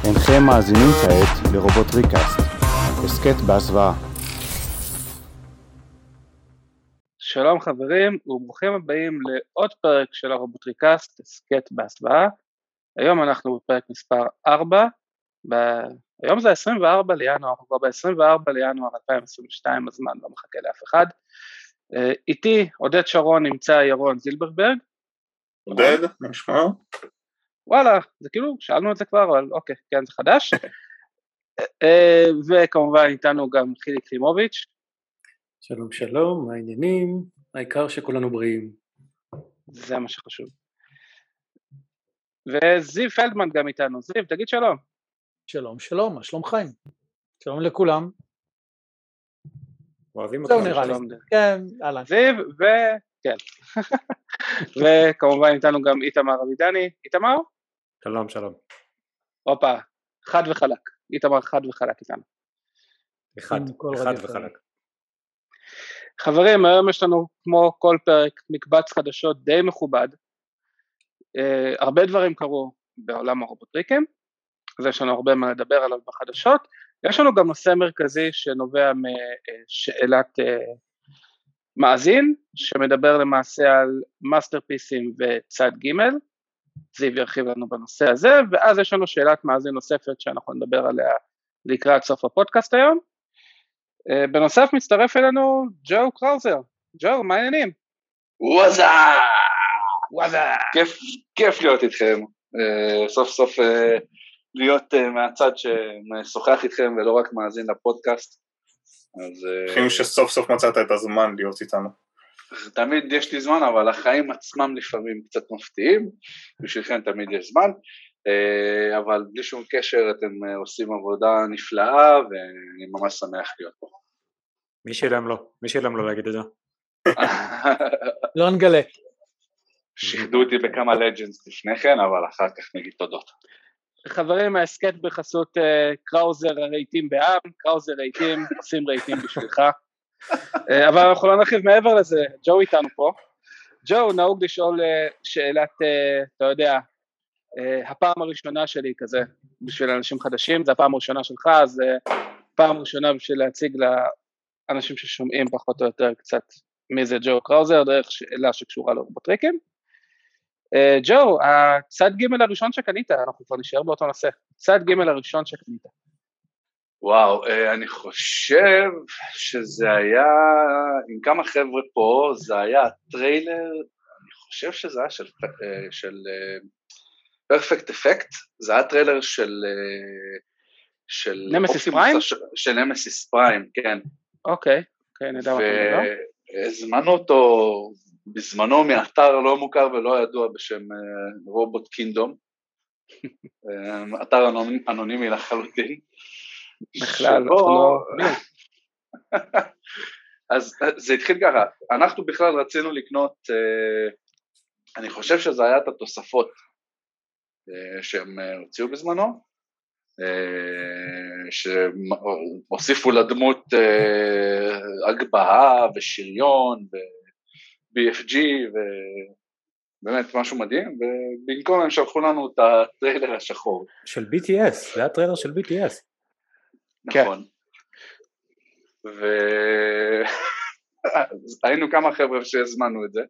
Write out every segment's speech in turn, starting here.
אינכם מאזינים כעת לרובוטריקאסט, הסכת בהסוואה. שלום חברים וברוכים הבאים לעוד פרק של הרובוטריקאסט, הסכת בהסוואה. היום אנחנו בפרק מספר 4, היום זה 24 לינואר, אנחנו כבר ב-24 לינואר 2022, הזמן לא מחכה לאף אחד. איתי עודד שרון נמצא ירון זילברברג. עודד, מה נשמע? וואלה, זה כאילו, שאלנו את זה כבר, אבל אוקיי, כן, זה חדש. וכמובן איתנו גם חיליק חימוביץ'. שלום שלום, מה העניינים? העיקר שכולנו בריאים. זה מה שחשוב. וזיו פלדמן גם איתנו. זיו, תגיד שלום. שלום שלום, מה שלום חיים? שלום לכולם. אוהבים זהו אותך. נראה לי. כן, הלאה. זיו כן. וכמובן איתנו גם איתמר אבידני. איתמר? שלום, שלום. הופה, חד וחלק. איתמר חד וחלק איתנו. אחד וחלק. חברים, היום יש לנו כמו כל פרק מקבץ חדשות די מכובד. הרבה דברים קרו בעולם הרובוטריקים, אז יש לנו הרבה מה לדבר עליו בחדשות. יש לנו גם נושא מרכזי שנובע משאלת מאזין, שמדבר למעשה על מאסטרפיסים וצד ג', זיו ירחיב לנו בנושא הזה, ואז יש לנו שאלת מאזין נוספת שאנחנו נדבר עליה לקראת סוף הפודקאסט היום. בנוסף מצטרף אלינו ג'ו קראוזר. ג'ו, מה העניינים? וואזה! כיף להיות איתכם, סוף סוף להיות מהצד שמשוחח איתכם ולא רק מאזין לפודקאסט. חיים שסוף סוף מצאת את הזמן להיות איתנו. תמיד יש לי זמן, אבל החיים עצמם לפעמים קצת מפתיעים, בשבילכם תמיד יש זמן, אבל בלי שום קשר אתם עושים עבודה נפלאה, ואני ממש שמח להיות פה. מי שילם לו להגיד את זה? לא נגלה. שיחדו אותי בכמה לג'נדס לפני כן, אבל אחר כך נגיד תודות. חברים, ההסכת בחסות קראוזר רהיטים בעם, קראוזר רהיטים, עושים רהיטים בשבילך. אבל אנחנו לא נרחיב מעבר לזה, ג'ו איתנו פה. ג'ו, נהוג לשאול שאלת, אתה יודע, הפעם הראשונה שלי כזה, בשביל אנשים חדשים, זה הפעם הראשונה שלך, אז פעם ראשונה בשביל להציג לאנשים ששומעים פחות או יותר קצת מי זה ג'ו קראוזר, דרך שאלה שקשורה לרובוטריקים. ג'ו, הצד ג' הראשון שקנית, אנחנו כבר נשאר באותו נושא, צד ג' הראשון שקנית. וואו, אני חושב שזה היה, עם כמה חבר'ה פה, זה היה טריילר, אני חושב שזה היה של Perfect Effect, זה היה טריילר של נמסיס פריים? של נמסיס פריים, כן. אוקיי, נדע מה אתה מדבר. והזמנו אותו בזמנו מאתר לא מוכר ולא ידוע בשם רובוט קינדום, אתר אנונימי לחלוטין. בכלל, אז זה התחיל ככה, אנחנו בכלל רצינו לקנות, אני חושב שזה היה את התוספות שהם הוציאו בזמנו, שהוסיפו לדמות הגבהה ושריון ו-BFG ובאמת משהו מדהים, ובמקום הם שלחו לנו את הטריילר השחור. של BTS, זה היה טריילר של BTS. נכון. והיינו כמה חבר'ה שהזמנו את זה,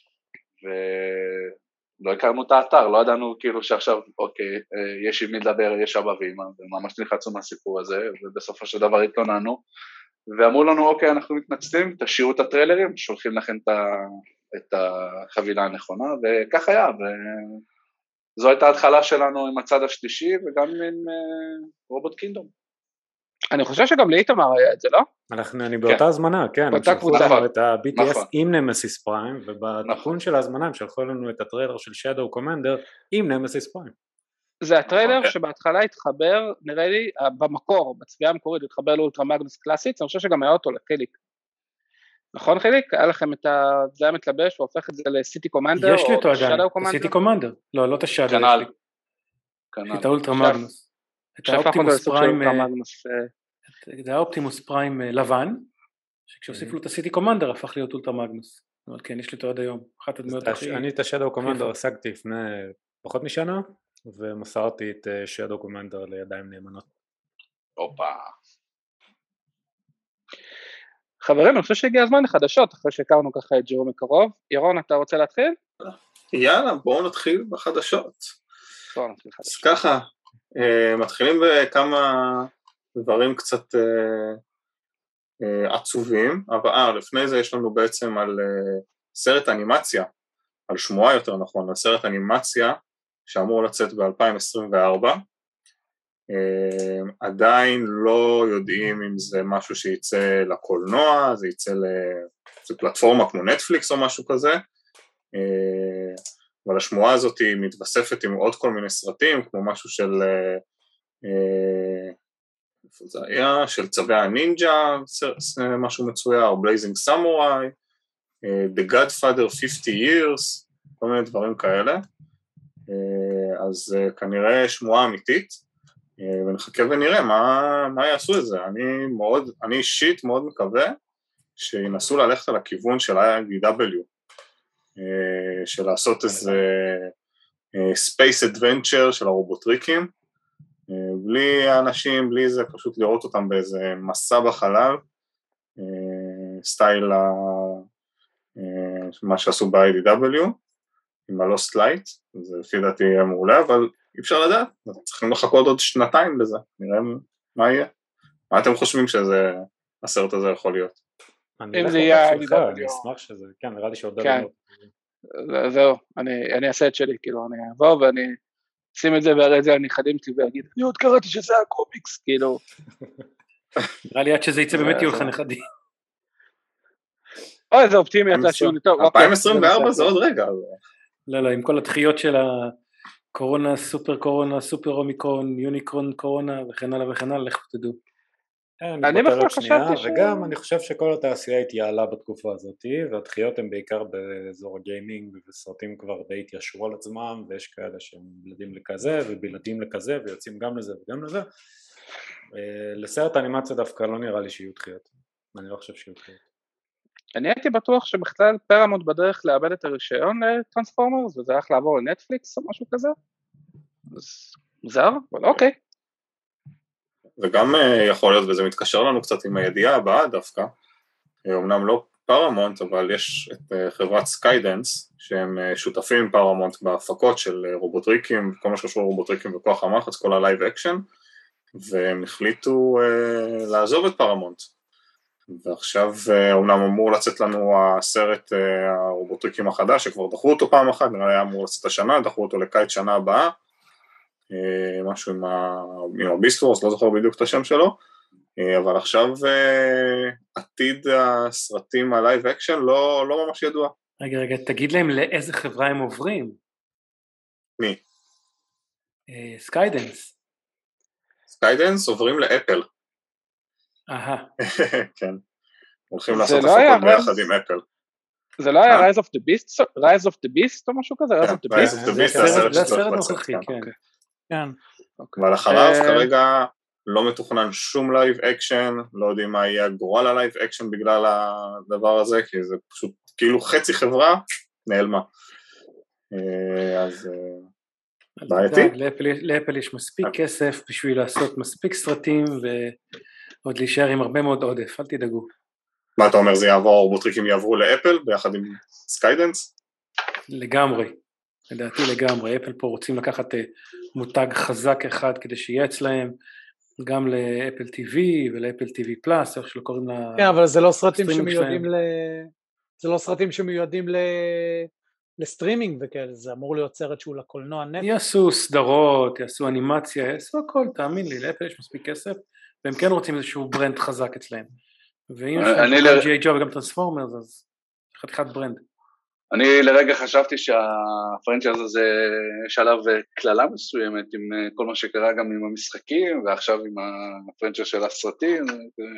ולא הכרנו את האתר, לא ידענו כאילו שעכשיו, אוקיי, יש עם מי לדבר, יש אבא ואמא, וממש נלחצו מהסיפור הזה, ובסופו של דבר התלוננו, ואמרו לנו, אוקיי, אנחנו מתנצלים, תשאירו את הטריילרים, שולחים לכם את החבילה הנכונה, וכך היה, וזו הייתה ההתחלה שלנו עם הצד השלישי, וגם עם רובוט קינדום. אני חושב שגם לאיתמר היה את זה, לא? אני באותה הזמנה, כן, הם שלחו לנו את ה-BTS עם נמסיס פריים, ובתיקון של ההזמנה הם שלחו לנו את הטריילר של Shadow Commander עם נמסיס פריים. זה הטריילר שבהתחלה התחבר, נראה לי, במקור, בצביעה המקורית, התחבר לאולטרה מגנוס קלאסית, אני חושב שגם היה אותו לחיליק. נכון חיליק? היה לכם את זה היה מתלבש והופך את זה לסיטי קומנדר? יש לי אותו עדיין, סיטי קומנדר. לא את השאדו, את האולטרה מגנוס. את האופטימוס פריים, זה האופטימוס פריים לבן, שכשהוסיפו לו את הסיטי קומנדר הפך להיות אולטרה מגנוס. אבל כן, יש לי אותו עד היום, אחת הדמיות הכי... אני את השאדו קומנדר השגתי לפני פחות משנה, ומסרתי את Shadow Commander לידיים נאמנות. אופה. חברים, אני חושב שהגיע הזמן לחדשות, אחרי שהכרנו ככה את ג'ו מקרוב. ירון, אתה רוצה להתחיל? יאללה, בואו נתחיל בחדשות. אז ככה, מתחילים בכמה דברים קצת עצובים, אבל לפני זה יש לנו בעצם על סרט אנימציה, על שמועה יותר נכון, על סרט אנימציה שאמור לצאת ב-2024, עדיין לא יודעים אם זה משהו שיצא לקולנוע, זה יצא לפלטפורמה כמו נטפליקס או משהו כזה, אבל השמועה הזאת היא מתווספת עם עוד כל מיני סרטים, כמו משהו של איפה זה היה? של צווי הנינג'ה, משהו מצויר, או בלייזינג סמוראי, The Godfather 50 Years, כל מיני דברים כאלה, אז כנראה שמועה אמיתית, ונחכה ונראה מה יעשו את זה. אני אישית מאוד מקווה שינסו ללכת על הכיוון של IDW, של לעשות איזה Space Adventure של הרובוטריקים, בלי האנשים, בלי זה, פשוט לראות אותם באיזה מסע בחלל, סטייל מה שעשו ב-IDW, עם ה-Lost Light, זה לפי דעתי יהיה מעולה, אבל אי אפשר לדעת, צריכים לחכות עוד 2 לזה, נראה מה יהיה. מה אתם חושבים שהסרט הזה יכול להיות? אם זה יהיה IDW, אני אשמח שזה, כן, נראה לי שעוד דבר. זהו, אני אעשה את שלי, כאילו, אני אעבור ואני אשים את זה והרי זה הנכדים שלי ואגיד, אני עוד קראתי שזה הקומיקס, כאילו. נראה לי עד שזה יצא באמת יהיו לך נכדים. אוי, איזה אופטימי אתה שיוני טוב. 2024 זה עוד רגע. לא, עם כל הדחיות של הקורונה, סופר קורונה, סופר אומיקרון, יוניקרון קורונה וכן הלאה וכן הלאה, לך תדעו. אני בכלל חשבתי וגם אני חושב שכל התעשייה התייעלה בתקופה הזאת, והדחיות הן בעיקר באזור הגיימינג, וסרטים כבר די התיישרו על עצמם, ויש כאלה שהם בלעדים לכזה ובלעדים לכזה, ויוצאים גם לזה וגם לזה. לסרט האנימציה דווקא לא נראה לי שיהיו דחיות, אני לא חושב שיהיו דחיות. אני הייתי בטוח שבכלל פרמונט בדרך לאבד את הרישיון לטרנספורמרס, וזה הולך לעבור לנטפליקס או משהו כזה, אז מוזר, אבל אוקיי. וגם יכול להיות, וזה מתקשר לנו קצת עם הידיעה הבאה דווקא, אמנם לא פרמונט, אבל יש את חברת סקיידנס, שהם שותפים עם פרמונט בהפקות של רובוטריקים, כל מה שקשור לרובוטריקים וכוח המחץ, כל הלייב אקשן, והם החליטו לעזוב את פרמונט. ועכשיו אומנם אמור לצאת לנו הסרט הרובוטריקים החדש, שכבר דחו אותו פעם אחת, נראה לי אמור לצאת השנה, דחו אותו לקיץ שנה הבאה, משהו עם הביסט וורס, לא זוכר בדיוק את השם שלו, אבל עכשיו עתיד הסרטים הלייב אקשן לא ממש ידוע. רגע, תגיד להם לאיזה חברה הם עוברים. מי? סקיידנס. סקיידנס עוברים לאפל. כן. הולכים לעשות הפקות ביחד עם אפל. זה לא היה Rise of the Beast או משהו כזה? Rise of the Beast זה הסרט נוכחי, כן. אבל אחריו כרגע לא מתוכנן שום לייב אקשן, לא יודעים מה יהיה הגורל הלייב אקשן בגלל הדבר הזה, כי זה פשוט כאילו חצי חברה נעלמה. אז בעייתי. לאפל יש מספיק כסף בשביל לעשות מספיק סרטים ועוד להישאר עם הרבה מאוד עודף, אל תדאגו. מה אתה אומר, זה יעבור, רובוטריקים יעברו לאפל ביחד עם סקיידנס? לגמרי, לדעתי לגמרי, אפל פה רוצים לקחת מותג חזק אחד כדי שיהיה אצלהם, גם לאפל TV ולאפל TV פלאס, איך שלא קוראים לה... כן, אבל זה לא סרטים שמיועדים זה לא סרטים שמיועדים לסטרימינג וכאלה, זה אמור להיות סרט שהוא לקולנוע נטפליקס. יעשו סדרות, יעשו אנימציה, יעשו הכל, תאמין לי, לאפל יש מספיק כסף, והם כן רוצים איזשהו ברנד חזק אצלהם. ואם יש להם גם G.I. Joe וגם טרנספורמרס, אז חתיכת ברנד. אני לרגע חשבתי שהפרנצ'ייז הזה יש עליו כללה מסוימת עם כל מה שקרה גם עם המשחקים, ועכשיו עם הפרנצ'ייז של הסרטים.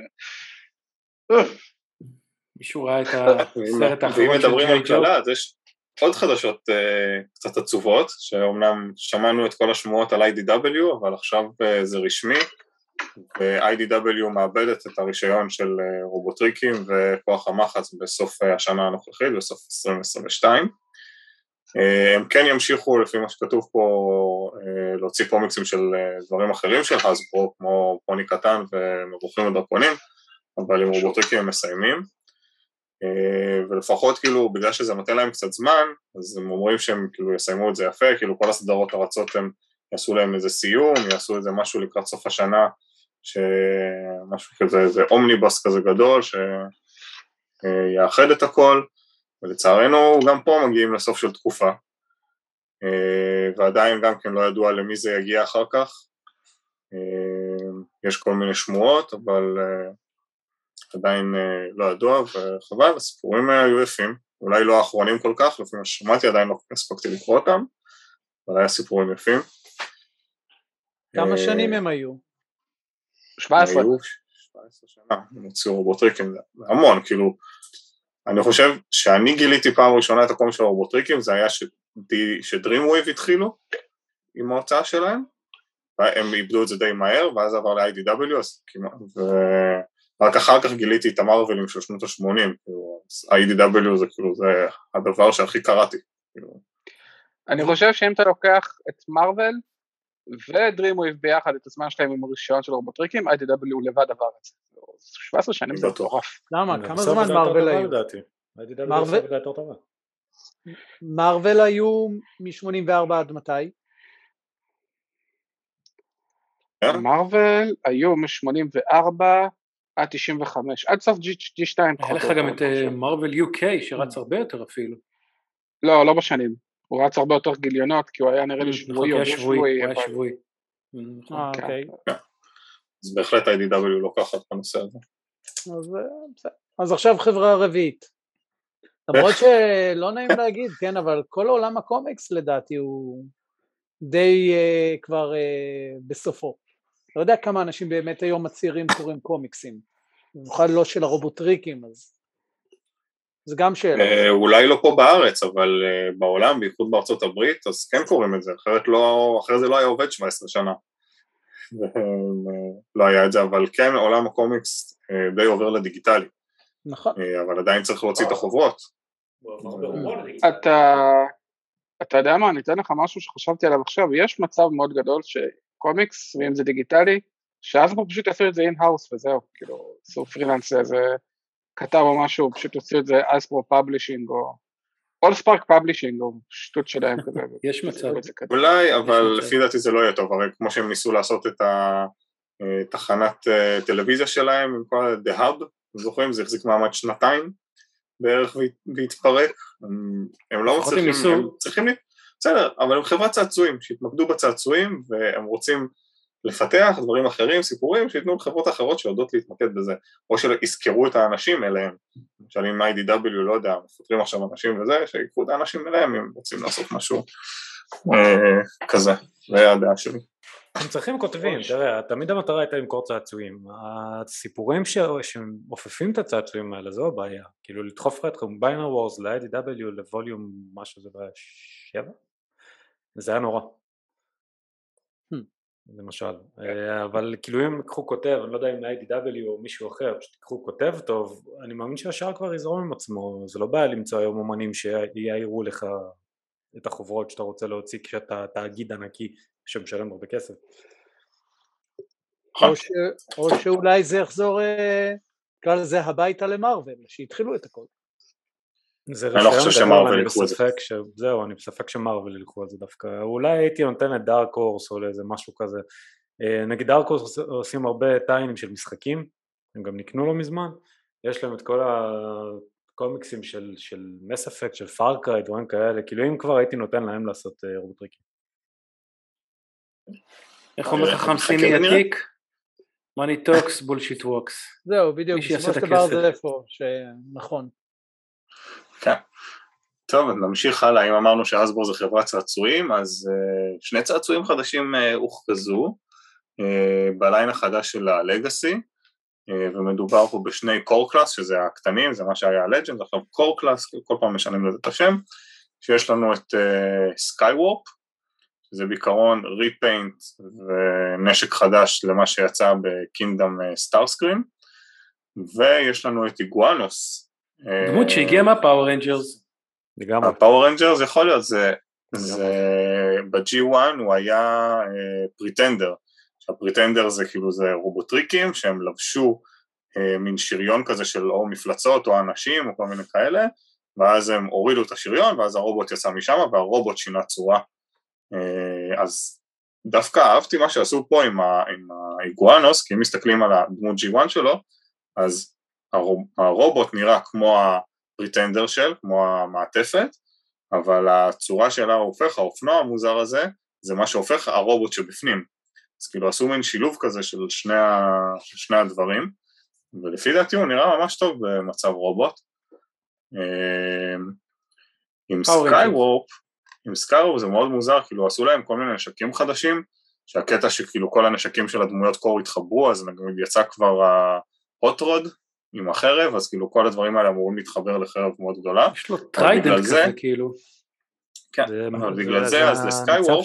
מישהו ראה את הסרט האחרון של G.I. Joe? ואם מדברים על כללה, אז יש עוד חדשות קצת עצובות, שאומנם שמענו את כל השמועות על IDW, אבל עכשיו זה רשמי, ו-IDW מאבדת את הרישיון של רובוטריקים וכוח המחץ בסוף השנה הנוכחית, בסוף 2022, הם כן ימשיכו לפי מה שכתוב פה להוציא קומיקסים של דברים אחרים של הסברו, כמו פוני קטן ומבוכים ודרקונים, אבל עם רובוטריקים הם מסיימים, ולפחות כאילו בגלל שזה נותן להם קצת זמן, אז הם אומרים שהם כאילו יסיימו את זה יפה, כאילו כל הסדרות הרצות הם יעשו להם איזה סיום, יעשו איזה משהו לקראת סוף השנה, שמשהו כזה, איזה אומניבוס כזה גדול, שיאחד את הכל, ולצערנו גם פה מגיעים לסוף של תקופה, ועדיין גם כן לא ידוע למי זה יגיע אחר כך, יש כל מיני שמועות, אבל עדיין לא ידוע, וחבל, הסיפורים היו יפים, אולי לא האחרונים כל כך, לפי מה ששמעתי עדיין לא הספקתי לקרוא אותם, אבל היה סיפורים יפים. כמה שנים הם היו? 17. 17 שנה, הם הוציאו רובוטריקים, זה המון, כאילו, אני חושב שאני גיליתי פעם ראשונה את הקום של הרובוטריקים, זה היה שדרימווייב התחילו עם ההוצאה שלהם, והם איבדו את זה די מהר, ואז עבר ל-IDW, ורק אחר כך גיליתי את המרוולים של שנות ה-80, ה-IDW זה כאילו, זה הדבר שהכי קראתי. אני חושב שאם אתה לוקח את מרוול, ודרימווייב ביחד את הזמן שלהם עם הרישיון של הרובוטריקים, IDW לבד עבר את זה. 17 שנים זה מטורף. למה? כמה זמן מרוול היו? מרוול היו מ-84 עד מתי? מרוול היו מ-84 עד 95, עד סוף G2. היה לך גם את מרוול UK שרץ הרבה יותר אפילו. לא, לא בשנים. הוא רץ הרבה יותר גיליונות, כי הוא היה נראה לי שבועי או שבועי. הוא היה שבועי. אוקיי. אז בהחלט ה-IDW לוקחת בנושא הזה. אז עכשיו חברה רביעית. למרות שלא נעים להגיד, כן, אבל כל עולם הקומיקס לדעתי הוא די כבר בסופו. לא יודע כמה אנשים באמת היום הצעירים קוראים קומיקסים. במיוחד לא של הרובוטריקים, אז זה גם שאלה. אולי לא פה בארץ, אבל בעולם, בייחוד בארצות הברית, אז כן קוראים את זה, אחרי זה לא היה עובד 17 שנה. לא היה את זה, אבל כן עולם הקומיקס די עובר לדיגיטלי. נכון. אבל עדיין צריך להוציא את החוברות. אתה יודע מה, אני אתן לך משהו שחשבתי עליו עכשיו, יש מצב מאוד גדול שקומיקס, ואם זה דיגיטלי, שאז הוא פשוט יעשו את זה אין-האוס וזהו, כאילו, עשו פרילנס איזה כתב או משהו, פשוט עשו את זה אספרו פאבלישינג או אול ספארק פאבלישינג או שטות שלהם כזה. יש מצב. אולי, אבל לפי דעתי זה לא יהיה טוב, הרי כמו שהם ניסו לעשות את התחנת טלוויזיה שלהם, עם כל The Hub, זוכרים, זה החזיק מעמד שנתיים בערך והתפרק, הם לא מצליחים, הם צריכים, בסדר, אבל הם חברת צעצועים, שהתמקדו בצעצועים, והם רוצים לפתח דברים אחרים, סיפורים, שיתנו לחברות אחרות שיודעות להתמקד בזה, או שיזכרו את האנשים אליהם, למשל עם IDW, לא יודע, מפתרים עכשיו אנשים וזה, שיקחו את האנשים אליהם, אם רוצים לעשות משהו כזה, זה הדעה שלי. הם צריכים כותבים, תראה, תמיד המטרה הייתה למכור צעצועים, הסיפורים שמופפים את הצעצועים האלה, זו הבעיה, כאילו לדחוף לך את קומביינר וורס ל-IDW לווליום משהו זה ב7, זה היה נורא, למשל, אבל כאילו אם יקחו כותב, אני לא יודע אם ל-IDW או מישהו אחר, פשוט יקחו כותב טוב, אני מאמין שהשאר כבר יזרום עם עצמו, זה לא בעיה למצוא היום אומנים שיעירו לך את החוברות שאתה רוצה להוציא כשאתה תאגיד ענקי שמשלם הרבה כסף. או שאולי זה יחזור, נקרא לזה הביתה למרוול, שהתחילו את הכל. אני לא חושב שמרוול ילכו את זה. זהו, אני בספק שמרוול ילכו את זה דווקא. אולי הייתי נותן את דארק הורס או לאיזה משהו כזה. נגיד דארק הורס עושים הרבה טיינים של משחקים, הם גם נקנו לו מזמן, יש להם את כל הקומיקסים של מס אפקט, של פארקריי, דברים כאלה, כאילו אם כבר הייתי נותן להם לעשות רובוטריקים. איך אומר חכם סיני עתיק? money talks, bullshit walks. זהו, בדיוק, בסופו של דבר זה איפה, שנכון. כן. טוב, נמשיך הלאה, אם אמרנו שאסברו זה חברת צעצועים, אז שני צעצועים חדשים הוכרזו, בליין החדש של הלגאסי, ומדובר פה בשני קור קלאס, שזה הקטנים, זה מה שהיה הלג'נד, עכשיו קור קלאס, כל פעם משנים לזה את השם, שיש לנו את סקייוורפ, שזה בעיקרון ריפיינט ונשק חדש למה שיצא בקינגדום סטארסקרים, ויש לנו את איגואנוס. דמות שהגיע מהפאור רנג'רס. הפאוור רנג'רס יכול להיות, זה ב-G1 הוא היה פריטנדר, שהפריטנדר זה כאילו זה רובוטריקים שהם לבשו מין שריון כזה של או מפלצות או אנשים או כל מיני כאלה, ואז הם הורידו את השריון ואז הרובוט יצא משם והרובוט שינה צורה. אז דווקא אהבתי מה שעשו פה עם האיגואנוס, כי אם מסתכלים על הדמות G1 שלו, אז הרובוט נראה כמו הפריטנדר כמו המעטפת, אבל הצורה שלה הופך, האופנוע המוזר הזה, זה מה שהופך הרובוט שבפנים. אז כאילו עשו מין שילוב כזה של שני הדברים, ולפי דעתי הוא נראה ממש טוב במצב רובוט. עם סקייוורפ זה מאוד מוזר, כאילו עשו להם כל מיני נשקים חדשים, שהקטע שכאילו כל הנשקים של הדמויות קור התחברו, אז נגיד יצא כבר ההוטרוד עם החרב, אז כאילו כל הדברים האלה אמורים להתחבר לחרב מאוד גדולה. יש לו טריידנט כזה כאילו. כן, אבל בגלל זה אז לסקייוורפ,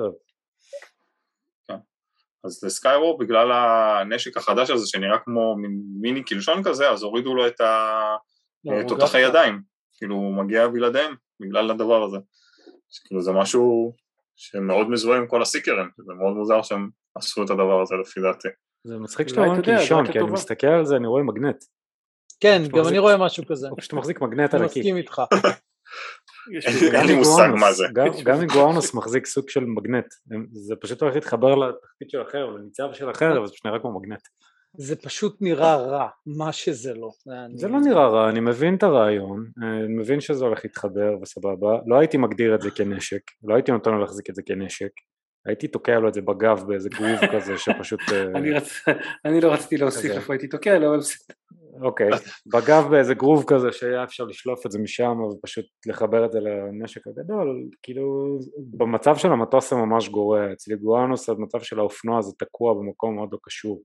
אז לסקייוורפ בגלל הנשק החדש הזה שנראה כמו מיני קילשון כזה, אז הורידו לו את תותחי ידיים, כאילו הוא מגיע בלעדיהם בגלל הדבר הזה. כאילו זה משהו שמאוד מזוהה עם כל הסיקרים, זה מאוד מוזר שהם עשו את הדבר הזה לפי דעתי. זה מצחיק שאתה רואה קילשון, כי אני מסתכל על זה, אני רואה מגנט. כן, גם אני רואה משהו כזה. או כשאתה מחזיק מגנט על הכי. אני מסכים איתך. אין לי מושג מה זה. גם איגואנוס מחזיק סוג של מגנט, זה פשוט הולך להתחבר לתחתית של החרב, לניצב של החרב, זה פשוט נראה כמו מגנט. זה פשוט נראה רע, מה שזה לא. זה לא נראה רע, אני מבין את הרעיון, אני מבין שזה הולך להתחבר וסבבה, לא הייתי מגדיר את זה כנשק, לא הייתי נותן לו להחזיק את זה כנשק, הייתי תוקע לו את זה בגב באיזה גרוב כזה שפשוט... אני לא רציתי להוסיף איפה הייתי תוקע לו, אבל... אוקיי, בגב באיזה גרוב כזה שהיה אפשר לשלוף את זה משם ופשוט לחבר את זה לנשק הגדול, כאילו במצב של המטוס זה ממש גורע, אצל איגואנוס במצב של האופנוע זה תקוע במקום מאוד לא קשור,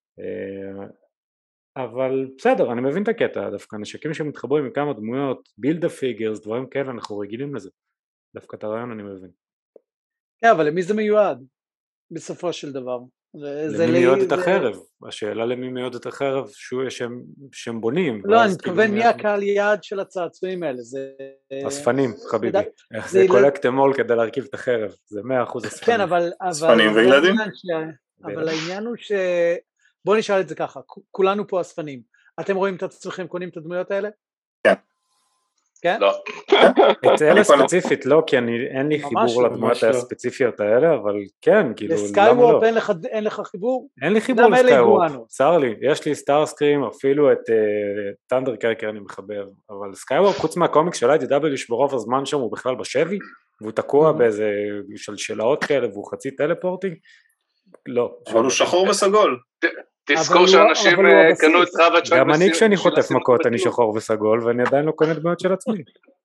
אבל בסדר, אני מבין את הקטע, דווקא נשקים שמתחברים מכמה דמויות, בילד הפיגרס, דברים כאלה, אנחנו רגילים לזה, דווקא את הרעיון אני מבין. כן, אבל למי זה מיועד בסופו של דבר? למי מיועד את החרב? השאלה למי מיועד את החרב שהם בונים. לא, אני מתכוון מי הקהל יעד של הצעצועים האלה. אספנים, חביבי. זה קולקטימול כדי להרכיב את החרב, זה 100% אספנים. כן, אבל... אספנים וילדים? אבל העניין הוא בואו נשאל את זה ככה, כולנו פה אספנים. אתם רואים את עצמכם קונים את הדמויות האלה? כן. כן? לא. את אלה ספציפית לא, כי אין לי חיבור לדמויות הספציפיות האלה, אבל כן, כאילו, למה לא? לסקייוורפ אין לך חיבור? אין לי חיבור לסקייוורפ, צר לי, יש לי סטארסקרים, אפילו את טנדר קרקר אני מחבב, אבל סקייוורפ חוץ מהקומיקס של IDW שברוב הזמן שם הוא בכלל בשבי, והוא תקוע באיזה שלשלאות כאלה והוא חצי טלפורטינג, לא. אבל הוא שחור וסגול. תזכור שאנשים קנו את רב הצ'וין. גם אני כשאני חוטף מכות אני שחור וסגול ואני עדיין לא קונה דמות של עצמי.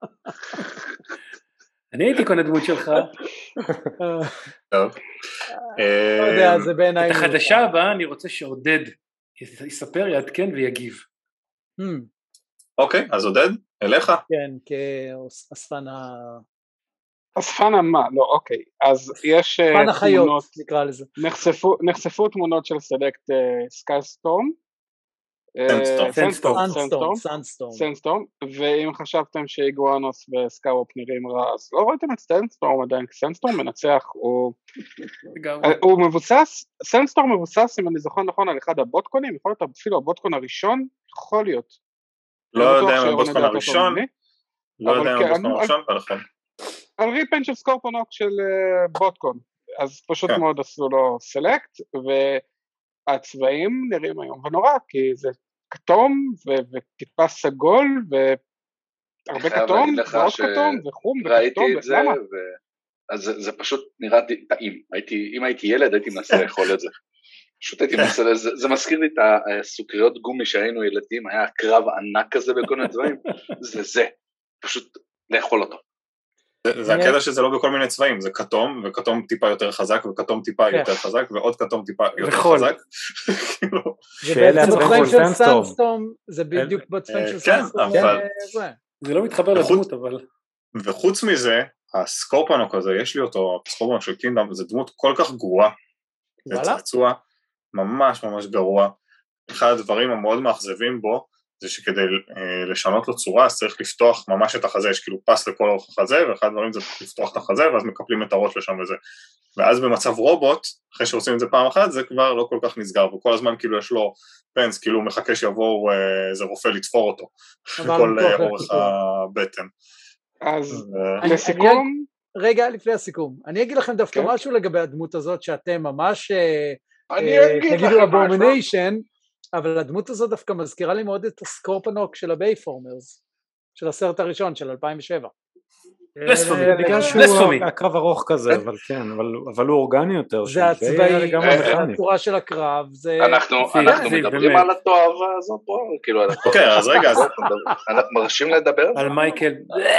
אני הייתי קונה דמות שלך. טוב. לא יודע, זה בעיניי. את החדשה הבאה אני רוצה שעודד יספר, יעדכן ויגיב. אוקיי, אז עודד, אליך. כן, כאספן אספן מה? לא, אוקיי. אז יש תמונות, נקרא לזה. נחשפו תמונות של סלקט סקייסטורם. סנסטורם, ואם חשבתם שאיגואנוס וסקייוורפ נראים רע, אז לא ראיתם את סנסטורם עדיין, כי סנסטורם מנצח, הוא מבוסס, סנסטורם מבוסס, אם אני זוכר נכון, על אחד הבוטקונים, יכול להיות אפילו הבוטקון הראשון, יכול להיות. לא יודע אם הבוטקון הראשון, לא יודע אם הבוטקון הראשון, ולכן. על ריפן של סקורפונוק של בוטקון, אז פשוט מאוד עשו לו סלקט, והצבעים נראים היום ונורא, כי זה כתום וטיפה סגול, והרבה כתום, ועוד כתום, וחום, ראיתי את זה, אז זה פשוט נראה טעים, אם הייתי ילד הייתי מנסה לאכול את זה, פשוט הייתי מנסה, זה מזכיר לי את הסוכריות גומי שהיינו ילדים, היה קרב ענק כזה בכל מיני דברים, זה, פשוט לאכול אותו. זה הקטע שזה לא בכל מיני צבעים, זה כתום, וכתום טיפה יותר חזק, וכתום טיפה יותר חזק, ועוד כתום טיפה יותר חזק. זה בצבעים של סנסטורם, זה בדיוק בצבעים של סנסטורם. זה לא מתחבר לדמות, אבל... וחוץ מזה, הסקורפונוק הזה, יש לי אותו, הסקורפונוק של קינגדום, זה דמות כל כך גרועה, זה צעצוע ממש ממש גרוע. אחד הדברים המאוד מאכזבים בו, זה שכדי לשנות לו צורה, אז צריך לפתוח ממש את החזה, יש כאילו פס לכל אורך החזה, ואחד הדברים זה לפתוח את החזה, ואז מקפלים את הראש לשם וזה. ואז במצב רובוט, אחרי שעושים את זה פעם אחת, זה כבר לא כל כך נסגר, וכל הזמן כאילו יש לו פנס, כאילו הוא מחכה שיבוא איזה רופא לתפור אותו, כל אורך הבטן. אז לסיכום... רגע, לפני הסיכום, אני אגיד לכם דווקא משהו לגבי הדמות הזאת, שאתם ממש תגידו אבורמיניישן, אבל הדמות הזאת דווקא מזכירה לי מאוד את הסקורפנוק של הבייפורמרס, של הסרט הראשון, של 2007. בגלל שהוא הקרב ארוך כזה, אבל כן, אבל הוא אורגני יותר. זה הצבאי, הצורה של הקרב, זה... אנחנו מדברים על התואבה הזו פה, כאילו... אוקיי, אז רגע, אנחנו מרשים לדבר? על מייקל...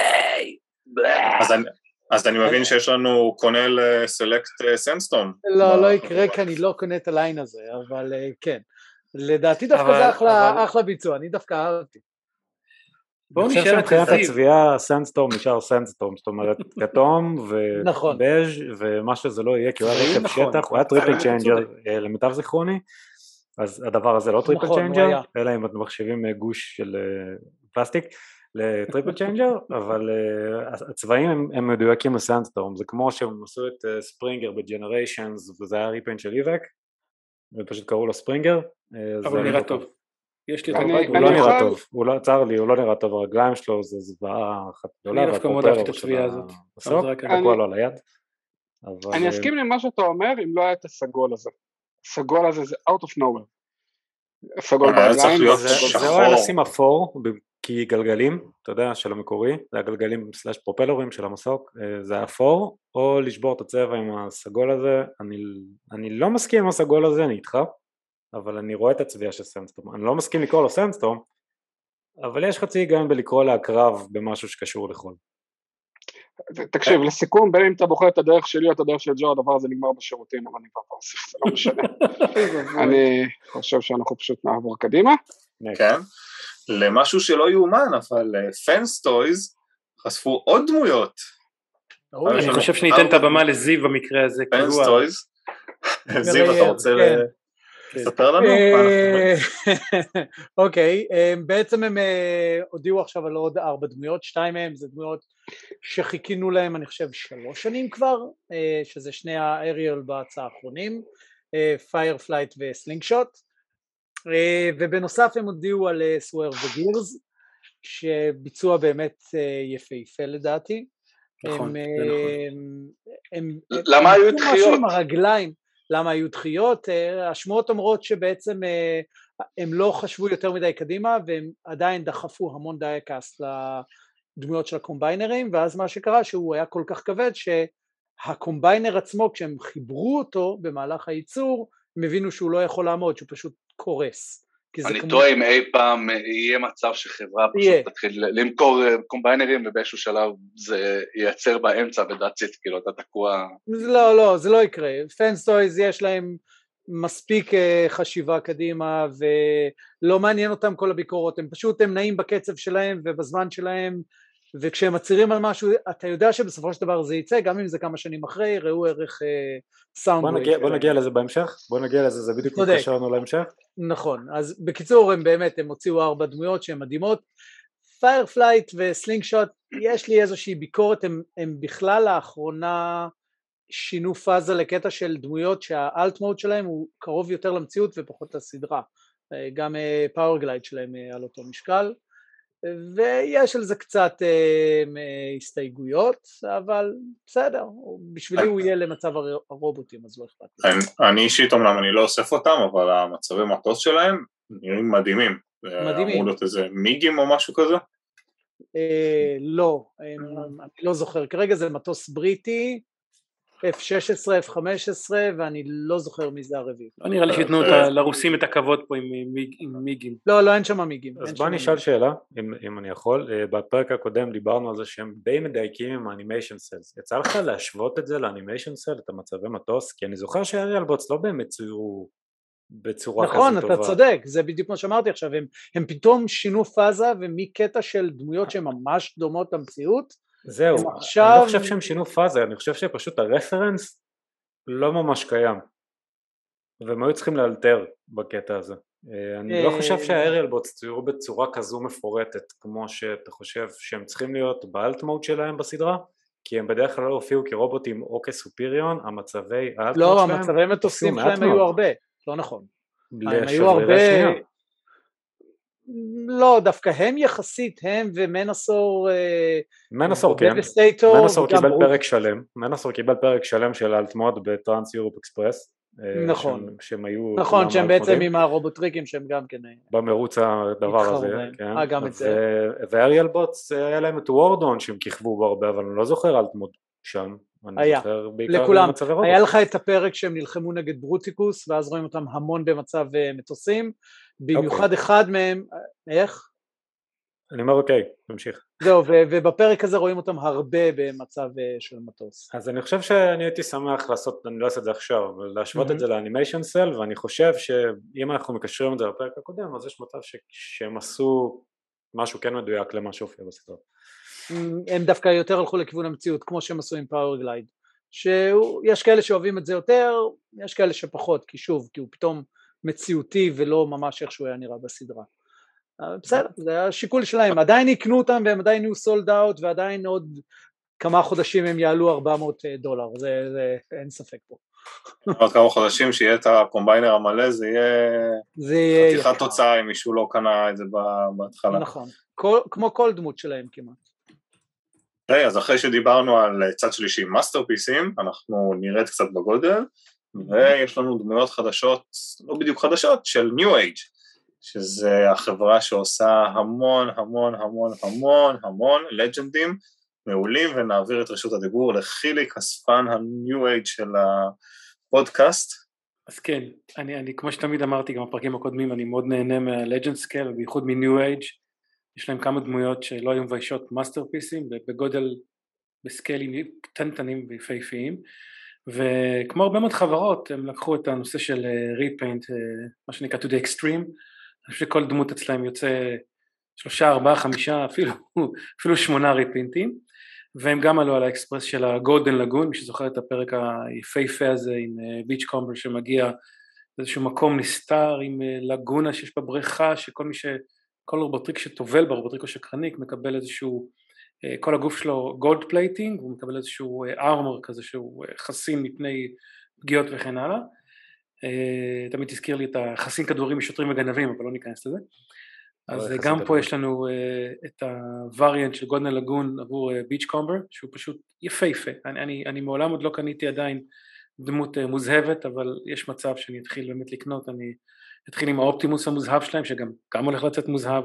אז אני מבין שיש לנו קונל סלקט סנסטום. לא יקרה, כי אני לא קונה את הליין הזה, אבל כן. לדעתי דווקא זה אחלה ביצוע, אני דווקא אהבתי. אני חושב שמחיית הצביעה סנסטורם נשאר סנסטורם, זאת אומרת כתום ובז' ומה שזה לא יהיה, כי הוא היה רכב שטח, הוא היה טריפל צ'יינג'ר למיטב זיכרוני, אז הדבר הזה לא טריפל צ'יינג'ר, אלא אם אתם מחשיבים גוש של פלסטיק לטריפל צ'יינג'ר, אבל הצבעים הם מדויקים לסנסטורם, זה כמו שהם עשו את ספרינגר בג'נריישנס, וזה היה ריפן של איבק, ופשוט קראו לו ספרינגר, אבל הוא נראה טוב. הוא לא נראה טוב, צר לי, הוא לא נראה טוב, הרגליים שלו זה זוועה אחת גדולה, אני דווקא מאוד אהבתי את הצביעה הזאת. תקוע לו על היד. אני אסכים למה שאתה אומר, אם לא היה את הסגול הזה. הסגול הזה זה out of nowhere. הסגול ברגליים. זה היה לשים אפור, כי גלגלים, אתה יודע, של המקורי, זה הגלגלים סלש פרופלורים של המסוק, זה היה אפור, או לשבור את הצבע עם הסגול הזה, אני לא מסכים עם הסגול הזה, אני איתך, אבל אני רואה את הצביעה של סנסטורם, אני לא מסכים לקרוא לו סנסטורם, אבל יש חצי היגיון בלקרוא להקרב במשהו שקשור לחול. תקשיב, לסיכום, בין אם אתה בוחר את הדרך שלי או את הדרך של ג'ו, הדבר הזה נגמר בשירותים, אבל אני כבר פרסיף, זה לא משנה. אני חושב שאנחנו פשוט נעבור קדימה. כן, למשהו שלא יאומן, אבל פנס טויז חשפו עוד דמויות. אני חושב שניתן את הבמה לזיו במקרה הזה. פנס טויז, זיו אתה רוצה לספר לנו? אוקיי, בעצם הם הודיעו עכשיו על עוד 4 דמויות, 2 מהם זה דמויות שחיכינו להם אני חושב 3 שנים כבר, שזה שני האריול בהצעה האחרונים, פיירפלייט וסלינגשוט, ובנוסף הם הודיעו על סוואר וגירס, שביצוע באמת יפהפה לדעתי. נכון, למה היו דחיות? למה היו דחיות? השמועות אומרות שבעצם הם לא חשבו יותר מדי קדימה, והם עדיין דחפו המון דייקאסט לדמויות של הקומביינרים, ואז מה שקרה שהוא היה כל כך כבד שהקומביינר עצמו כשהם חיברו אותו במהלך הייצור, הם הבינו שהוא לא יכול לעמוד, שהוא פשוט קורס. אני טועה אם אי פעם יהיה מצב שחברה פשוט תתחיל למכור קומביינרים ובאיזשהו שלב זה ייצר באמצע ודאצית, כאילו אתה תקוע. לא, זה לא יקרה. פנס טויז יש להם מספיק חשיבה קדימה ולא מעניין אותם כל הביקורות, הם נעים בקצב שלהם ובזמן שלהם, וכשהם מצהירים על משהו אתה יודע שבסופו של דבר זה יצא, גם אם זה כמה שנים אחרי, ראו ערך סאונד. בוא נגיע לזה בהמשך, זה בדיוק מתקשר לנו להמשך. נכון, אז בקיצור הם באמת, הם הוציאו 4 דמויות שהן מדהימות, פיירפלייט וסלינגשוט, יש לי איזושהי ביקורת, הם בכלל לאחרונה שינו פאזה לקטע של דמויות שהאלט מוד שלהם הוא קרוב יותר למציאות ופחות לסדרה, גם פאורגלייד שלהם על אותו משקל, ויש על זה קצת הסתייגויות, אבל בסדר, בשבילי הוא יהיה למצב הרובוטים, אז לא אכפת לי. אני אישית אומנם אני לא אוסף אותם, אבל המצבי מטוס שלהם נראים מדהימים. מדהימים. אמור להיות איזה מיגים או משהו כזה? לא, אני לא זוכר, כרגע זה מטוס בריטי, F-16, F-15, ואני לא זוכר מי זה הרביעי. לא נראה לי שיתנו לרוסים את הכבוד פה עם מיגים. לא, אין שם מיגים. אז בוא נשאל שאלה, אם אני יכול. בפרק הקודם דיברנו על זה שהם די מדייקים עם האנימיישן סלס. יצא לך להשוות את זה לאנימיישן סל, את המצבי מטוס? כי אני זוכר שהאריאל בוטס לא באמת צוירו בצורה כזאת טובה. נכון, אתה צודק, זה בדיוק מה שאמרתי עכשיו, הם פתאום שינו פאזה, ומקטע של דמויות שהן ממש דומות למציאות, זהו, אני לא חושב שהם שינו פאזה, אני חושב שפשוט הרפרנס לא ממש קיים, והם היו צריכים לאלתר בקטע הזה. אני לא חושב שהאריאל בוטס צוירו בצורה כזו מפורטת כמו שאתה חושב שהם צריכים להיות באלט מוד שלהם בסדרה, כי הם בדרך כלל לא הופיעו כרובוטים או כסופיריון, המצבי האלט מוד לא, שלהם המצבי מטוסים שלהם היו הרבה, לא נכון. הם היו הרבה... לא, דווקא הם יחסית, הם ומנסור מנסור קיבל פרק שלם של אלט מוד בטרנס יורופ אקספרס, נכון, שהם היו נכון, שהם בעצם עם הרובוטריקים שהם גם כן במרוץ הדבר הזה, ואריאל בוטס היה להם את וורדון שהם כיכבו בו הרבה, אבל אני לא זוכר אלט מוד שם, אני זוכר בעיקר במצבי רובוט. היה לך את הפרק שהם נלחמו נגד ברוטיקוס, ואז רואים אותם המון במצב מטוסים, במיוחד אחד מהם, איך? אני אומר אוקיי, נמשיך. זהו, ובפרק הזה רואים אותם הרבה במצב של מטוס. אז אני חושב שאני הייתי שמח לעשות, אני לא אעשה את זה עכשיו, להשוות את זה לאנימיישן סל, ואני חושב שאם אנחנו מקשרים את זה לפרק הקודם, אז יש מצב שהם עשו משהו כן מדויק למה שהופיע בסדרה. הם דווקא יותר הלכו לכיוון המציאות, כמו שהם עשו עם פאוור-גלייד, שיש כאלה שאוהבים את זה יותר, יש כאלה שפחות, כי שוב, כי הוא פתאום מציאותי ולא ממש איך שהוא היה נראה בסדרה. בסדר, זה השיקול שלהם, עדיין יקנו אותם והם עדיין יהיו סולד אאוט ועדיין עוד כמה חודשים הם יעלו $400, זה אין ספק פה. עוד כמה חודשים שיהיה את הקומביינר המלא, זה יהיה חתיכת תוצאה אם מישהו לא קנה את זה בהתחלה. נכון, כמו כל דמות שלהם כמעט. אז אחרי שדיברנו על צד שלישי מאסטרפיסים, אנחנו נרד קצת בגודל, ויש לנו דמויות חדשות, לא בדיוק חדשות, של ניו אייג', שזה החברה שעושה המון המון המון המון המון לג'נדים מעולים, ונעביר את רשות הדיבור לחיליק, הספן הניו אייג' של הפודקאסט. אז כן, אני כמו שתמיד אמרתי גם בפרקים הקודמים, אני מאוד נהנה מהלג'נד סקייל, ובייחוד מניו אייג', יש להם כמה דמויות שלא היו מביישות מאסטרפיסים, בגודל, בסקיילים קטנטנים ויפהפיים, וכמו הרבה מאוד חברות, הם לקחו את הנושא של ריפיינט, מה שנקרא to the extreme, אני חושב שכל דמות אצלהם יוצא 3, 4, 5, אפילו 8 ריפיינטים, והם גם עלו על האקספרס של הגולדן לגון, מי שזוכר את הפרק היפהפה הזה עם ביץ' קומבר שמגיע לאיזשהו מקום נסתר עם לגונה שיש בה בריכה, כל רובוטריק שטובל ברובוטריק או שקרניק מקבל איזשהו, כל הגוף שלו גולד פלייטינג, הוא מקבל איזשהו ארמור כזה שהוא חסין מפני פגיעות וכן הלאה, תמיד תזכיר לי את החסין כדורים משוטרים וגנבים, אבל לא ניכנס לזה. אז גם פה יש לנו את הווריאנט של גולדן לגון עבור ביץ' קומבר, שהוא פשוט יפהפה. אני מעולם עוד לא קניתי עדיין דמות מוזהבת, אבל יש מצב שאני אתחיל באמת לקנות, אני אתחיל עם האופטימוס המוזהב שלהם, שגם הולך לצאת מוזהב.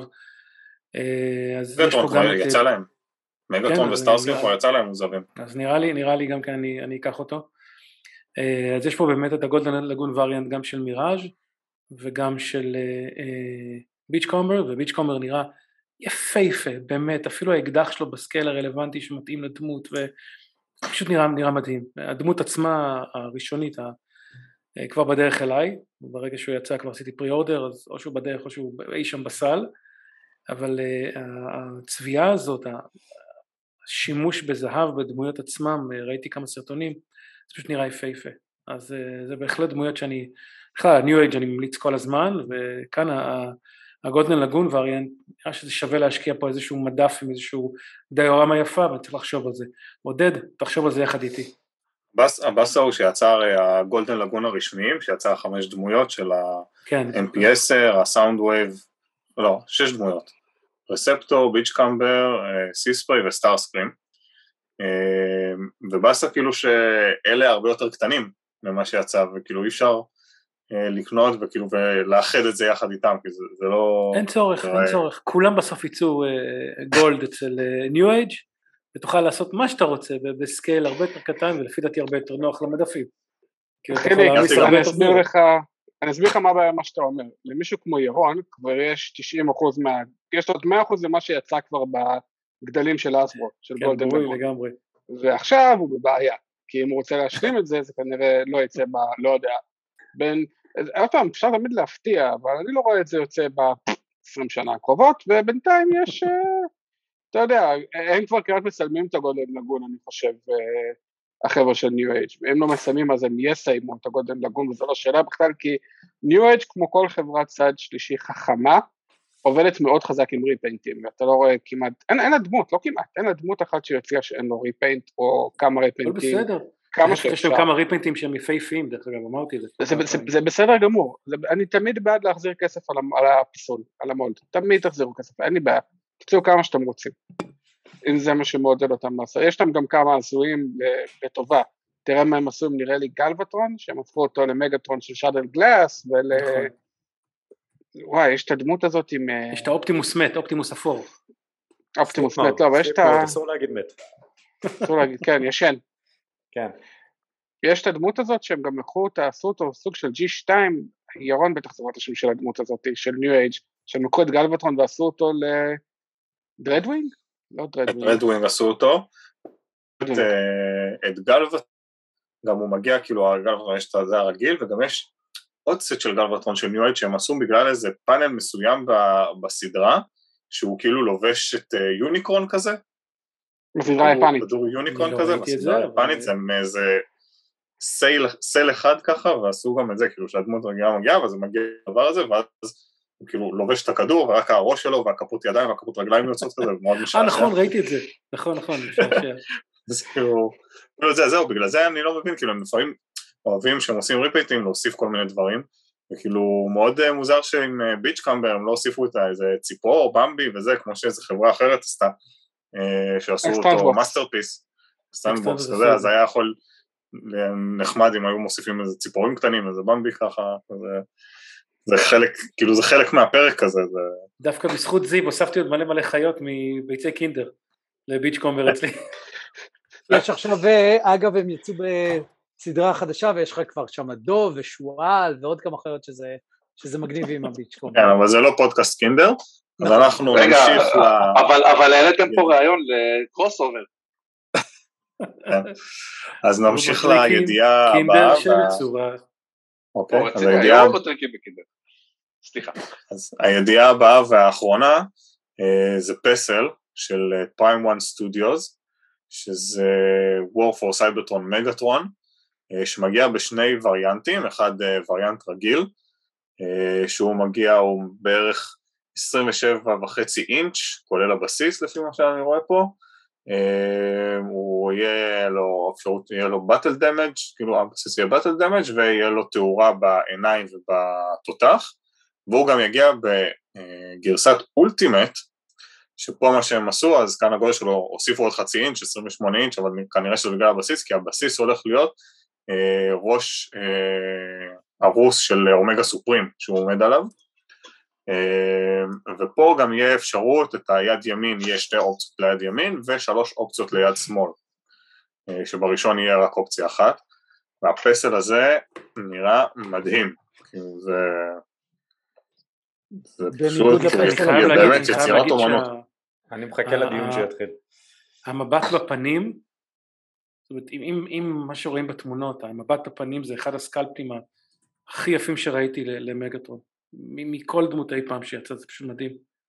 מגטרון כבר יצא להם. מגטרון וסטארסקרפ כבר יצא להם מוזהבים. אז נראה לי גם כן אני אקח אותו. אז יש פה באמת את הגולדן לגון וריאנט גם של מיראז' וגם של ביץ' קומבר, וביץ' קומבר נראה יפהפה, באמת, אפילו האקדח שלו בסקייל הרלוונטי שמתאים לדמות, ופשוט נראה מדהים. הדמות עצמה הראשונית, כבר בדרך אליי, ברגע שהוא יצא כבר עשיתי פרי-אורדר, אז או שהוא בדרך או שהוא אי שם בסל, אבל הצביעה הזאת, השימוש בזהב בדמויות עצמם, ראיתי כמה סרטונים, זה פשוט נראה יפהפה. אז זה בהחלט דמויות שאני, בכלל, ניו אייג' אני ממליץ כל הזמן, וכאן הגולדן לגון וריאנט, נראה שזה שווה להשקיע פה איזשהו מדף עם איזשהו דיורמה יפה, ואני צריך לחשוב על זה. עודד, תחשוב על זה יחד איתי. הבאסה הוא שיצר הגולדן לגון הרשמיים, שיצר 5 דמויות של ה-MP10, הסאונדווייב, לא, 6 דמויות, רספטור, ביץ' קומבר, סיספרי וסטארסקרים, ובאסה כאילו שאלה הרבה יותר קטנים ממה שיצא, וכאילו אי אפשר לקנות וכאילו ולאחד את זה יחד איתם, כי זה לא... אין צורך, כולם בסוף יצאו גולד אצל ניו אייג' ותוכל לעשות מה שאתה רוצה בסקייל הרבה יותר קטן, ולפי דעתי הרבה יותר נוח למדפים. אני אסביר לך מה הבעיה מה שאתה אומר. למישהו כמו ירון כבר יש 90%, יש עוד 100% למה שיצא כבר בגדלים של אסברו, של גולדן לגון. ועכשיו הוא בבעיה, כי אם הוא רוצה להשלים את זה, זה כנראה לא יצא לא יודע, אותם אפשר תמיד להפתיע, אבל אני לא רואה את זה יוצא ב-20 שנה הקרובות, ובינתיים יש, אתה יודע, הם כבר כמעט מסלמים את הגולדן לגון, אני חושב, החבר'ה של ניו אייג', והם לא מסיימים אז הם יסיימו את הגודל לגון, וזו לא שאלה בכלל, כי ניו אייג' כמו כל חברת צד שלישי חכמה, עובדת מאוד חזק עם ריפיינטים, ואתה לא רואה כמעט, אין לה דמות, לא כמעט, אין לה דמות אחת שיוציאה שאין לו ריפיינט, או כמה ריפיינטים, כמה שאפשר. יש להם כמה ריפיינטים שהם יפהפיים, דרך אגב, אמרתי את זה. זה בסדר גמור, אני תמיד בעד להחזיר כסף על הפיסול, על המולד, תמיד תחזירו כסף, אין לי בעיה, תוציאו כמה שאתם רוצים, אם זה מה שמעודד אותם לעשות. יש להם גם כמה עשויים לטובה, תראה מה הם עשו, נראה לי גלווטרון, שהם הפכו אותו למגטרון של שאדל גלאס, וואי, יש את הדמות הזאת עם... יש את האופטימוס מת, אופטימוס אפור. אופטימוס מת, לא, אבל יש את ה... אסור להגיד מת. אסור להגיד, כן, ישן. כן. יש את הדמות הזאת שהם גם לקחו אותה, עשו אותו סוג של G2, ירון בטח זוכר את השם של הדמות הזאת, של ניו אייג', שהם לקחו את גלווטרון ועשו אותו לדרדווינג? לא דרדווינג. את דרדווינג עשו אותו, את גלווטרון, גם הוא מגיע, כאילו הגלווטרון יש את זה הרגיל, וגם יש עוד סט של גלווטרון של ניו אייג' שהם עשו בגלל איזה פאנל מסוים בסדרה, שהוא כאילו לובש את יוניקרון כזה. בסדרה היפנית. כדור יוניקרון כזה, בסדרה היפנית זה מאיזה סייל אחד ככה, ועשו גם את זה, כאילו שהדמות רגילה מגיעה, ואז מגיע לדבר הזה, ואז הוא כאילו לובש את הכדור, ורק הראש שלו, והכפות ידיים, והכפות רגליים יוצאות כזה, ומאוד משעשע. נכון, ראיתי את זה. נכון, משעשע. אז כאילו, זהו, בגלל זה אני לא מבין, כאילו הם לפעמים אוהבים שהם עושים ריפיינטים, להוסיף כל מיני דברים, וכאילו מאוד מוזר שעם ביץ' קאמבר הם לא הוסיפו את איזה ציפור, במבי וזה, כמו שאיזה חברה אחרת עשתה, שעשו אותו מאסטרפיס, סטנדבוקס כזה, אז היה יכול נחמד אם היו מוסיפים איזה ציפורים קטנים, איזה במבי ככה, זה חלק, כאילו זה חלק מהפרק כזה. דווקא בזכות זיו, הוספתי עוד מלא חיות מביצי קינדר, לביץ' קאמבר אצלי. יש עכשיו, אגב הם יצאו בסדרה חדשה, ויש לך כבר שם דוב ושועל, ועוד כמה חיות שזה מגניב עם הביץ' קאמבר. כן, אבל זה לא פודקאסט קינדר, אז אנחנו נמשיך אבל העליתם פה רעיון לקרוס אובר. אז נמשיך לידיעה הבאה. קינדר של צורה. אוקיי, אז הידיעה הבאה והאחרונה, זה פסל של Prime One Studios, שזה War for Cybertron Megatron, שמגיע בשני וריאנטים, אחד וריאנט רגיל, שהוא מגיע, הוא בערך 27.5 אינץ', כולל הבסיס לפי מה שאני רואה פה, הוא יהיה לו אפשרות, יהיה לו Battle Damage, כאילו הבסיס יהיה Battle Damage, ויהיה לו תאורה בעיניים ובתותח, והוא גם יגיע בגרסת אולטימט, שפה מה שהם עשו, אז כאן הגודל שלו הוסיפו עוד חצי אינץ', 28 אינץ', אבל כנראה שזה בגלל הבסיס, כי הבסיס הולך להיות ראש הרוס של אומגה סופרים, שהוא עומד עליו, ופה גם יהיה אפשרות, את היד ימין, יש 2 אופציות ליד ימין, ו3 אופציות ליד שמאל, שבראשון יהיה רק אופציה אחת, והפסל הזה נראה מדהים, זה פשוט, באמת יצירת אומנות. אני מחכה לדיון שיתחיל. המבט בפנים, זאת אומרת, אם מה שרואים בתמונות, המבט בפנים זה אחד הסקלפטים הכי יפים שראיתי למגטרון, מכל דמות אי פעם שיצא, זה פשוט מדהים.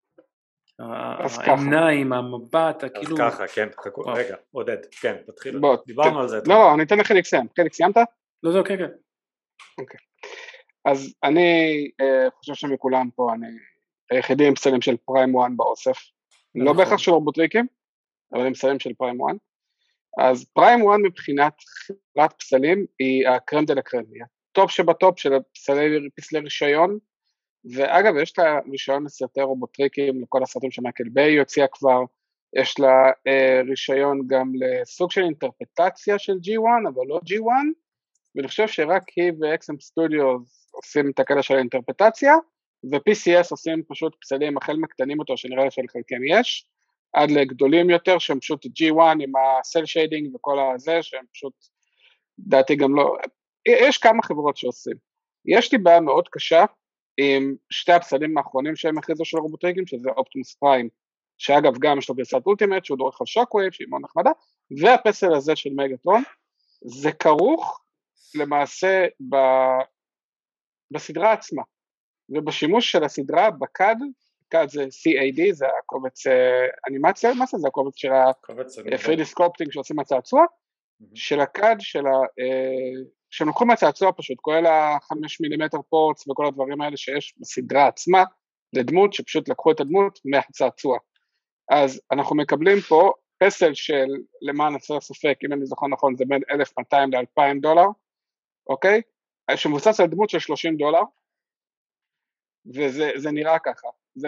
העיניים, המבט, כאילו... אז ככה, כן, חכו, רגע, עודד, כן, תתחיל, דיברנו על זה. לא, אני אתן לך לסיים, חלק סיימת? לא, כן. אוקיי. אז אני חושב שמכולם פה, אני היחידי עם פסלים של פריים 1 באוסף, לא בהכרח של רובוטריקים, אבל עם פסלים של פריים 1, אז פריים 1 מבחינת חברת פסלים היא הקרם דה לקרם, היא הטופ שבטופ של פסלי רישיון, ואגב יש לה רישיון לסרטי רובוטריקים, לכל הסרטים שמייקל ביי יוציאה כבר, יש לה רישיון גם לסוג של אינטרפטציה של G1, אבל לא G1, ואני חושב שרק היא ו-XM Studios עושים את הקטע של האינטרפטציה, ו-PCS עושים פשוט פסלים החל מקטנים אותו, שנראה שלחלקם יש, עד לגדולים יותר, שהם פשוט G1 עם הסל שיידינג וכל הזה, שהם פשוט, דעתי גם לא, יש כמה חברות שעושים. יש לי בעיה מאוד קשה, עם שתי הפסלים האחרונים שהם הכריזו של רובוטריקים, שזה אופטימוס פריים, שאגב גם יש לו גרסת אולטימט, שהוא דורך על שוקווייב, שהיא מאוד נחמדה, והפסל הזה של מגטרון, זה כרוך למעשה בסדרה עצמה, ובשימוש של הסדרה בקאד, קאד זה CAD, זה הקובץ אנימציה, מה זה הקובץ של ה-3D סקופטינג שעושים הצעצוע, של הקאד, שהם לקחו מהצעצוע פשוט, כולל ה5 מילימטר פורטס וכל הדברים האלה שיש בסדרה עצמה, לדמות שפשוט לקחו את הדמות מהצעצוע. אז אנחנו מקבלים פה פסל של, למען הסר ספק, אם אני זוכר נכון, זה בין 1,200 ל$2,000, אוקיי? שמבוסס על דמות של $30, וזה נראה ככה, זה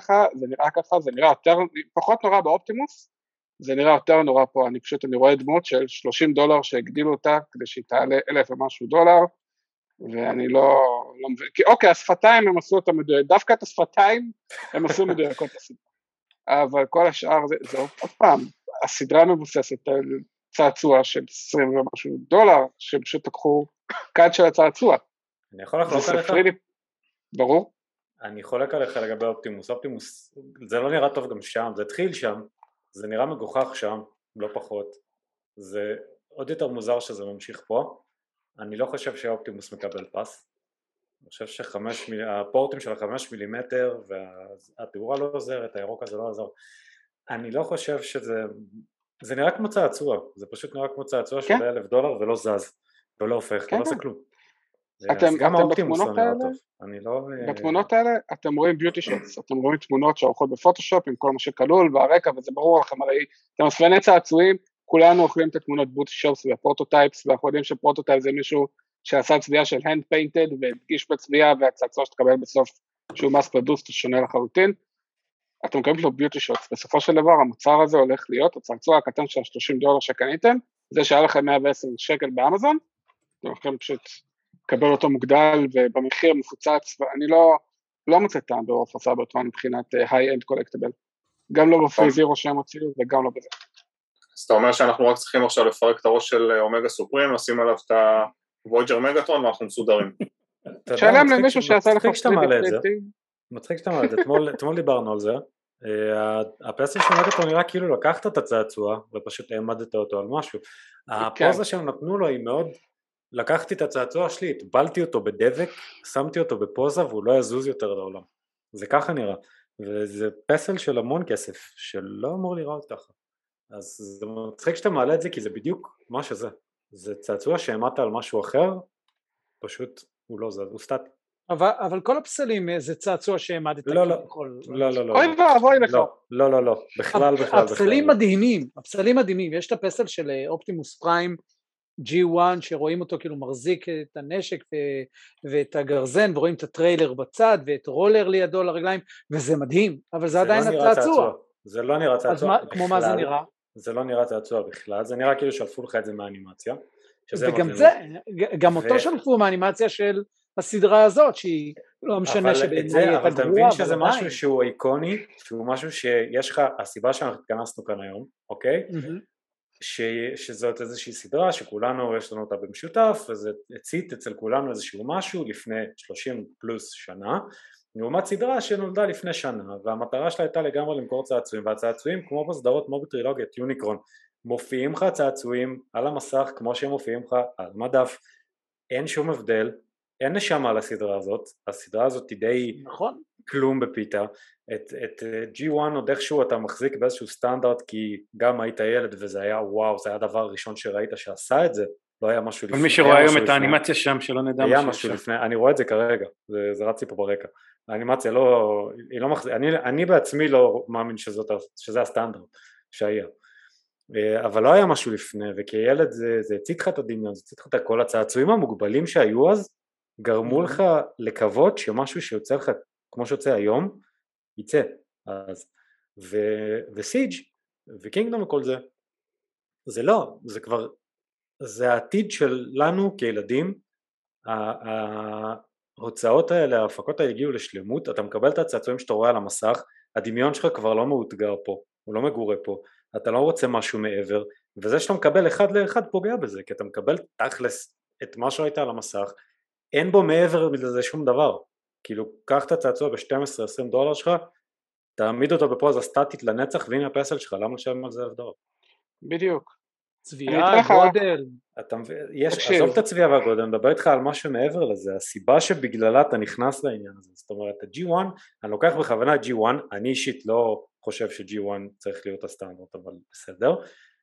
נראה יותר, פחות נורא באופטימוס, זה נראה יותר נורא פה, אני רואה דמות של $30 שהגדילו אותה, כדי שהיא תעלה 1,000 ומשהו דולר, ואני לא מבין, כי אוקיי, השפתיים הם עשו אותה מדויק, דווקא את השפתיים הם עשו מדויקות הסדרה, אבל כל השאר זה עוד פעם, הסדרה מבוססת על צעצוע של $20 ומשהו, שפשוט לקחו קאד של הצעצוע. אני יכול לחלוק עליך? ברור. אני חולק עליך לגבי אופטימוס, זה לא נראה טוב גם שם, זה התחיל שם, זה נראה מגוחך שם, לא פחות, זה עוד יותר מוזר שזה ממשיך פה, אני לא חושב שהאופטימוס מקבל פס, אני חושב שהפורטים של 5 מילימטר והתאורה לא עוזרת, הירוק הזה לא עוזר, אני לא חושב זה נראה כמו צעצוע, זה פשוט נראה כמו צעצוע של $1,000 ולא זז, ולא הופך, ולא עושה כלום. גם האופטימוס לא נראה טוב. בתמונות האלה אתם רואים ביוטי שוטס, אתם רואים תמונות שעורכות בפוטושופ עם כל מה שכלול והרקע, וזה ברור לכם, הרי אתם אספני צעצועים, כולנו אוכלים את התמונות ביוטי שוטס והפרוטוטייפס, ואנחנו יודעים שפרוטוטייפ זה מישהו שעשה צביעה של hand painted והדגיש בצביעה, והצעצוע שתקבל בסוף שהוא מס פרדוס שונה לחלוטין, אתם מקבלים לו ביוטי שוטס, בסופו של דבר המוצר הזה הולך להיות הצעצוע הקטן של $30 שקניתם, זה שהיה לכם $110 באמזון, אתם הולכים פשוט לקבל אותו מוגדל ובמחיר מפוצץ, ואני לא מוצא טעם ברוב הסאברטמן מבחינת high-end collectible, גם לא בפרי זירו שהם הוציאו וגם לא בזה. אז אתה אומר שאנחנו רק צריכים עכשיו לפרק את הראש של אומגה סופרים, נשים עליו את הוויג'ר מגאטרון ואנחנו מסודרים. שלם למישהו שעשה לך מצחיק שאתה מעלה את זה, אתמול דיברנו על זה, הפסל של מגאטרון נראה כאילו לקחת את הצעצוע ופשוט העמדת אותו על משהו, הפוזה שהם נתנו לו היא מאוד, לקחתי את הצעצוע שלי, התבלתי אותו בדבק, שמתי אותו בפוזה והוא לא יזוז יותר לעולם, זה ככה נראה, וזה פסל של המון כסף שלא אמור לראות ככה, אז זה מצחיק שאתה מעלה את זה כי זה בדיוק מה שזה, זה צעצוע שהעמדת על משהו אחר, פשוט הוא לא זז, הוא סטטי. אבל כל הפסלים זה צעצוע שהעמדת. לא, אוי ואבוי לך. לא, בכלל. הפסלים מדהימים, יש את הפסל של אופטימוס פריים, G1 שרואים אותו כאילו מחזיק את הנשק ואת הגרזן ורואים את הטריילר בצד ואת רולר לידו לרגליים וזה מדהים, אבל זה עדיין הצעצוע. זה לא נראה צעצוע. אז כמו מה זה נראה? זה לא נראה צעצוע בכלל, זה נראה כאילו שלפו לך את זה מהאנימציה. וגם זה, גם אותו שלפו מהאנימציה של הסדרה הזאת שהיא לא משנה שבעיניי אבל אתה מבין שזה משהו שהוא איקוני, שהוא משהו שיש לך, הסיבה שאנחנו התכנסנו כאן היום, אוקיי? שזאת איזושהי סדרה שכולנו יש לנו אותה במשותף, וזה הצית אצל כולנו איזשהו משהו לפני 30 פלוס שנה, לעומת סדרה שנולדה לפני שנה, והמטרה שלה הייתה לגמרי למכור צעצועים, והצעצועים כמו בסדרות כמו בטרילוגיית יוניקרון, מופיעים לך צעצועים על המסך כמו שהם מופיעים לך על מדף, אין שום הבדל, אין נשמה לסדרה הזאת, הסדרה הזאת היא די נכון. כלום בפיתה, את G1 עוד איכשהו אתה מחזיק באיזשהו סטנדרט כי גם היית ילד וזה היה וואו, זה היה הדבר הראשון שראית שעשה את זה, לא היה משהו לפני. מי שרואה היום את האנימציה שם שלא נדע משהו לפני, אני רואה את זה כרגע, זה רצי פה ברקע, האנימציה היא לא מחזיק, אני בעצמי לא מאמין שזה הסטנדרט שהיה, אבל לא היה משהו לפני, וכילד זה הציג לך את הדמיון, זה הציג לך את כל הצעצועים המוגבלים שהיו אז, גרמו לך לקוות שמשהו שיוצא לך כמו שיוצא היום יצא, אז וסיג' וקינגדום וכל זה, זה לא, זה כבר, זה העתיד שלנו כילדים, ההוצאות האלה, ההפקות האלה הגיעו לשלמות, אתה מקבל את הצעצועים שאתה רואה על המסך, הדמיון שלך כבר לא מאותגר פה, הוא לא מגורה פה, אתה לא רוצה משהו מעבר, וזה שאתה מקבל אחד לאחד פוגע בזה, כי אתה מקבל תכלס את מה שראית על המסך, אין בו מעבר לזה שום דבר, כאילו קח את הצעצוע ב$12-20 שלך, תעמיד אותו בפוזה סטטית לנצח והנה הפסל שלך, למה לשלם על זה $1,000? בדיוק. צביעה, גודל. עזוב את הצביעה והגודל, אני מדבר איתך על משהו מעבר לזה, הסיבה שבגללה אתה נכנס לעניין הזה, זאת אומרת ה-G1, אני לוקח בכוונה G1, אני אישית לא חושב ש-G1 צריך להיות הסטנדרט, אבל בסדר,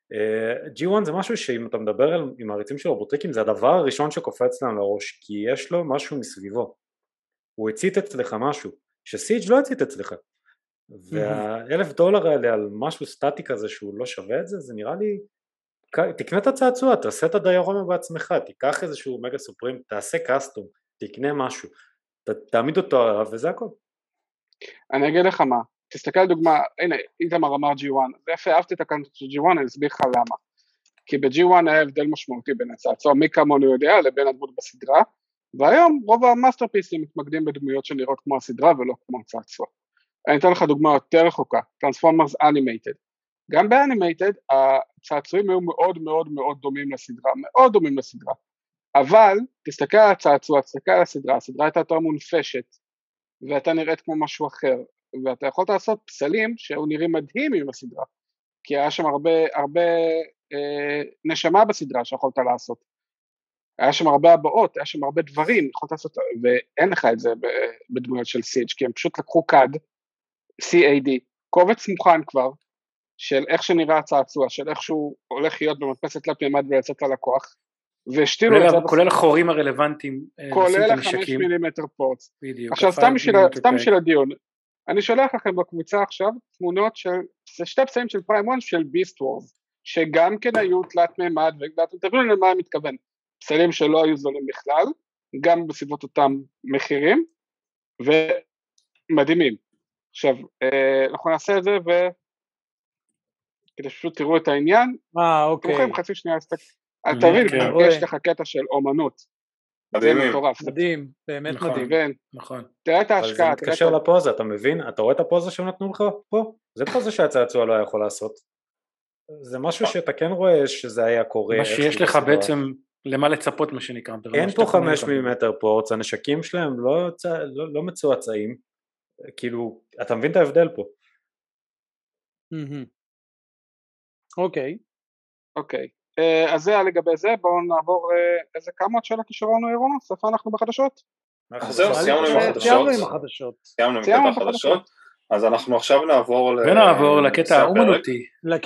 G1 זה משהו שאם אתה מדבר עם מעריצים של רובוטריקים זה הדבר הראשון שקופץ להם לראש, כי יש לו משהו מסביבו, הוא הצית אצלך משהו שסיג' לא הצית אצלך, $1,000 האלה על משהו סטטי כזה שהוא לא שווה את זה, זה נראה לי, תקנה את הצעצוע, תעשה את הדיורמה בעצמך, תיקח איזשהו מגה סופרים, תעשה קאסטום, תקנה משהו, תעמיד אותו עליו וזה הכל. אני אגיד לך מה, תסתכל על דוגמה, הנה, איתמר אמר G1, זה יפה, אהבתי את הקאנט של G1, אני אסביר לך למה. כי ב-G1 היה הבדל משמעותי בין הצעצוע, מי כמונו יודע, לבין הדמות בסדרה, והיום רוב המאסטרפיסים מתמקדים בדמויות שנראות כמו הסדרה ולא כמו הצעצוע. אני אתן לך דוגמה יותר רחוקה, Transformers Animated. גם ב-Animated הצעצועים היו מאוד מאוד מאוד דומים לסדרה, מאוד דומים לסדרה. אבל תסתכל על הצעצוע, תסתכל על הסדרה, הסדרה הייתה יותר מונפשת, ואתה נראית כמו משהו אחר, ואתה יכול לעשות פסלים שהיו נראים מדהים עם הסדרה, כי היה שם הרבה נשמה בסדרה שיכולת לעשות, היה שם הרבה הבאות, היה שם הרבה דברים, יכולת לעשות, ואין לך את זה בדמויות של סיג', כי הם פשוט לקחו CAD, CAD, קובץ מוכן כבר, של איך שנראה הצעצוע, של איך שהוא הולך להיות במדפסת תלת מימד ולצאת ללקוח, והשתילו את זה כולל החורים הרלוונטיים, כולל ה5 מילימטר פורץ. עכשיו סתם בשביל הדיון, אני שולח לכם בקבוצה עכשיו תמונות של, זה שתי פסלים של פריים 1 של ביסט וורז, שגם כן היו תלת מימד, ואתם תבינו למה אני מתכוון, פסלים שלא היו זולים בכלל, גם בסביבות אותם מחירים, ומדהימים. עכשיו, אנחנו נעשה את זה, כדי שפשוט תראו את העניין, אוקיי. תראו חצי שנייה, אתה מבין, יש לך קטע של אומנות, זה מטורף. מדהים, באמת מדהים. נכון. תראה את ההשקעה. אבל זה מתקשר לפוזה, אתה מבין? אתה רואה את הפוזה שהם נתנו לך פה? זה פוזה שהצעצוע לא יכול לעשות. זה משהו שאתה כן רואה שזה היה קורה. מה שיש לך בעצם למה לצפות מה שנקרא. אין פה 5 מילימטר פורץ, הנשקים שלהם לא מצועצעים, כאילו, אתה מבין את ההבדל פה. אוקיי, אז זה היה לגבי זה, בואו נעבור איזה כמה שאלה כשרנו אירוע, ספה אנחנו בחדשות? זהו, סיימנו עם החדשות. סיימנו עם החדשות, אז אנחנו עכשיו נעבור לקטע האומנותי.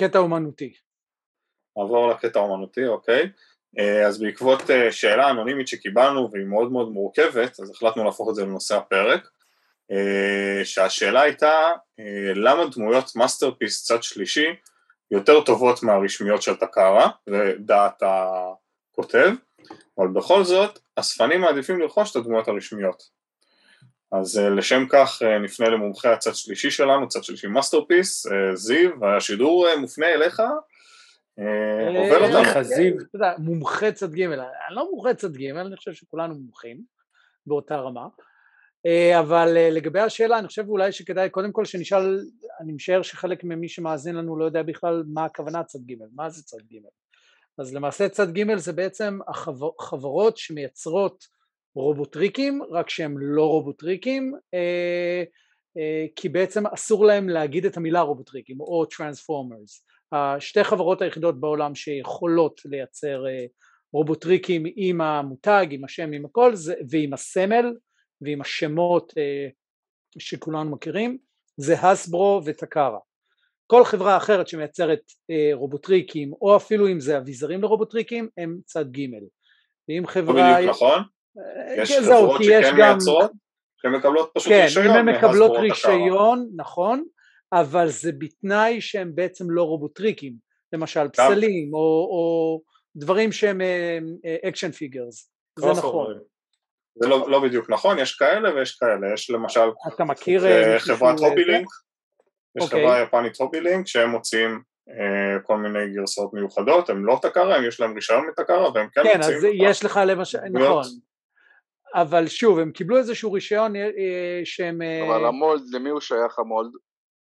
נעבור לקטע האומנותי, אוקיי. אז בעקבות שאלה אנונימית שקיבלנו, והיא מאוד מאוד מורכבת, אז החלטנו להפוך את זה לנושא הפרק, שהשאלה הייתה, למה דמויות מאסטרפיס צד שלישי, יותר טובות מהרשמיות של תקארה, ודעת הכותב, אבל בכל זאת, הספנים מעדיפים לרכוש את הדמויות הרשמיות. אז לשם כך נפנה למומחי הצד שלישי שלנו, צד שלישי מאסטרפיס, זיו, והשידור מופנה אליך, עובר אותנו. זיו. אתה יודע, מומחה צד ג', אני לא מומחה צד ג', אני חושב שכולנו מומחים, באותה רמה, אבל לגבי השאלה, אני חושב אולי שכדאי קודם כל שנשאל, אני משער שחלק ממי שמאזין לנו לא יודע בכלל מה הכוונה צד ג', מה זה צד ג'. אז למעשה צד ג' זה בעצם החברות שמייצרות רובוטריקים, רק שהם לא רובוטריקים, כי בעצם אסור להם להגיד את המילה רובוטריקים או טרנספורמרס. שתי חברות היחידות בעולם שיכולות לייצר רובוטריקים עם המותג, עם השם, עם הכל, ועם הסמל, ועם השמות שכולנו מכירים, זה הסברו ותקארה. כל חברה אחרת שמייצרת רובוטריקים, או אפילו אם זה אביזרים לרובוטריקים, הם צד ג'. ואם חברה... בדיוק נכון, יש חברות שכן מייצרות, שהן מקבלות פשוט רישיון. כן, אם הן מקבלות רישיון, נכון, אבל זה בתנאי שהם בעצם לא רובוטריקים, למשל פסלים, או דברים שהם אקשן פיגרס, זה נכון. זה לא בדיוק נכון, יש כאלה ויש כאלה, יש למשל חברת הובי-לינק, יש חברה יפנית הובי-לינק שהם מוצאים כל מיני גרסאות מיוחדות, הם לא תקארה, יש להם רישיון מתקארה והם כן מוצאים. כן, אז יש לך למשל, נכון, אבל שוב, הם קיבלו איזשהו רישיון שהם... אבל המולד, למי הוא שייך המולד?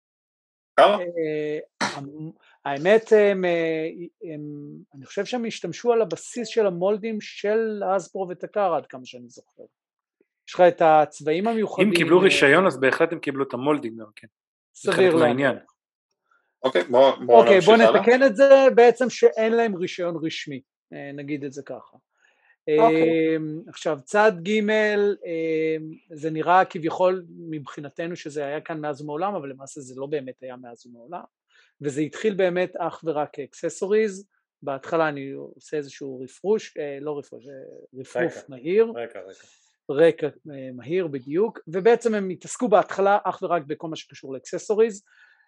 האמת, אני חושב שהם השתמשו על הבסיס של המולדים של הסברו ותקארה, עד כמה שאני זוכר. יש לך את הצבעים המיוחדים. אם קיבלו רישיון, אז בהחלט הם קיבלו את המולדים גם, כן. סביר לעניין. אוקיי, בוא נתקן את זה, בעצם שאין להם רישיון רשמי, נגיד את זה ככה. עכשיו, צד ג' זה נראה כביכול מבחינתנו שזה היה כאן מאז ומעולם, אבל למעשה זה לא באמת היה מאז ומעולם. וזה התחיל באמת אך ורק כאקססוריז, בהתחלה אני עושה איזשהו רפרוף מהיר, רקע מהיר בדיוק, ובעצם הם התעסקו בהתחלה אך ורק בכל מה שקשור לאקססוריז.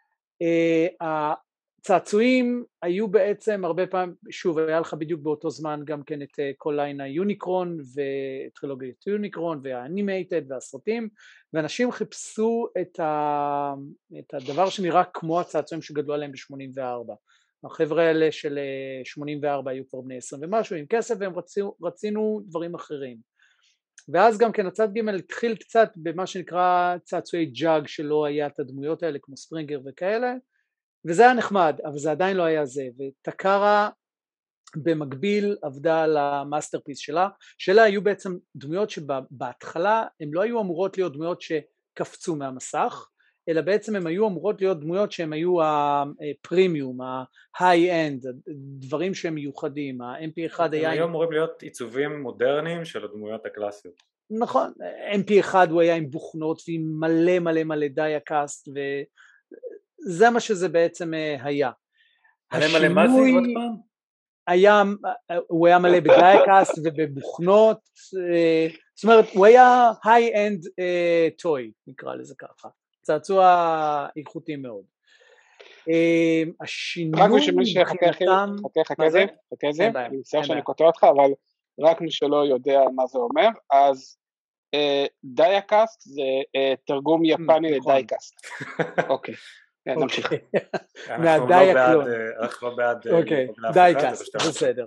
הצעצועים היו בעצם הרבה פעמים, שוב היה לך בדיוק באותו זמן גם כן את כל ליין היוניקרון וטרילוגיית יוניקרון והאנימייטד והסרטים, ואנשים חיפשו את הדבר שנראה כמו הצעצועים שגדלו עליהם ב-84. החבר'ה האלה של 84 היו כבר בני 20 ומשהו עם כסף, והם רצינו דברים אחרים. ואז גם כן הצד ג' התחיל קצת במה שנקרא צעצועי ג'אג, שלא היה את הדמויות האלה כמו ספרינגר וכאלה, וזה היה נחמד, אבל זה עדיין לא היה זה, וטקארה במקביל עבדה על המאסטרפיס שלה היו בעצם דמויות שבהתחלה הן לא היו אמורות להיות דמויות שקפצו מהמסך, אלא בעצם הן היו אמורות להיות דמויות שהן היו הפרימיום, ההיי-אנד, דברים שהם מיוחדים, ה-MP1 היה... הם היו אמורים להיות עיצובים מודרניים של הדמויות הקלאסיות. נכון, MP1 הוא היה עם בוכנות ועם מלא מלא מלא דייקאסט, וזה מה שזה בעצם היה. מלא מלא מה זה עוד פעם? הוא היה מלא בדייקאסט ובבוכנות, זאת אומרת הוא היה היי-אנד טוי, נקרא לזה ככה. צעצוע איכותי מאוד. השינוי... רק מי שחכה זה, אני מצטער שאני קוטע אותך, אבל רק מי שלא יודע מה זה אומר, אז דייקאסט זה תרגום יפני לדייקאסט. אוקיי, נמשיך. מהדייקלון. אנחנו לא בעד... אוקיי, דייקאסט, בסדר.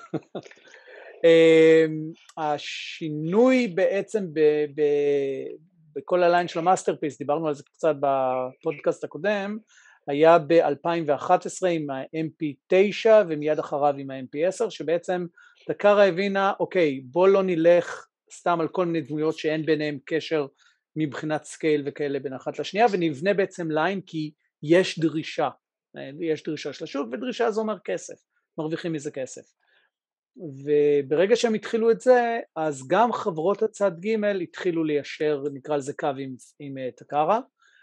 השינוי בעצם בכל הליין של המאסטרפיס, דיברנו על זה קצת בפודקאסט הקודם, היה ב-2011 עם ה-MP9 ומיד אחריו עם ה-MP10, שבעצם טקארה הבינה, אוקיי, בוא לא נלך סתם על כל מיני דמויות שאין ביניהם קשר מבחינת סקייל וכאלה בין אחת לשנייה, ונבנה בעצם ליין כי יש דרישה של השוק, ודרישה זה אומר כסף, מרוויחים מזה כסף. וברגע שהם התחילו את זה, אז גם חברות הצד ג' התחילו ליישר, נקרא לזה קו עם טקארה.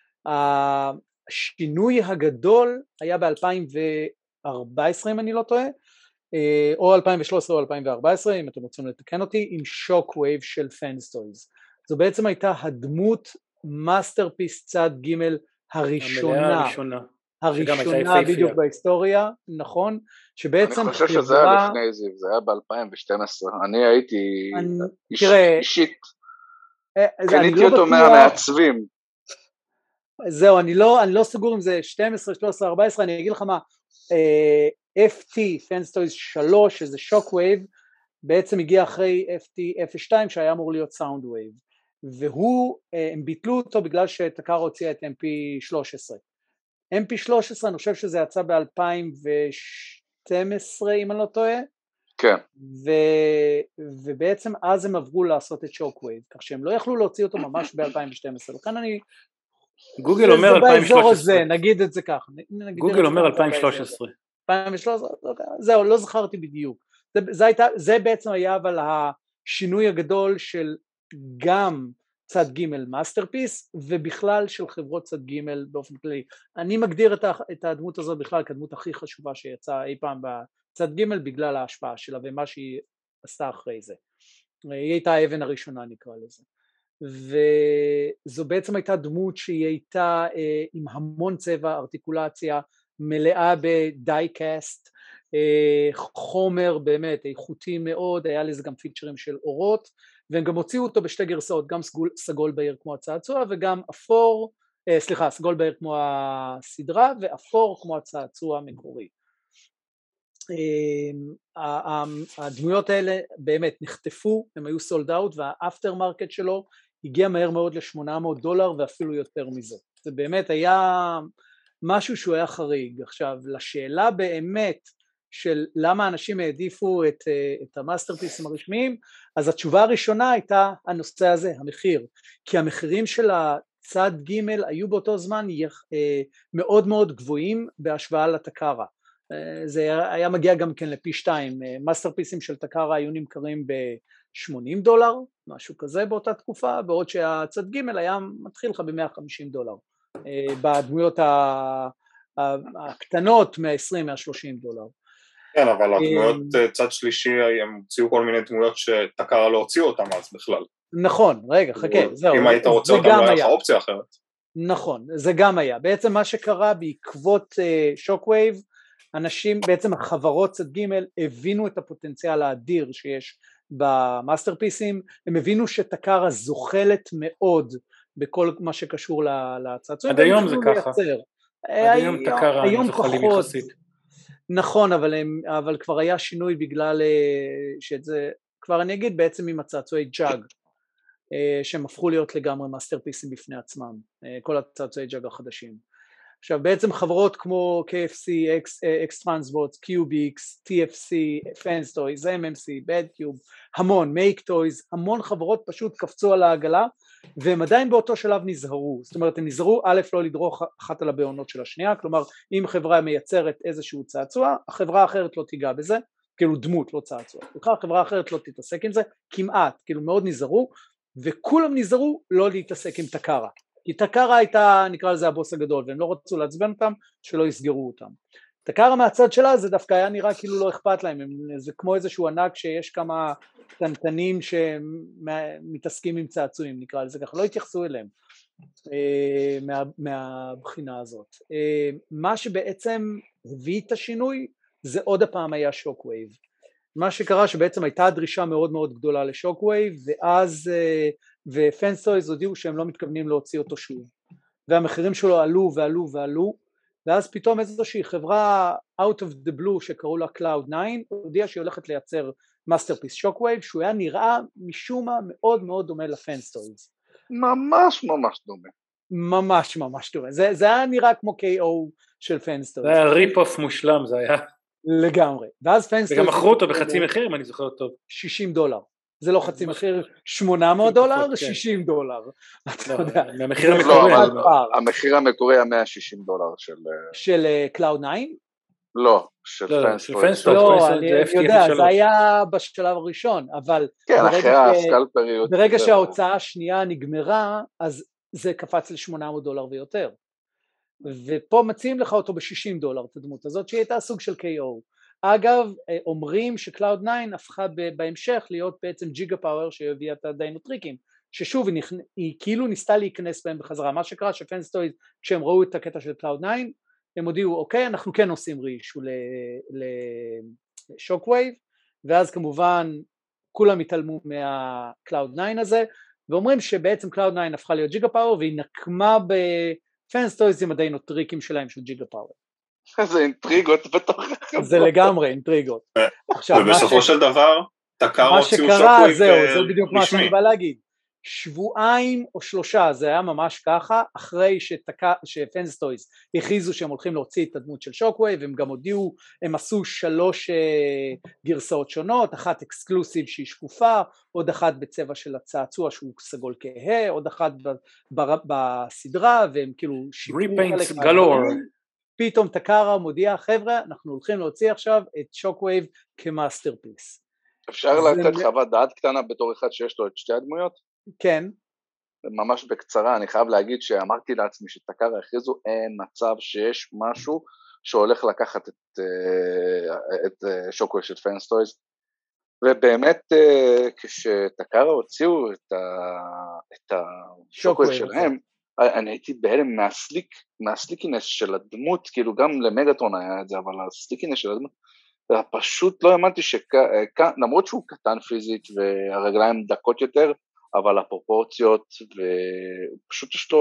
השינוי הגדול היה ב-2014 אם אני לא טועה, או 2013 או 2014 אם אתם רוצים לתקן אותי, עם שוק ווייב של פאנסטויז. זו בעצם הייתה הדמות מאסטרפיס צד ג' הראשונה בדיוק בהיסטוריה, נכון? שבעצם אני חושב שזה היה לפני זיו, זה היה ב-2012, אני הייתי אישית, קניתי אותו מהמעצבים. זהו, אני לא סגור אם זה 12, 13, 14, אני אגיד לך מה, FT, פאנסטויז 3, שזה שוק ווייב, בעצם הגיע אחרי FT 02 שהיה אמור להיות סאונד ווייב, הם ביטלו אותו בגלל שטקארה הוציאה את MP13. MP13 אני חושב שזה יצא ב-2012 אם אני לא טועה, כן. ובעצם אז הם עברו לעשות את שוק ווייב, כך שהם לא יכלו להוציא אותו ממש ב-2012, לכן אני... גוגל אומר 2013. נגיד את זה כך. גוגל אומר 2013. 2013, זהו, לא זכרתי בדיוק. זה בעצם היה אבל השינוי הגדול של גם צד ג' מאסטרפיס, ובכלל של חברות צד ג' באופן כללי. אני מגדיר את הדמות הזאת בכלל כדמות הכי חשובה שיצאה אי פעם בצד ג' בגלל ההשפעה שלה ומה שהיא עשתה אחרי זה. היא הייתה האבן הראשונה נקרא לזה. וזו בעצם הייתה דמות שהיא הייתה עם המון צבע, ארטיקולציה, מלאה בדייקאסט, חומר באמת איכותי מאוד, היה לזה גם פיצ'רים של אורות, והם גם הוציאו אותו בשתי גרסאות, גם סגול בהיר כמו הצעצוע וגם אפור, סגול בהיר כמו הסדרה ואפור כמו הצעצוע המקורי. הדמויות האלה באמת נחטפו, הם היו סולד אאוט, והאפטר מרקט שלו הגיע מהר מאוד $800 ואפילו יותר מזה. זה באמת היה משהו שהוא היה חריג. עכשיו לשאלה באמת של למה אנשים העדיפו את המאסטרפיסים הרשמיים, אז התשובה הראשונה הייתה הנושא הזה, המחיר, כי המחירים של הצד ג' היו באותו זמן מאוד מאוד גבוהים בהשוואה לטקארה. זה היה מגיע גם כן לפי 2, מאסטרפיסים של טקארה היו נמכרים $80, משהו כזה באותה תקופה, בעוד שהצד ג' היה מתחיל לך $150, בדמויות הקטנות $120-130. כן, אבל הדמויות צד שלישי, הם הוציאו כל מיני דמויות שטקרה לא הוציאו אותם אז בכלל. נכון, רגע, חכה, זהו. אם היית רוצה אותם לא היה לך אופציה אחרת. נכון, זה גם היה. בעצם מה שקרה בעקבות שוקווייב, אנשים, בעצם החברות צד ג' הבינו את הפוטנציאל האדיר שיש במאסטרפיסים, הם הבינו שטקרה זוחלת מאוד בכל מה שקשור לצעצועים. עד היום זה ככה. עד היום טקרה הם זוחלים יחסית. נכון, אבל כבר היה שינוי בגלל שזה, כבר אני אגיד בעצם עם הצעצועי ג'אג, שהם הפכו להיות לגמרי מאסטרפיסים בפני עצמם, כל הצעצועי ג'אג החדשים. עכשיו בעצם חברות כמו KFC, X-Transbots, Cubix, TFC, Fans Toys, MMC, Badcube, המון, Make Toys, המון חברות פשוט קפצו על העגלה, והם עדיין באותו שלב נזהרו, זאת אומרת הם נזהרו א' לא לדרוך אחת על הבעונות של השנייה, כלומר אם חברה מייצרת איזשהו צעצוע, החברה האחרת לא תיגע בזה, כאילו דמות לא צעצוע, החברה האחרת לא תתעסק עם זה, כמעט, כאילו מאוד נזהרו, וכולם נזהרו לא להתעסק עם טקרה, כי טקרה הייתה נקרא לזה הבוס הגדול, והם לא רצו לעצבן אותם שלא יסגרו אותם. טקרה מהצד שלה זה דווקא היה נראה כאילו לא אכפת להם, זה כמו איזשהו ענק שיש כמה קטנטנים שמתעסקים עם צעצועים נקרא לזה ככה, לא התייחסו אליהם מהבחינה הזאת. מה שבעצם הביא את השינוי זה עוד הפעם היה שוקווייב. מה שקרה שבעצם הייתה דרישה מאוד מאוד גדולה לשוקווייב, ואז ופאנס טויז הודיעו שהם לא מתכוונים להוציא אותו שוב, והמחירים שלו עלו ועלו ועלו, ואז פתאום איזושהי חברה out of the blue שקראו לה Cloud9 הודיעה שהיא הולכת לייצר מאסטרפיס שוקווייב, שהוא היה נראה משום מה מאוד מאוד דומה לפאנס טויז. ממש ממש דומה. ממש ממש דומה, זה היה נראה כמו KO של פאנס טויז. זה היה ריפ אוף מושלם זה היה. לגמרי. ואז פאנס טויז. וגם מכרו אותו בחצי מחיר אם אני זוכר טוב. $60. זה לא חצי מחיר, $800, $60. אתה יודע. מהמחיר המקורי. המחיר המקורי היה $160 של Cloud9? לא, של פאנס טויז. לא, אני יודע, זה היה בשלב הראשון, אבל כן, אחרי הסקלפריות. ברגע שההוצאה השנייה נגמרה, אז זה קפץ $800 ויותר. ופה מציעים לך אותו $60 את הדמות הזאת, שהיא הייתה סוג של KO. אגב, אומרים שקלאוד 9 הפכה בהמשך להיות בעצם ג'יגה פאוור שהביאה את הדיינוטריקים, ששוב היא כאילו ניסתה להיכנס בהם בחזרה. מה שקרה שפאנס טויז כשהם ראו את הקטע של קלאוד 9 הם הודיעו אוקיי אנחנו כן עושים רישו לשוקווייב, ואז כמובן כולם התעלמו מהקלאוד 9 הזה, ואומרים שבעצם קלאוד 9 הפכה להיות ג'יגה פאוור והיא נקמה בפאנס טויז עם הדיינוטריקים שלהם של ג'יגה פאוור. זה אינטריגות בתוך החברות. זה לגמרי אינטריגות. ובסופו של דבר, טקרה הוציאו שוקווייב רשמי. זה בדיוק מה שאני בא להגיד. שבועיים או 3, זה היה ממש ככה, אחרי שפאנס טויז הכריזו שהם הולכים להוציא את הדמות של שוקווייב, הם גם הודיעו, הם עשו 3 גרסאות שונות, אחת אקסקלוסיב שהיא שקופה, עוד אחת בצבע של הצעצוע שהוא סגול כהה, עוד אחת בסדרה, והם כאילו ריפיינטס גלור. פתאום טקרה מודיע, חבר'ה, אנחנו הולכים להוציא עכשיו את שוקווייב כמאסטרפיס. אפשר לתת חוות דעת קטנה בתור אחד שיש לו את שתי הדמויות? כן. ממש בקצרה, אני חייב להגיד שאמרתי לעצמי שטקרה הכריזו, אין מצב שיש משהו שהולך לקחת את שוקווייב של פאנס טויז, ובאמת כשטקרה הוציאו את השוקווייב שלהם, אני הייתי בהלם מהסליקינס של הדמות, כאילו גם למגטרון היה את זה, אבל הסליקינס של הדמות, פשוט לא האמנתי למרות שהוא קטן פיזית והרגליים דקות יותר, אבל הפרופורציות, ופשוט יש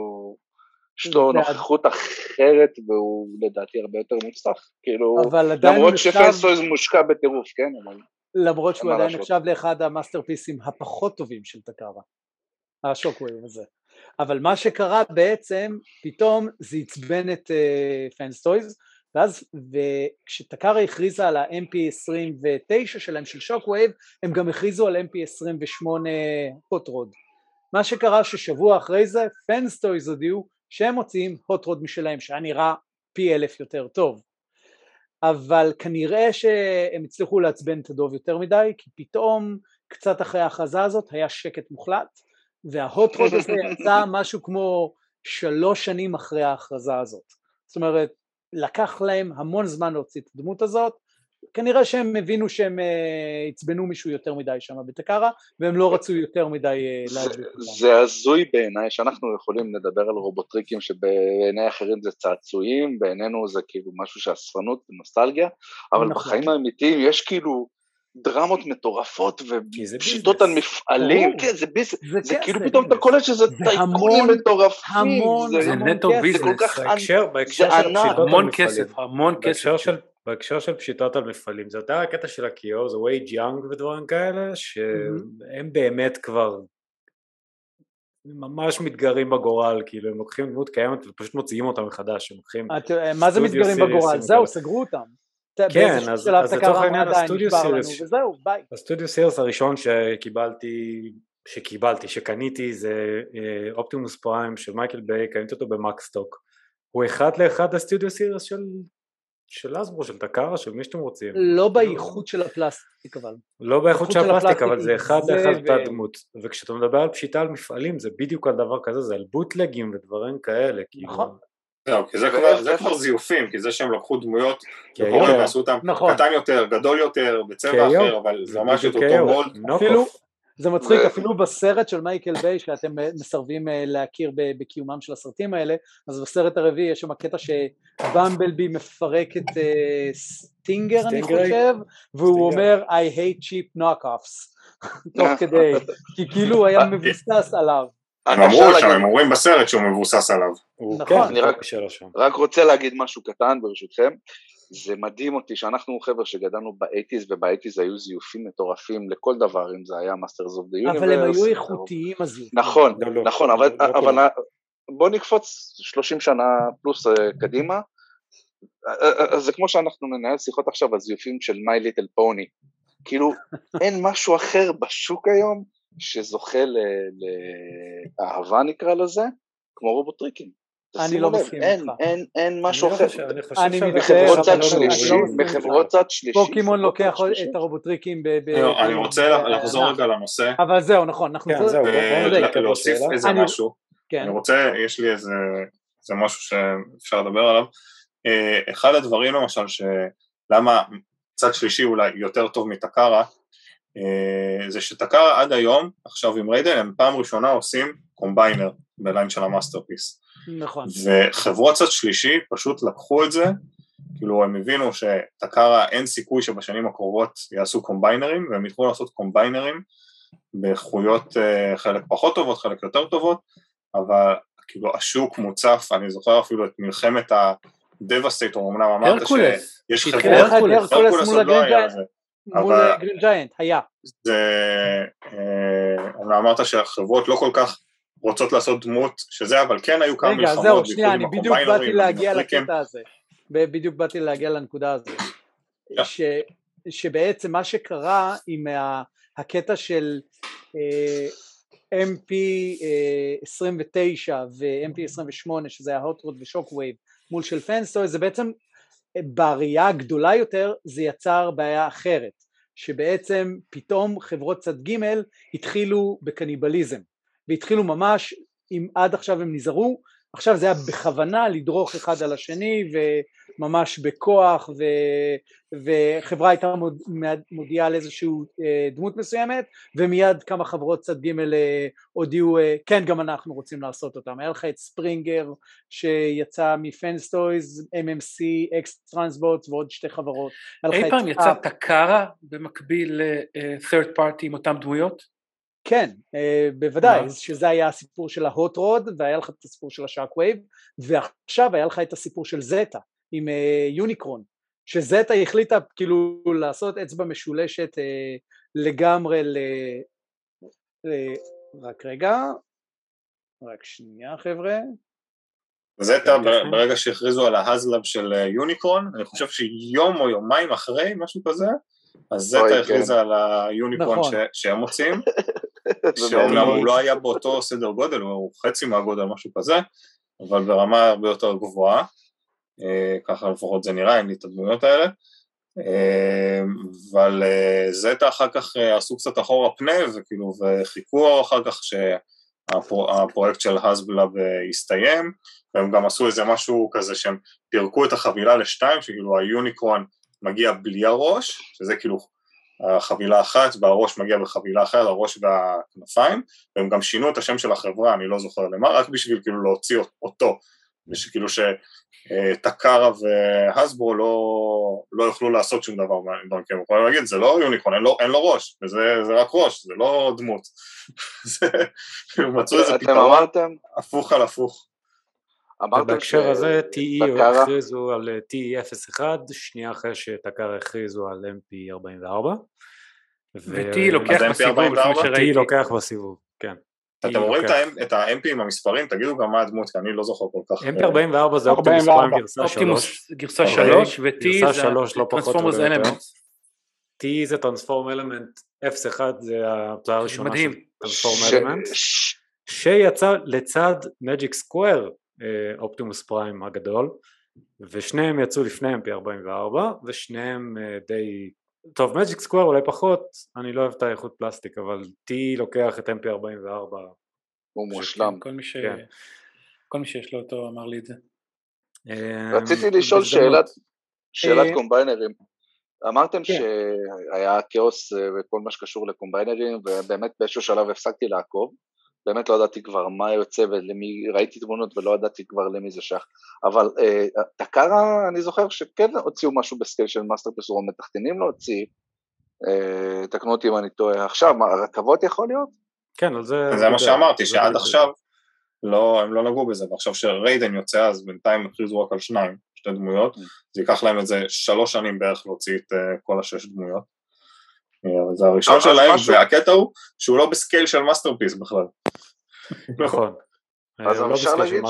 לו נוכחות אחרת, והוא לדעתי הרבה יותר מוצלח, כאילו, למרות שפאנס טויז מושקע בטירוף, כן? למרות שהוא עדיין נחשב לאחד המאסטרפיסים הפחות טובים של טקרה, השוקווייב הזה. אבל מה שקרה בעצם, פתאום זה עצבן את פאנס טויז, ואז כשטקרה הכריזה על ה-MP29 שלהם של שוקווייב, הם גם הכריזו על MP28 הוט רוד. מה שקרה ששבוע אחרי זה, פאנס טויז הודיעו שהם מוציאים הוט רוד משלהם, שהיה נראה פי 1000 יותר טוב. אבל כנראה שהם הצליחו לעצבן את הדוב יותר מדי, כי פתאום קצת אחרי ההכרזה הזאת היה שקט מוחלט, וההוט רוד הזה יצא משהו כמו 3 שנים אחרי ההכרזה הזאת. זאת אומרת, לקח להם המון זמן להוציא את הדמות הזאת, כנראה שהם הבינו שהם הצבנו מישהו יותר מדי שם בתקרה, והם לא רצו יותר מדי להדביק אותם. זה הזוי בעיניי, שאנחנו יכולים לדבר על רובוטריקים שבעיני אחרים זה צעצועים, בעינינו זה כאילו משהו שהספנות ונוסטלגיה, אבל בחיים האמיתיים יש כאילו דרמות מטורפות ושיטות על מפעלים, כן, זה כאילו פתאום אתה קולט שזה טייקונים מטורפים, זה נטו ביזנס, המון כסף, בהקשר של פשיטות על מפעלים, זה יותר הקטע של הקיו, זה וייג' יאנג ודברים כאלה, שהם באמת כבר ממש מתגרים בגורל, כאילו הם לוקחים דמות קיימת ופשוט מוציאים אותם מחדש, מה זה מתגרים בגורל? זהו, סגרו אותם. כן, אז לצורך העניין הסטודיו סיריוס הראשון שקניתי זה אופטימוס פריים של מייקל ביי, קניתי אותו במקסטוק, הוא אחד לאחד הסטודיו סיריוס של אסברו, של טקרה, של מי שאתם רוצים. לא באיכות של הפלסטיק אבל. לא באיכות של הפלסטיק, אבל זה אחד לאחד אותה דמות, וכשאתה מדבר על פשיטה על מפעלים, זה בדיוק על דבר כזה, זה על בוטלגים ודברים כאלה. נכון. כי זה כבר זיופים, כי זה שהם לקחו דמויות, ועשו אותם קטן יותר, גדול יותר, בצבע אחר, אבל זה ממש את אותו מולד. זה מצחיק, אפילו בסרט של מייקל ביי, שאתם מסרבים להכיר בקיומם של הסרטים האלה, אז בסרט הרביעי יש שם הקטע שבמבלבי מפרק את סטינגר, אני חושב, והוא אומר, I hate cheap knockoffs, תוך כדי, כי כאילו הוא היה מבוסס עליו. הם אומרים בסרט שהוא מבוסס עליו. נכון. אני רק רוצה להגיד משהו קטן ברשותכם, זה מדהים אותי שאנחנו חבר'ה שגדלנו ב-80s, וב-80s היו זיופים מטורפים לכל דבר, אם זה היה Masters of the Universe. אבל הם היו איכותיים הזיופים. נכון, אבל בוא נקפוץ 30 שנה פלוס קדימה, זה כמו שאנחנו ננהל שיחות עכשיו על זיופים של My Little Pony, כאילו אין משהו אחר בשוק היום שזוכה לאהבה נקרא לזה, כמו רובוטריקים. אני לא מסכים איתך. אין משהו אחר. אני מחברות צד שלישי. פוקימון לוקח את הרובוטריקים. אני רוצה לחזור רגע לנושא. אבל זהו, נכון. להוסיף איזה משהו. אני רוצה, יש לי איזה משהו שאפשר לדבר עליו. אחד הדברים למשל, למה צד שלישי אולי יותר טוב מתקרה, זה שתקרה עד היום, עכשיו עם ריידן, הם פעם ראשונה עושים קומביינר בליין של המאסטרפיס. נכון. וחברות צד שלישי פשוט לקחו את זה, כאילו הם הבינו שתקרה אין סיכוי שבשנים הקרובות יעשו קומביינרים, והם יתחילו לעשות קומביינרים באיכויות חלק פחות טובות, חלק יותר טובות, אבל כאילו השוק מוצף, אני זוכר אפילו את מלחמת הדבסטייטור, אמנם אמרת שיש חברות, הרקולס מול גרין ג'יינט, היה. אמנם אמרת שהחברות לא כל כך רוצות לעשות דמות שזה, אבל כן היו כמה מלחמות. רגע, זהו, שנייה, אני בדיוק באתי להגיע לקטע הזה, בדיוק באתי להגיע לנקודה הזאת, שבעצם מה שקרה עם הקטע של MP29 ו-MP28, שזה היה הוט רוד ושוק ווייב, מול של פנסטוי, זה בעצם בראייה הגדולה יותר, זה יצר בעיה אחרת, שבעצם פתאום חברות צד ג' התחילו בקניבליזם, והתחילו ממש, אם עד עכשיו הם נזהרו, עכשיו זה היה בכוונה לדרוך אחד על השני, וממש בכוח, וחברה הייתה מודיעה על איזשהו דמות מסוימת, ומיד כמה חברות צד ג' הודיעו, כן גם אנחנו רוצים לעשות אותם, היה לך את ספרינגר, שיצא מפנסטויז, MMC, אקס טרנסבוט, ועוד שתי חברות. אי פעם יצא תקרה במקביל ל-third party עם אותם דמויות? כן, בוודאי, שזה היה הסיפור של ההוט רוד, והיה לך את הסיפור של השאק ווייב, ועכשיו היה לך את הסיפור של זטה, עם יוניקרון, שזטה החליטה כאילו לעשות אצבע משולשת לגמרי רק רגע, רק שנייה חבר'ה. זטה ברגע שהכריזו על ההזלב של יוניקרון, אני חושב שיום או יומיים אחרי, משהו כזה, אז זטה הכריזה על היוניקרון שהם מוצאים, שאומנם הוא לא היה באותו סדר גודל, הוא חצי מהגודל, משהו כזה, אבל ברמה הרבה יותר גבוהה, ככה לפחות זה נראה, אין לי את הדמויות האלה, אבל זטה אחר כך עשו קצת אחורה פנה, וחיכו אחר כך הפרויקט של הסבלאב הסתיים, והם גם עשו איזה משהו כזה שהם פירקו את החבילה לשתיים, שכאילו היוניקורן מגיע בלי הראש, שזה כאילו החבילה אחת, והראש מגיע בחבילה אחת, הראש והכנפיים, והם גם שינו את השם של החברה, אני לא זוכר למה, רק בשביל כאילו להוציא אותו, ושכאילו שטקארה והסברו לא יוכלו לעשות שום דבר, הם יכולים להגיד, זה לא יוניקורן, אין לו ראש, וזה רק ראש, זה לא דמות. מצאו איזה פתרון, הפוך על הפוך. בהקשר הזה TE הכריזו על TE01, שנייה אחרי שטקארה הכריזו על MP44, ו-TE לוקח בסיבוב, TE לוקח בסיבוב, כן. אתם רואים את ה-MP עם המספרים, תגידו גם מה הדמות, כי אני לא זוכר כל כך. MP44 זה אופטימוס פריים גרסה 3. גרסה 3, ו-T זה טרנספורמרס אלמנט. T זה טרנספורם אלמנט, F1 זה הפלאה הראשונה של טרנספורם אלמנט, שיצא לצד מג'יק סקוואר, אופטימוס פריים הגדול, ושניהם יצאו לפני MP44, ושניהם די... טוב, מג'יק סקוואר אולי פחות, אני לא אוהב את האיכות פלסטיק, אבל T לוקח את MP44. הוא מושלם. כל מי שיש לו אותו אמר לי את זה. רציתי לשאול שאלת קומביינרים. אמרתם שהיה כאוס וכל מה שקשור לקומביינרים, ובאמת באיזשהו שלב הפסקתי לעקוב, באמת לא ידעתי כבר מה יוצא ולמי, ראיתי תמונות ולא ידעתי כבר למי זה שייך, אבל טקארה אני זוכר שכן הוציאו משהו בסקייל של מאסטרפיס, או מתחתנים להוציא, תקנו אותי אם אני טועה, עכשיו, הרכבות יכול להיות? כן, על זה... זה מה שאמרתי, שעד עכשיו הם לא נגעו בזה, ועכשיו שריידן יוצא אז בינתיים הכריזו רק על שתי דמויות, זה ייקח להם איזה 3 שנים בערך להוציא את כל 6 דמויות, זה הראשון שלהם, והקטע הוא שהוא לא בסקייל של מאסטרפיס בכלל. נכון. אז אפשר להגיד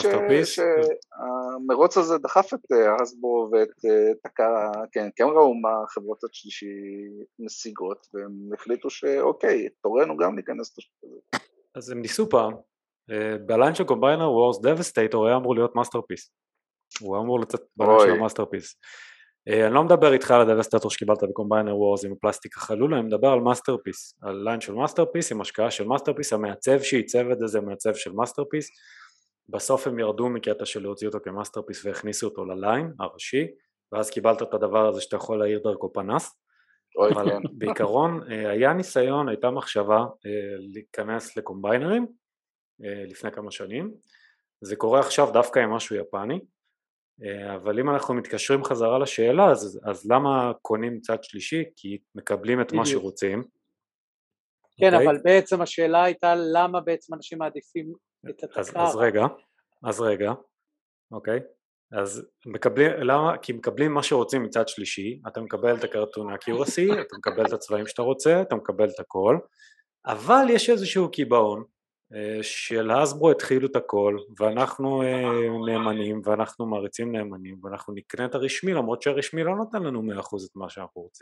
שהמרוץ הזה דחף את הסברו ואת טקארה, כן, כי הם ראו מה החברות השלישי משיגות, והם החליטו שאוקיי, תורנו גם להיכנס לשם. אז הם ניסו פעם, בליין של קומביינר וורס דבסטייטור היה אמור להיות מאסטרפיס. הוא אמור לצאת בליין של המאסטרפיס. אני לא מדבר איתך על הדבסטטור שקיבלת בקומביינר וורס עם הפלסטיק החלול, אני מדבר על מאסטרפיס, על ליין של מאסטרפיס עם השקעה של מאסטרפיס, המעצב שעיצב את זה מעצב של מאסטרפיס, בסוף הם ירדו מקטע של להוציא אותו כמאסטרפיס והכניסו אותו לליין הראשי, ואז קיבלת את הדבר הזה שאתה יכול להעיר דרכו פנס, אבל בעיקרון היה ניסיון, הייתה מחשבה להיכנס לקומביינרים לפני כמה שנים, זה קורה עכשיו דווקא עם משהו יפני, אבל אם אנחנו מתקשרים חזרה לשאלה, אז למה קונים צד שלישי? כי מקבלים את מה שרוצים. כן, אבל בעצם השאלה הייתה למה בעצם אנשים מעדיפים את הטקארה. אז רגע, אוקיי. אז מקבלים, למה? כי מקבלים מה שרוצים מצד שלישי, אתה מקבל את הקרטון אקיורסי, אתה מקבל את הצבעים שאתה רוצה, אתה מקבל את הכל, אבל יש איזשהו קיבעון, של הסברו התחילו את הכל, ואנחנו נאמנים, ואנחנו מעריצים נאמנים, ואנחנו נקנה את הרשמי, למרות שהרשמי לא נותן לנו 100% את מה שאנחנו רוצים.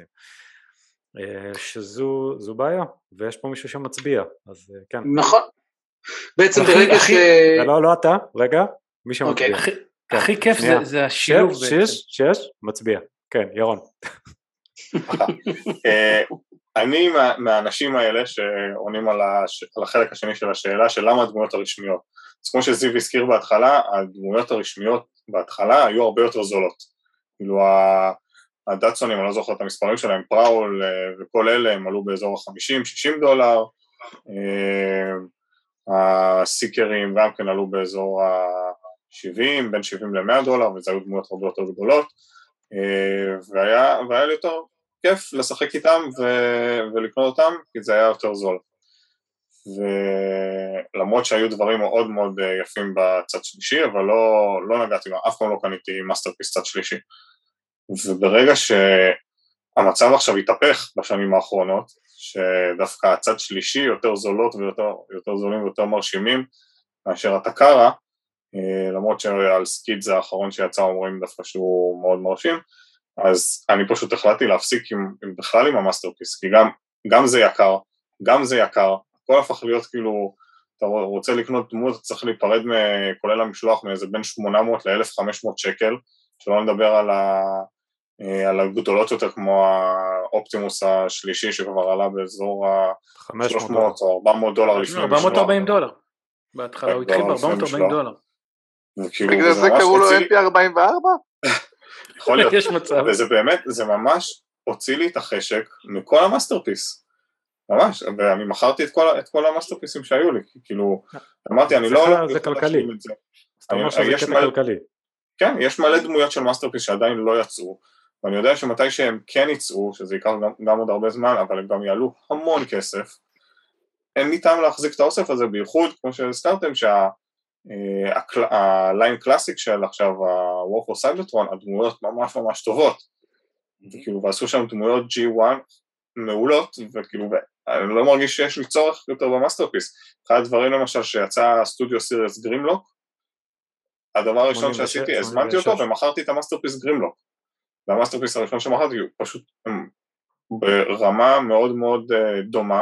שזו בעיה, ויש פה מישהו שמצביע, אז כן. נכון. בעצם ברגע לא אתה, רגע, מי שמצביע. הכי כיף זה השילוב. שש, מצביע. כן, ירון. אני מהאנשים האלה שעונים על החלק השני של השאלה של למה הדמויות הרשמיות. אז כמו שזיו הזכיר בהתחלה, הדמויות הרשמיות בהתחלה היו הרבה יותר זולות. כאילו הדאטסונים, אני לא זוכר את המספרים שלהם, פראול וכל אלה הם עלו באזור $50-60, הסיקרים גם כן עלו באזור $70, בין $70 ל$100, וזה היו דמויות הרבה יותר גדולות, והיה לי יותר כיף לשחק איתם ולקנות אותם, כי זה היה יותר זול. ולמרות שהיו דברים מאוד מאוד יפים בצד שלישי, אבל לא נגעתי, אף פעם לא קניתי מאסטרפיס צד שלישי. וברגע שהמצב עכשיו התהפך בשנים האחרונות, שדווקא הצד שלישי יותר זולות ויותר זולים ויותר מרשימים מאשר הטקארה, למרות שעל סקידס האחרון שיצא אומרים דווקא שהוא מאוד מרשים, אז אני פשוט החלטתי להפסיק בכלל עם המאסטרפיס, כי גם זה יקר, הכל הפך להיות כאילו, אתה רוצה לקנות דמות, אתה צריך להיפרד כולל המשלוח מאיזה בין 800 ל-1,500 שקל, שלא נדבר על הגדולות יותר כמו האופטימוס השלישי שכבר עלה באזור $300 או $400 לפני $440. בהתחלה הוא התחיל ב$440. בגלל זה קראו לו MP44? יכול להיות, וזה באמת, זה ממש הוציא לי את החשק מכל המאסטרפיס, ממש, ואני מכרתי את כל המאסטרפיסים שהיו לי, כאילו, אמרתי, אני לא יכול להשלים את זה. זאת אומרת שזה קטע כלכלי. כן, יש מלא דמויות של מאסטרפיס שעדיין לא יצאו, ואני יודע שמתי שהם כן יצאו, שזה ייקח גם עוד הרבה זמן, אבל הם גם יעלו המון כסף, אין לי טעם להחזיק את האוסף הזה, בייחוד, כמו שהזכרתם, הליין קלאסיק של עכשיו, ה-War for Cybertron, הדמויות ממש ממש טובות, וכאילו, ועשו שם דמויות G1 מעולות, וכאילו, אני לא מרגיש שיש לי צורך יותר במאסטרפיס. אחד הדברים למשל שיצא סטודיו סיריוס גרימלוק, הדבר הראשון שעשיתי, הזמנתי אותו ומכרתי את המאסטרפיס גרימלוק, והמאסטרפיס הראשון שמכרתי הוא פשוט ברמה מאוד מאוד דומה,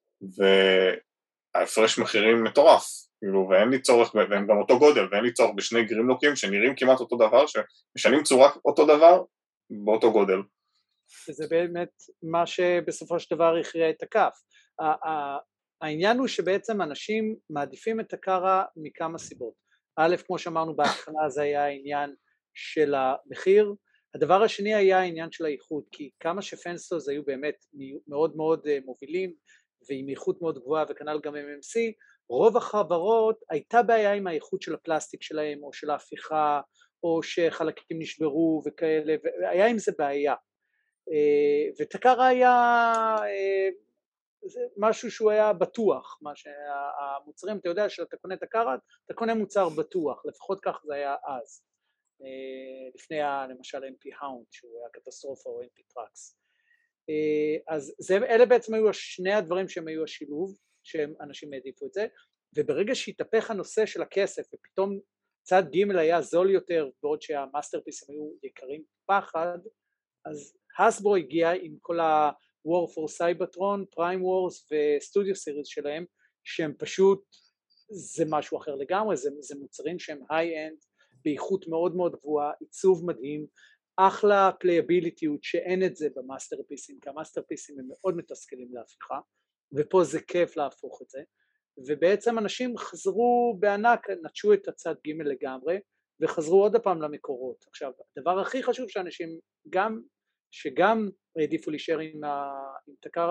וההפרש מחירים מטורף, כאילו, ואין לי צורך, והם גם אותו גודל, ואין לי צורך בשני גרימלוקים שנראים כמעט אותו דבר, שמשנים צורה אותו דבר באותו גודל. וזה באמת מה שבסופו של דבר הכריע את הכף. העניין הוא שבעצם אנשים מעדיפים את הקרה מכמה סיבות. א', כמו שאמרנו בהתחלה, זה היה העניין של המחיר. הדבר השני היה העניין של האיכות, כי כמה שפנסטוס היו באמת מאוד מאוד מובילים, ועם איכות מאוד גבוהה וכנ"ל גם MMC, רוב החברות הייתה בעיה עם האיכות של הפלסטיק שלהם, או של ההפיכה, או שחלקים נשברו וכאלה, והיה עם זה בעיה. ותקרה היה משהו שהוא היה בטוח, מה שהמוצרים, אתה יודע שאתה קונה תקרה, אתה קונה מוצר בטוח, לפחות כך זה היה אז, לפני למשל MP Hound שהוא היה קטסטרופה או MP Trax. אז אלה בעצם היו שני הדברים שהם היו השילוב, שאנשים העדיפו את זה, וברגע שהתהפך הנושא של הכסף ופתאום צד ג' היה זול יותר בעוד שהמאסטרפיסים היו יקרים פחד, אז הסברו הגיע עם כל ה-War for Cybertron, Prime Wars ו-Studio Series שלהם, שהם פשוט, זה משהו אחר לגמרי, זה מוצרים שהם high-end, באיכות מאוד מאוד גבוהה, עיצוב מדהים, אחלה פלייביליטיות שאין את זה במאסטרפיסים, כי המאסטרפיסים הם מאוד מתסכלים להפיכה, ופה זה כיף להפוך את זה, ובעצם אנשים חזרו בענק, נטשו את הצד ג' לגמרי, וחזרו עוד הפעם למקורות. עכשיו, הדבר הכי חשוב שאנשים שגם העדיפו להישאר עם תקרה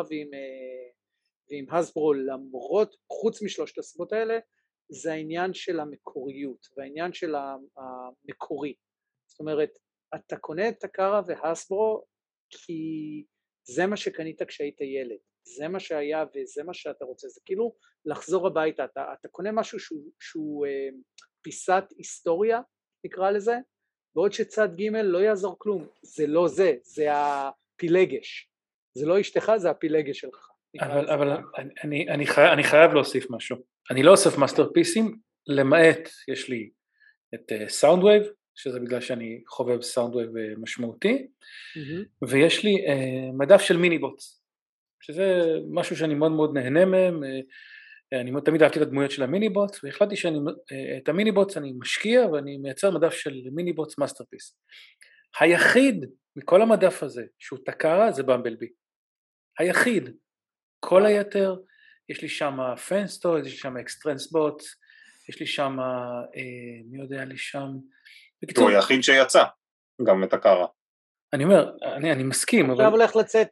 ועם הסברו, למרות, חוץ משלושת הסיבות האלה, זה העניין של המקוריות, והעניין של המקורי. זאת אומרת, אתה קונה את תקרה והסברו, כי זה מה שקנית כשהיית ילד, זה מה שהיה וזה מה שאתה רוצה, זה כאילו לחזור הביתה, אתה קונה משהו שהוא פיסת היסטוריה, נקרא לזה, בעוד שצד ג' לא יעזור כלום, זה לא זה, זה הפילגש, זה לא אשתך, זה הפילגש שלך. אבל אני חייב להוסיף משהו, אני לא אוסף מאסטרפיסים, למעט יש לי את סאונדווייב, שזה בגלל שאני חובב סאונדווייב משמעותי, ויש לי מדף של מיניבוטס, שזה משהו שאני מאוד מאוד נהנה מהם, אני תמיד אהבתי את הדמויות של המיניבוטס, והחלטתי שאת המיניבוטס אני משקיע, ואני מייצר מדף של מיניבוטס מאסטרפיס. היחיד מכל המדף הזה, שהוא תקרה, זה במבלבי. היחיד. כל היתר, יש לי שם פנסטו, יש לי שם אקסטרנסבוטס, יש לי שם, מי יודע לי שם, הוא היחיד שיצא, גם את הקרה. אני אומר, אני מסכים, אבל הולך לצאת,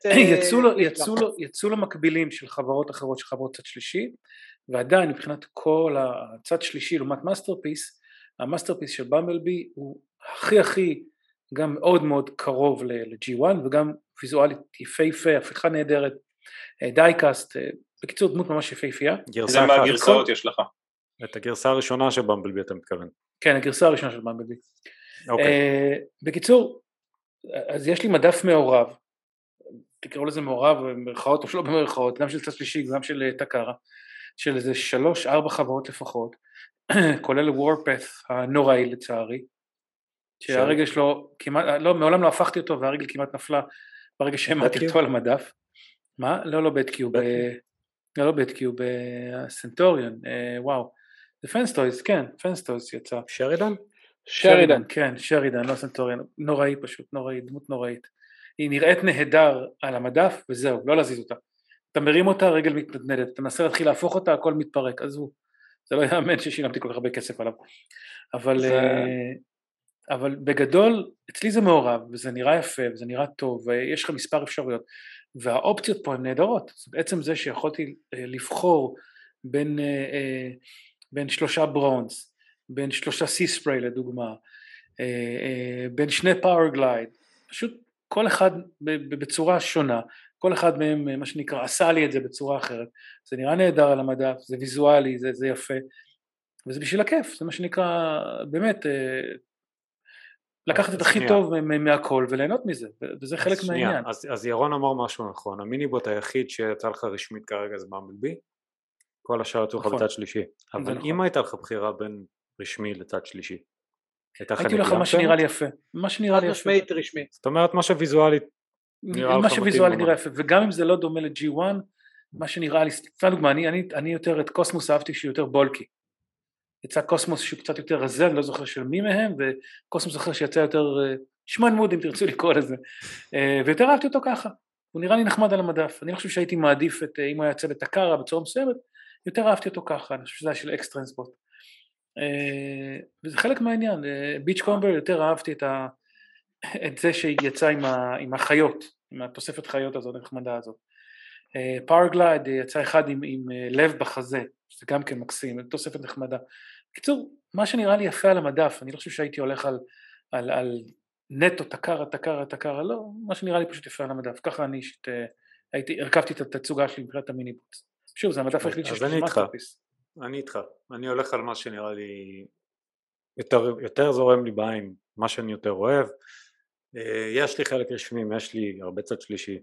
יצאו למקבילים של חברות אחרות, של חברות צד שלישי, ועדיין מבחינת כל הצד שלישי לעומת מאסטרפיס, המאסטרפיס של במבלבי הוא הכי גם מאוד מאוד קרוב ל-G1, וגם ויזואלית יפהפה, הפיכה נהדרת, דייקאסט, בקיצור דמות ממש יפהפייה. זה מהגרסאות יש לך. את הגרסה הראשונה של במבלבי אתה מתכוון. כן, הגרסה הראשונה של במבלבי. בקיצור, אז יש לי מדף מעורב, תקראו לזה מעורב במרכאות או שלא במרכאות, גם של צד שלישי, גם של תקרה, של איזה 3-4 חברות לפחות, כולל וורפת הנוראי לצערי, שהרגל שלו כמעט, מעולם לא הפכתי אותו והרגל כמעט נפלה ברגע שהעמדתי אותו על המדף. מה? לא בטקיו, לא בטקיו, בסנטוריון, וואו, זה פנסטויז, כן, פנסטויז יצא. שרידן, כן, שרידן, לא סנטוריון, נוראי פשוט, נוראי, דמות נוראית. היא נראית נהדר על המדף, וזהו, לא להזיז אותה. אתה מרים אותה, רגל מתנדנדת, אתה מנסה להתחיל להפוך אותה, הכל מתפרק, עזבו. זה לא יאמן ששילמתי כל כך הרבה כסף עליו, אבל בגדול אצלי זה מעורב, וזה נראה יפה, וזה נראה טוב, ויש לך מספר אפשרויות, והאופציות פה הן נהדרות, בעצם זה שיכולתי לבחור בין 3 ברונס, בין 3 סי-ספרי לדוגמה, בין 2 פאוור גלייד, פשוט כל אחד בצורה שונה, כל אחד מהם מה שנקרא עשה לי את זה בצורה אחרת, זה נראה נהדר על המדף, זה ויזואלי, זה יפה, וזה בשביל הכיף, זה מה שנקרא באמת לקחת את הכי טוב מהכל וליהנות מזה, וזה חלק מהעניין. אז ירון אמר משהו נכון, המיניבוט היחיד שיצא לך רשמית כרגע זה במבלבי, כל השאר יצאו לך בצד שלישי, אבל אם הייתה לך בחירה בין רשמי לצד שלישי, הייתי הולך על מה שנראה לי יפה, מה שנראה לי יפה. זאת אומרת מה שוויזואלית נראה יפה, וגם אם זה לא דומה ל-G1, מה שנראה לי, סתם דוגמה, אני יותר את קוסמוס אהבתי שהוא יותר בולקי, יצא קוסמוס שהוא קצת יותר רזה, אני לא זוכר של מי מהם, וקוסמוס אחר שיצא יותר שמנמוד אם תרצו לקרוא לזה, ויותר אהבתי אותו ככה, הוא נראה לי נחמד על המדף, אני לא חושב שהייתי מעדיף אם הוא היה יצא בתקרה בצורה מסוימת, יותר אהבתי אותו ככה, אני חושב שזה היה של אקסטרנספורט, וזה חלק מהעניין, ביץ' קומבר יותר אהבתי את זה שיצא עם החיות, עם התוספת חיות הזאת, הנחמדה הזאת, פאורגלייד יצא אחד עם לב בחזה, שזה גם כן מקסים, תוספת נחמדה. בקיצור, מה שנראה לי יפה על המדף, אני לא חושב שהייתי הולך על נטו, תקרה, לא, מה שנראה לי פשוט יפה על המדף, ככה אני הרכבתי את התצוגה שלי מבחינת המיניבוט. שוב, זה המדף היחיד שיש לי מאסטרפיס. אני איתך, אני הולך על מה שנראה לי יותר זורם לי בעין, מה שאני יותר אוהב, יש לי חלק רשמים, יש לי הרבה צד שלישי,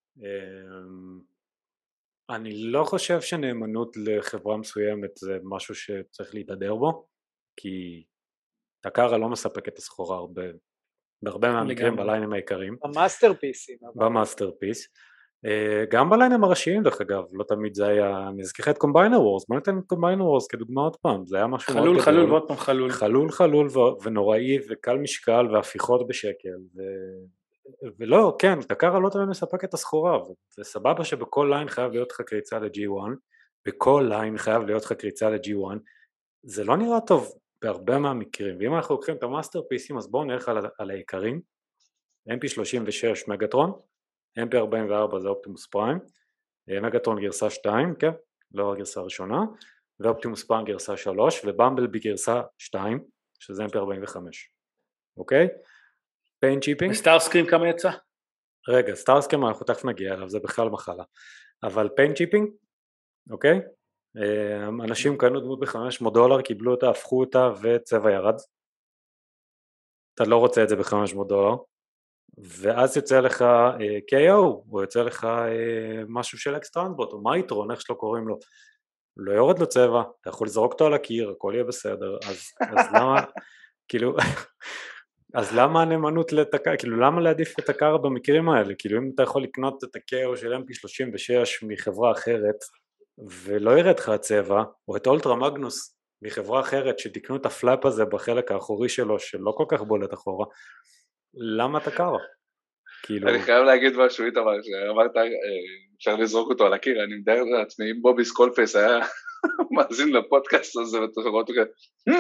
אני לא חושב שנאמנות לחברה מסוימת זה משהו שצריך להתהדר בו, כי תקרה לא מספק את הסחורה בהרבה מהמקרים בליינים העיקריים. במאסטרפיס. גם בליינים הראשיים דרך אגב, לא תמיד זה היה, אני אזכיר את קומביינר וורס, בוא ניתן קומביינר וורס כדוגמה עוד פעם, זה היה משהו מאוד גדול. חלול ועוד פעם חלול ונוראי וקל משקל והפיכות בשקל, ולא, כן, תקרה לא תמיד מספק את הסחורה, וסבבה שבכל ליין חייב להיות לך קריצה ל-G1, בכל ליין חייב להיות לך קריצה ל-G1, זה לא נראה טוב בהרבה מהמקרים, ואם אנחנו לוקחים את המאסטרפיסים, אז בואו נלך על העיקרים, MP36 מגטרון, MP44 זה אופטימוס פריים, מגטרון גרסה 2, כן, לא הגרסה הראשונה, ואופטימוס פריים גרסה 3, ובמבלבי גרסה 2, שזה MP45, אוקיי? פיין צ'יפינג. וסטארסקרים כמה יצא? רגע, סטארסקרים אנחנו תכף נגיע אליו, זה בכלל מחלה. אבל פיין צ'יפינג, אוקיי? אנשים קנו דמות $500, קיבלו אותה, הפכו אותה וצבע ירד. אתה לא רוצה את זה $500, ואז יוצא לך KO, או יוצא לך משהו של אקסטרנסבוט, או מה יתרון, איך שלא קוראים לו. לא יורד לו צבע, אתה יכול לזרוק אותו על הקיר, הכל יהיה בסדר, אז למה, כאילו... אז למה הנאמנות לתקרה, כאילו למה להעדיף את תקרה במקרים האלה, כאילו אם אתה יכול לקנות את הקאו של MP36 מחברה אחרת ולא ירד לך הצבע, או את אולטרה מגנוס מחברה אחרת שתקנו את הפלאפ הזה בחלק האחורי שלו שלא כל כך בולט אחורה, למה תקרה? כאילו... אני חייב להגיד משהו איתמר, שאמרת אפשר לזרוק אותו על הקיר, אני מדבר לעצמי, אם בובי סקולפייס היה מאזין לפודקאסט הזה ואתה רואה אותו כזה,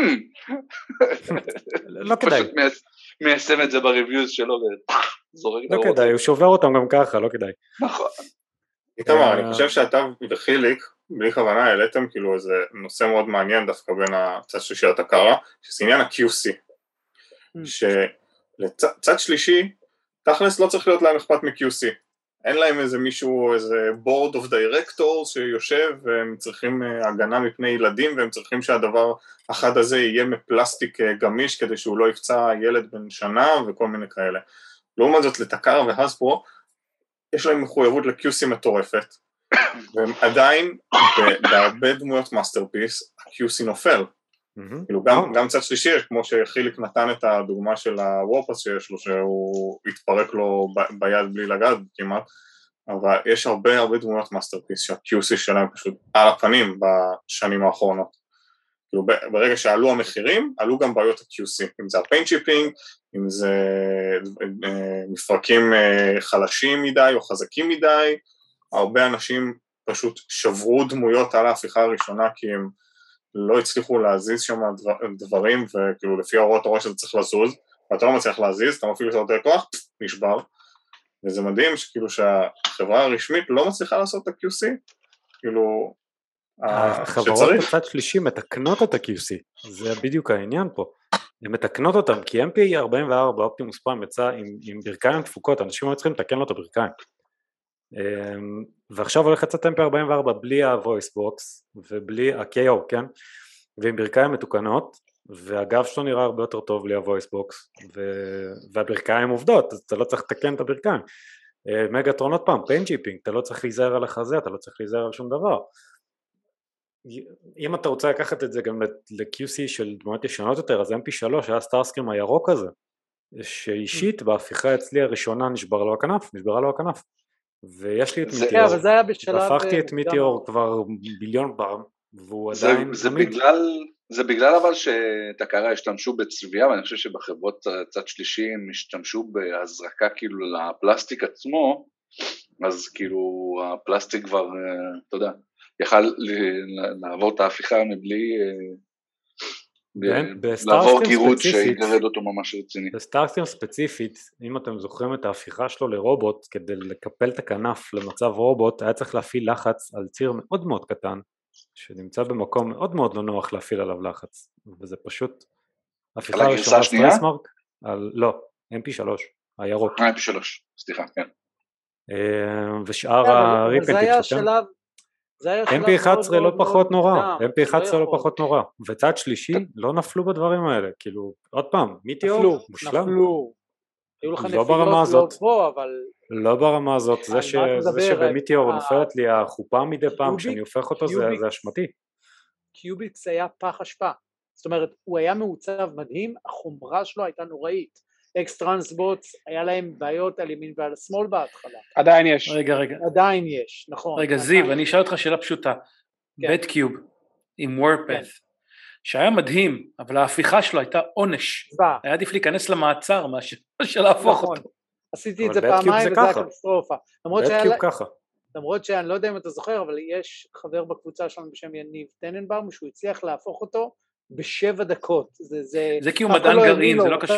לא כדאי. פשוט מיישם את זה בריוויוז שלו וזורק את לא כדאי, הוא שובר אותם גם ככה, לא כדאי. נכון. איתמר, אני חושב שאתה וחיליק, בלי כוונה, העליתם כאילו איזה נושא מאוד מעניין דווקא בין הצד שלישי לתקרה, שזה עניין ה-QC, שלצד שלישי, תכלס לא צריך להיות להם אכפת מ-QC, אין להם איזה מישהו, איזה board of directors שיושב והם צריכים הגנה מפני ילדים והם צריכים שהדבר אחד הזה יהיה מפלסטיק גמיש כדי שהוא לא יפצע ילד בן שנה וכל מיני כאלה. לעומת זאת לתקרה והסברו יש להם מחויבות ל-QC מטורפת והם עדיין בהרבה דמויות מאסטרפיס ה-QC נופל. כאילו גם צד שלישי, כמו שחיליק נתן את הדוגמה של הוורפס שיש לו, שהוא התפרק לו ביד בלי לגעת כמעט, אבל יש הרבה דמויות מאסטרפיס שה-QC שלהם פשוט על הפנים בשנים האחרונות. כאילו ברגע שעלו המחירים, עלו גם בעיות ה-QC, אם זה הפיין צ'יפינג, אם זה מפרקים חלשים מדי או חזקים מדי, הרבה אנשים פשוט שברו דמויות על ההפיכה הראשונה כי הם לא הצליחו להזיז שם דברים, וכאילו לפי ההוראות אתה רואה שזה צריך לזוז, ואתה לא מצליח להזיז, אתה מפעיל יותר כוח, נשבר, וזה מדהים שכאילו שהחברה הרשמית לא מצליחה לעשות את ה-QC, כאילו, החברות בצד שלישי מתקנות את ה-QC, זה בדיוק העניין פה, הן מתקנות אותם, כי MP44 אופטימוס פריים יצא עם ברכיים תפוקות, אנשים היו צריכים לתקן לו את הברכיים, ועכשיו הולך לצאת MP44 בלי ה-voice box ובלי ה-KO, כן? ועם ברכיים מתוקנות, והגב שלו נראה הרבה יותר טוב בלי ה-voice box, והברכיים עובדות, אז אתה לא צריך לתקן את הברכיים. מגטרון עוד פעם, pain chipping, אתה לא צריך להיזהר על החזה, אתה לא צריך להיזהר על שום דבר. אם אתה רוצה לקחת את זה גם ל-QC של דמויות ישנות יותר, אז MP3 היה סטארסקרים הירוק הזה, שאישית בהפיכה אצלי הראשונה נשברה לו הכנף. ויש לי את מיטיור, והפכתי את מיטיור כבר ביליון פעם, והוא עדיין עמיד. זה בגלל אבל שתקרה השתמשו בצביעה, ואני חושב שבחברות צד שלישי הם השתמשו בהזרקה כאילו לפלסטיק עצמו, אז כאילו הפלסטיק כבר, אתה יודע, יכל לעבור את ההפיכה מבלי לעבור גירות שיגרד אותו ממש רציני. בסטארסקרים ספציפית, אם אתם זוכרים את ההפיכה שלו לרובוט, כדי לקפל את הכנף למצב רובוט, היה צריך להפעיל לחץ על ציר מאוד מאוד קטן, שנמצא במקום מאוד מאוד לא נוח להפעיל עליו לחץ, וזה פשוט הפיכה ראשונה סטרסמרק, לא, MP3, הירוק. MP3, סליחה, כן. ושאר הריפנטים שאתם... MP11 לא פחות נורא, MP11 לא פחות נורא, וצד שלישי לא נפלו בדברים האלה, כאילו, עוד פעם, מיטיור, מושלם. לא ברמה הזאת, לא ברמה הזאת, זה שבמיטיור נופלת לי החופה מדי פעם, כשאני הופך אותו זה אשמתי. קיוביקס היה פח אשפה, זאת אומרת, הוא היה מעוצב מדהים, החומרה שלו הייתה נוראית, אקס-טרנסבוטס, היה להם בעיות על ימין ועל השמאל בהתחלה. עדיין יש. רגע. עדיין יש, נכון. רגע, זיו, אני אשאל אותך שאלה פשוטה. בית קיוב, עם וורפת, שהיה מדהים, אבל ההפיכה שלו הייתה עונש. היה עדיף להיכנס למעצר מאשר להפוך אותו. עשיתי את זה פעמיים וזה היה קטסטרופה. בית קיוב ככה. למרות שאני לא יודע אם אתה זוכר, אבל יש חבר בקבוצה שלנו בשם יניב טננבאום, שהוא הצליח להפוך אותו, ב7 דקות. זה כי הוא מדען גרעין, זה לא קשור.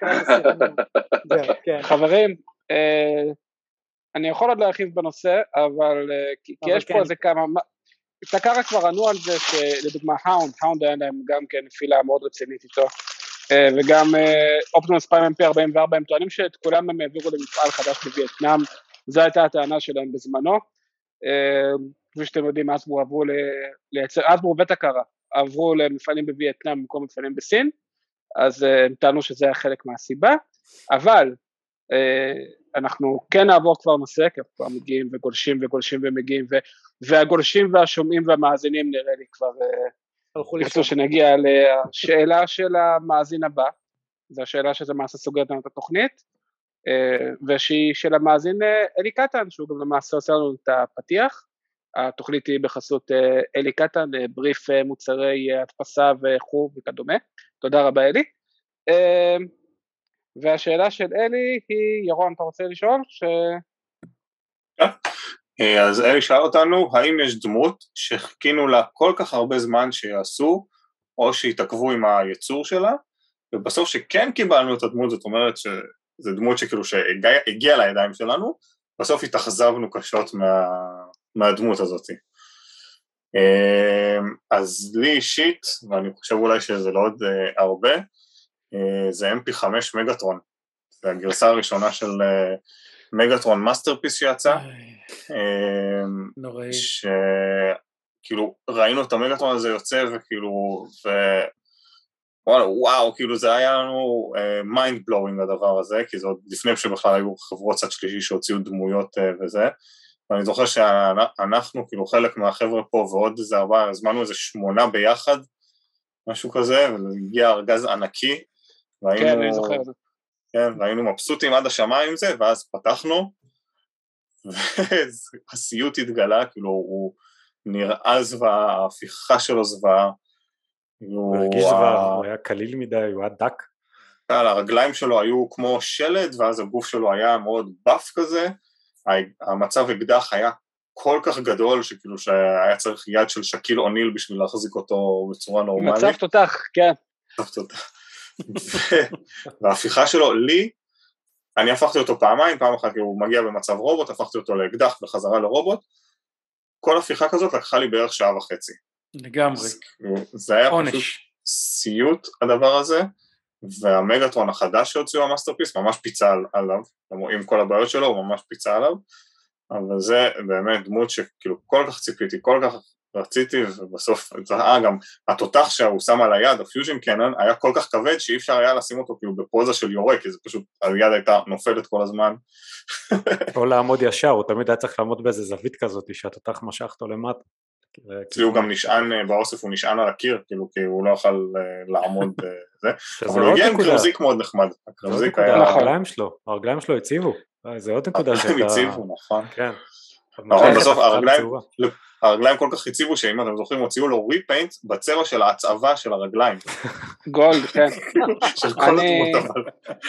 חברים, אני יכול עוד להרחיב בנושא, אבל כי יש פה איזה כמה, תקרה כבר ענו על זה שלדוגמה האונד היה להם גם כן נפילה מאוד רצינית איתו, וגם אופטימוס פריים MP44 הם טוענים שאת כולם הם העבירו למפעל חדש בווייטנאם, זו הייתה הטענה שלהם בזמנו, כפי שאתם יודעים, אסבור עברו לייצר, אסבור ותקרה, עברו למפעלים בווייטנאם במקום מפעלים בסין, אז הם טענו שזה היה חלק מהסיבה, אבל אנחנו כן נעבור כבר נושא, כי כבר מגיעים וגולשים ומגיעים, והגולשים והשומעים והמאזינים נראה לי כבר, ירצו שנגיע לשאלה של המאזין הבא, זו השאלה שזה מעשה סוגרת לנו את התוכנית, ושהיא של המאזין אלי קטן, שהוא גם למעשה עושה לנו את הפתיח, התוכנית היא בחסות אלי קטן, בריף מוצרי הדפסה וחוב וכדומה, תודה רבה אלי, והשאלה של אלי היא, ירון אתה רוצה לשאול? אז אלי שאל אותנו, האם יש דמות שחיכינו לה כל כך הרבה זמן שיעשו, או שהתעכבו עם הייצור שלה, ובסוף שכן קיבלנו את הדמות, זאת אומרת שזו דמות שכאילו שהגיעה לידיים שלנו, בסוף התאכזבנו קשות מהדמות הזאת. אז לי אישית, ואני חושב אולי שזה לא עוד הרבה, זה MP5 מגטרון, זה הגרסה הראשונה של מגטרון מאסטרפיס שיצא, שכאילו ראינו את המגטרון הזה יוצא וכאילו, וואו, כאילו זה היה לנו mind blowing הדבר הזה, כי זה עוד לפני שבכלל היו חברות צד שלישי שהוציאו דמויות וזה, ואני זוכר שאנחנו כאילו חלק מהחבר'ה פה ועוד איזה 4, הזמנו איזה 8 ביחד, משהו כזה, והגיע ארגז ענקי, כן, אני זוכר את זה. כן, והיינו מבסוטים עד השמיים עם זה, ואז פתחנו, והסיוט התגלה, כאילו הוא נראה זוועה, ההפיכה שלו זוועה. הוא הרגיש זוועה, הוא היה קליל מדי, הוא היה דק. הרגליים שלו היו כמו שלד, ואז הגוף שלו היה מאוד בף כזה, המצב אקדח היה כל כך גדול, שכאילו שהיה צריך יד של שקיל אוניל בשביל להחזיק אותו בצורה נורמלית. מצב תותח, כן. מצב תותח. וההפיכה שלו, אני הפכתי אותו פעמיים, פעם אחת הוא מגיע במצב רובוט, הפכתי אותו לאקדח וחזרה לרובוט, כל הפיכה כזאת לקחה לי בערך 1.5 שעות. לגמרי. זה היה פשוט סיוט הדבר הזה, והמגטרון החדש שהוציאו המאסטרפיס ממש פיצה עליו, עם כל הבעיות שלו הוא ממש פיצה עליו, אבל זה באמת דמות שכאילו כל כך ציפיתי, כל כך רציתי, ובסוף, גם התותח שהוא שם על היד, הפיוז'ן קנון, היה כל כך כבד שאי אפשר היה לשים אותו כאילו בפוזה של יורה, כי זה פשוט, היד הייתה נופלת כל הזמן. או לעמוד ישר, הוא תמיד היה צריך לעמוד באיזה זווית כזאת, שהתותח משך אותו למטה. הוא גם נשען, באוסף הוא נשען על הקיר, כאילו, כי הוא לא יכול לעמוד בזה, אבל הוא הגיע עם קרבזיק מאוד נחמד. הרגליים שלו הציבו, זה עוד נקודה שאתה... הציבו, נכון. כן. נכון, בסוף הרגליים כל כך הציבו, שאם אתם זוכרים, הוציאו לו ריפיינט בצבע של ההצעבה של הרגליים. גולד, כן. של כל הדמות אבל.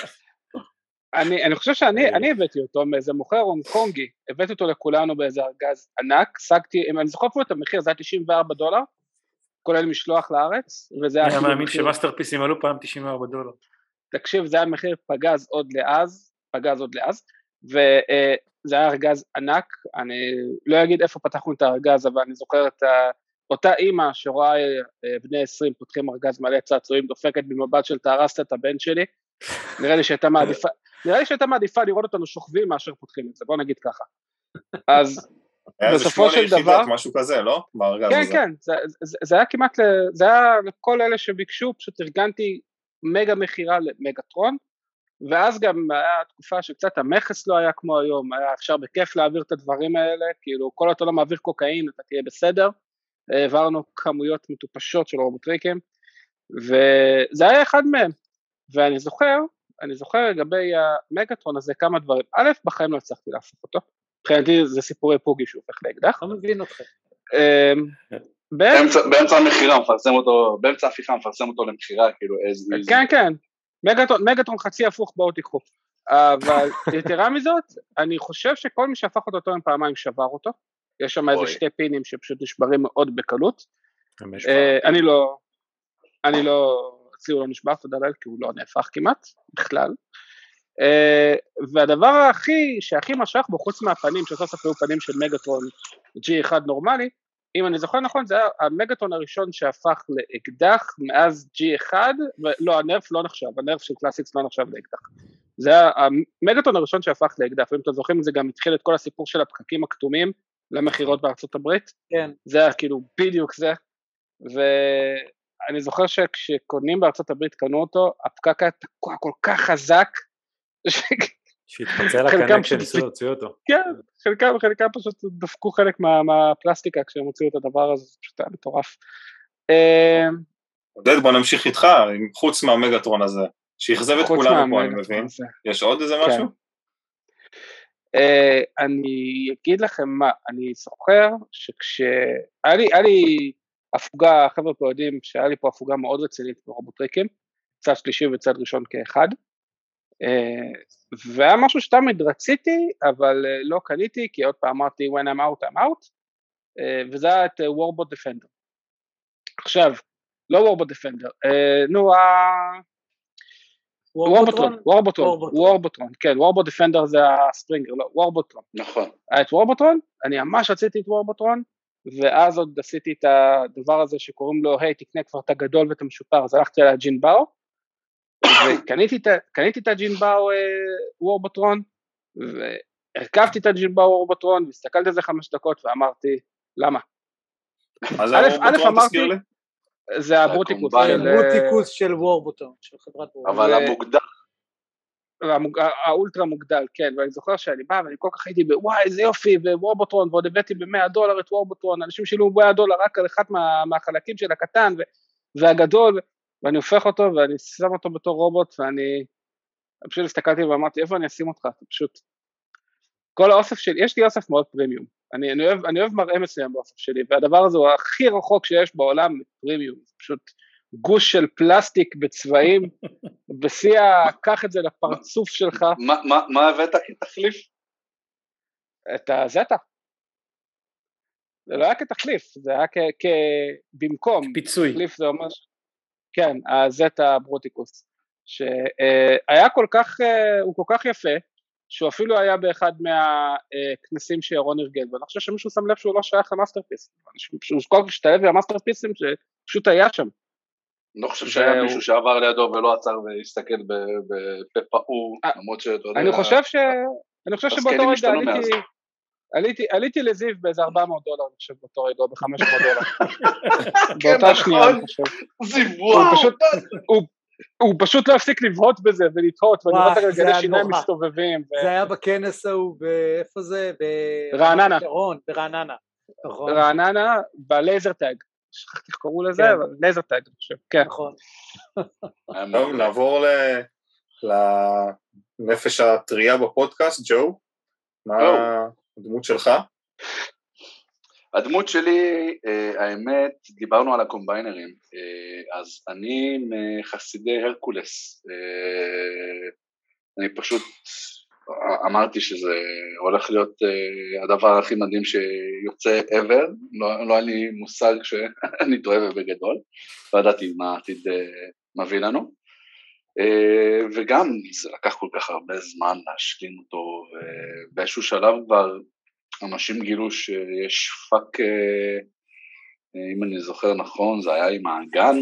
אני חושב שאני הבאתי אותו מאיזה מוכר הונג קונגי, הבאתי אותו לכולנו באיזה ארגז ענק, אם אני זוכר פה את המחיר, זה היה $94, כולל משלוח לארץ, וזה היה... אני מאמין שמאסטרפיסים עלו פעם $94. תקשיב, זה היה מחיר פגז עוד לאז, וזה היה ארגז ענק, אני לא אגיד איפה פתחנו את הארגז, אבל אני זוכר את אותה אימא שרואה בני 20 פותחים ארגז מלא צעצועים, דופקת במבט של תהרסת את הבן שלי, נראה לי שהייתה מעדיפה לראות אותנו שוכבים מאשר פותחים את זה, בוא נגיד ככה. אז בסופו של דבר... משהו כזה, לא? כן, זה היה כמעט, זה היה לכל אלה שביקשו, פשוט ארגנתי מגה מחירה למגטרון, ואז גם היה תקופה שקצת המכס לא היה כמו היום, היה אפשר בכיף להעביר את הדברים האלה, כאילו כל אתה לא מעביר קוקאין, אתה תהיה בסדר, העברנו כמויות מטופשות של רובוטריקים, וזה היה אחד מהם, ואני זוכר לגבי המגטרון הזה כמה דברים, א', בחיים לא הצלחתי להפוך אותו, מבחינתי זה סיפורי פוגי שהוא הופך לאקדח. לא מבין אותך. באמצע המחירה מפרסם אותו, באמצע ההפיכה מפרסם אותו למחירה, כאילו איזה... כן, מגטרון חצי הפוך בואו תיקחו, אבל יתרה מזאת, אני חושב שכל מי שהפך אותו עם פעמיים שבר אותו, יש שם איזה 2 פינים שפשוט נשברים מאוד בקלות, אני לא, אצלי הוא לא נשבר, תודה לאל, כי הוא לא נהפך כמעט, בכלל, והדבר שהכי משך בו, חוץ מהפנים, שסוף היו פנים של מגטרון G1 נורמלי, אם אני זוכר נכון, זה היה המגטרון הראשון שהפך לאקדח מאז G1, ולא, הנרף לא נחשב, הנרף של קלאסיקס לא נחשב לאקדח. זה היה המגטרון הראשון שהפך לאקדח, ואם אתם זוכרים, זה גם התחיל את כל הסיפור של הפקקים הכתומים למחירות בארצות הברית. כן. זה היה כאילו בדיוק זה, ואני זוכר שכשקונים בארצות הברית קנו אותו, הפקק היה תקוע כל כך חזק, שהתפצל הקנה כשניסו להוציא אותו. כן, חלקם פשוט דפקו חלק מהפלסטיקה כשהם הוציאו את הדבר הזה, זה פשוט היה מטורף. עודד, בוא נמשיך איתך, חוץ מהמגטרון הזה, שיחזב את כולנו פה, אני מבין. יש עוד איזה משהו? אני אגיד לכם מה, אני זוכר שכשהיה לי הפוגה, חבר'ה פה יודעים שהיה לי פה הפוגה מאוד רצינית ברובוטריקים, צד שלישי וצד ראשון כאחד, והיה משהו שתמיד רציתי, אבל לא קניתי, כי עוד פעם אמרתי when I'm out, I'm out, וזה היה את Warbot Defender. עכשיו, לא Warbot Defender, וורבוטרון, כן, Warbot Defender זה הספרינגר, לא, וורבוטרון. נכון. היה את וורבוטרון, אני ממש רציתי את וורבוטרון, ואז עוד עשיתי את הדבר הזה שקוראים לו, היי, תקנה כבר את הגדול ואת המשופר, אז הלכתי על הג'ינבאו, וקניתי את הג'ינבאו וורבוטרון, והרכבתי את הג'ינבאו וורבוטרון, והסתכלתי על זה 5 דקות, ואמרתי, למה? מה זה וורבוטרון, תזכיר לי? זה הברוטיקוס של וורבוטרון, של חברת וורבוטרון. אבל המוגדל. האולטרה מוגדל, כן, ואני זוכר שאני בא, ואני כל כך הייתי בוואי, איזה יופי, וורבוטרון, ועוד הבאתי $100 את וורבוטרון, אנשים שילמו $100 רק על אחד מהחלקים של הקטן, והגדול, ואני הופך אותו, ואני שם אותו בתור רובוט, ואני פשוט הסתכלתי ואמרתי, איפה אני אשים אותך? אתה פשוט, כל האוסף שלי, יש לי אוסף מאוד פרימיום, אני אוהב מראה מסוים באוסף שלי, והדבר הזה הוא הכי רחוק שיש בעולם פרימיום, זה פשוט גוש של פלסטיק בצבעים, בשיאה, קח את זה לפרצוף שלך. מה הבאת כתחליף? את הזטה. זה לא היה כתחליף, זה היה במקום. פיצוי. תחליף זה ממש, כן, הזטה ברוטיקוס, שהיה הוא כל כך יפה, שהוא אפילו היה באחד מהכנסים שירון ארגן, ואני חושב שמישהו שם לב שהוא לא שייך למאסטרפיס, שהוא כל כך השתלב עם המאסטרפיסים שפשוט היה שם. לא חושב שהיה מישהו שעבר לידו ולא עצר והסתכל בפאור, למרות שאתה יודע... אני חושב שבאותו רגע עליתי לזיו באיזה $400, אני חושב באותו רגע, ב$500. באותה שנייה, אני חושב. הוא פשוט לא הפסיק לבהות בזה ולתהות, ואני רואה את הגלגלי שיניים מסתובבים. זה היה בכנס ההוא, איפה זה? ברעננה. ברעננה, בלייזר טאג. שכחתי איך קראו לזה, לייזר טאג, אני חושב. כן. נכון. טוב, נעבור לנפש הטריה בפודקאסט, ג'ו. מה הדמות שלך? הדמות שלי, האמת, דיברנו על הקומביינרים, אז אני מחסידי הרקולס, אני פשוט אמרתי שזה הולך להיות הדבר הכי מדהים שיוצא ever, לא היה לי מושג שאני טועה ובגדול, לא ידעתי מה העתיד מביא לנו, וגם זה לקח כל כך הרבה זמן להשלים אותו, ובאיזשהו שלב כבר אנשים גילו שיש פאק, אם אני זוכר נכון, זה היה עם האגן,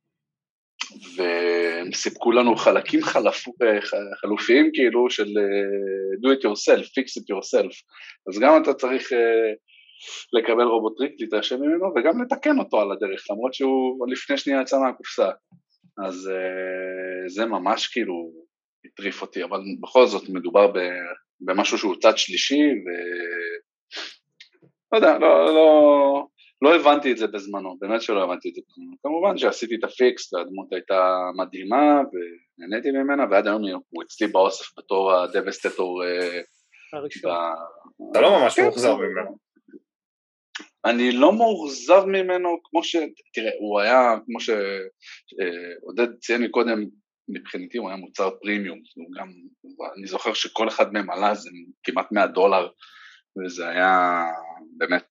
והם סיפקו לנו חלקים חלופיים כאילו של do it yourself, fix it yourself, אז גם אתה צריך לקבל רובוטריק, להתרשם ממנו, וגם לתקן אותו על הדרך, למרות שהוא לפני שנייה יצא מהקופסה, אז זה ממש כאילו הטריף אותי, אבל בכל זאת מדובר במשהו שהוא צד שלישי, לא יודע, לא הבנתי את זה בזמנו, באמת שלא הבנתי את זה בזמנו, כמובן שעשיתי את הפיקס, והדמות הייתה מדהימה, ונהניתי ממנה, ועד היום הוא אצלי באוסף בתור הדבסטטור הראשון. אתה לא ממש מאוכזב ממנו. אני לא מאוכזב ממנו, כמו תראה, הוא היה, כמו שעודד ציין לי קודם, מבחינתי הוא היה מוצר פרימיום, אני זוכר שכל אחד מהם עלה, זה כמעט $100, וזה היה באמת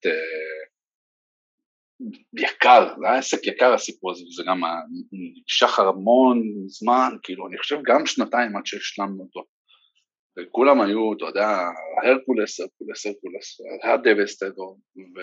יקר, זה היה עסק יקר הסיפור הזה, וזה גם שחר המון זמן, כאילו אני חושב גם שנתיים עד שהשלמנו אותו, וכולם היו, אתה יודע, הרקולס, היה דבסטטור,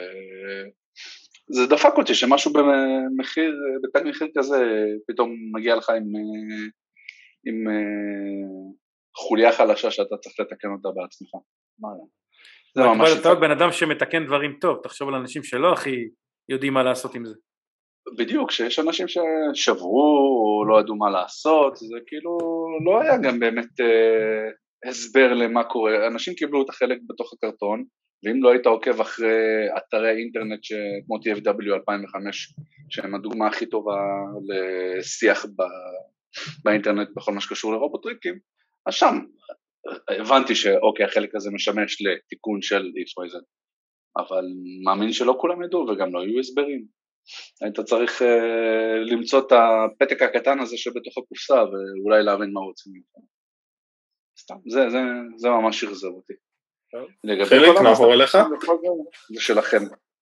וזה דפק אותי שמשהו במחיר, בתג מחיר כזה, פתאום מגיע לך עם חוליה חלשה שאתה צריך לתקן אותה בעצמך. זה ממש... אתה עוד בן אדם שמתקן דברים טוב, תחשוב על אנשים שלא הכי יודעים מה לעשות עם זה. בדיוק, שיש אנשים ששברו או לא ידעו מה לעשות, זה כאילו לא היה גם באמת הסבר למה קורה, אנשים קיבלו את החלק בתוך הקרטון, ואם לא היית עוקב אחרי אתרי אינטרנט כמו TFW 2005, שהם הדוגמה הכי טובה לשיח באינטרנט בכל מה שקשור לרובוטריקים, אז שם הבנתי שאוקיי, החלק הזה משמש לתיקון של XYZ, אבל מאמין שלא כולם ידעו וגם לא היו הסברים. היית צריך למצוא את הפתק הקטן הזה שבתוך הקופסה ואולי להבין מה רוצים ממנו. סתם, זה ממש יחזר אותי. חלק, נעבור אליך? זה שלכם.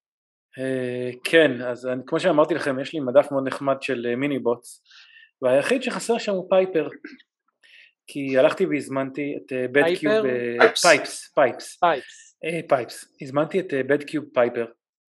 כן, אז כמו שאמרתי לכם, יש לי מדף מאוד נחמד של מיני בוטס, והיחיד שחסר שם הוא פייפר, כי הלכתי והזמנתי את בדקיוב, פייפס, הזמנתי את בדקיוב פייפר,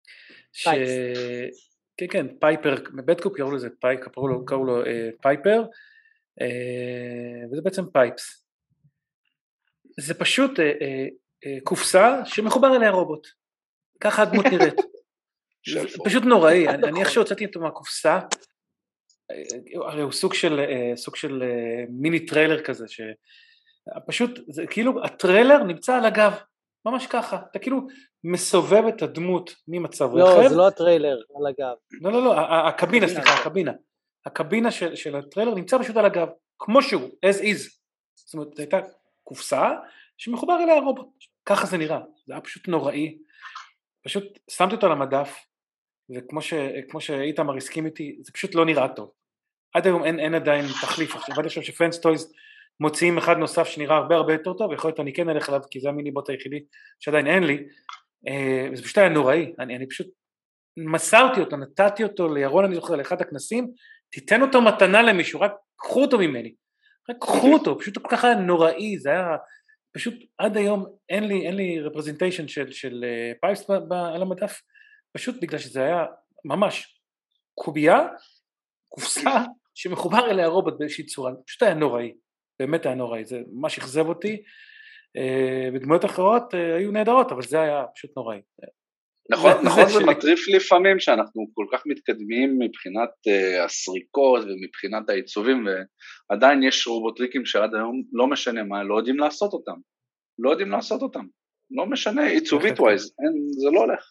כן, פייפר, בדקיוב קראו לו פייפר, וזה בעצם פייפס, זה פשוט קופסה שמחובר אליה רובוט, ככה הדמות נראית, פשוט נוראי, אני איך שהוצאתי אותו מהקופסה, הרי הוא סוג של מיני טריילר כזה, שפשוט, זה כאילו הטריילר נמצא על הגב, ממש ככה, אתה כאילו מסובב את הדמות ממצב רכב. לא, זה לא הטריילר, על הגב. לא, הקבינה, סליחה, הקבינה של הטריילר נמצא פשוט על הגב, כמו שהוא, as is, זאת אומרת, זו הייתה קופסה שמחובר אליה רובוט, ככה זה נראה, זה היה פשוט נוראי, פשוט שמתי אותו על המדף, וכמו שאיתמר הסכים איתי, זה פשוט לא נראה טוב. עד היום אין עדיין תחליף. אני חושב שפרנץ טויז מוציאים אחד נוסף שנראה הרבה יותר טוב, ויכול להיות אני כן אלך עליו, כי זה המיני בוט היחידי שעדיין אין לי, זה פשוט היה נוראי, אני פשוט מסרתי אותו, נתתי אותו לירון, אני זוכר, לאחד הכנסים, תיתן אותו מתנה למישהו, רק קחו אותו ממני, רק קחו אותו, פשוט כל כך היה נוראי, זה היה פשוט עד היום אין לי representation של פייפס על המדף, פשוט בגלל שזה היה ממש קובייה, קופסה שמחובר אליה רובוט באיזושהי צורה, פשוט היה נוראי, באמת היה נוראי, זה ממש אכזב אותי, ודמויות אחרות היו נהדרות, אבל זה היה פשוט נוראי. נכון, זה מטריף לפעמים שאנחנו כל כך מתקדמים מבחינת הסריקות ומבחינת העיצובים, ועדיין יש רובוטריקים שעד היום לא משנה מה, לא יודעים לעשות אותם, לא משנה, עיצובית ווייז, זה לא הולך.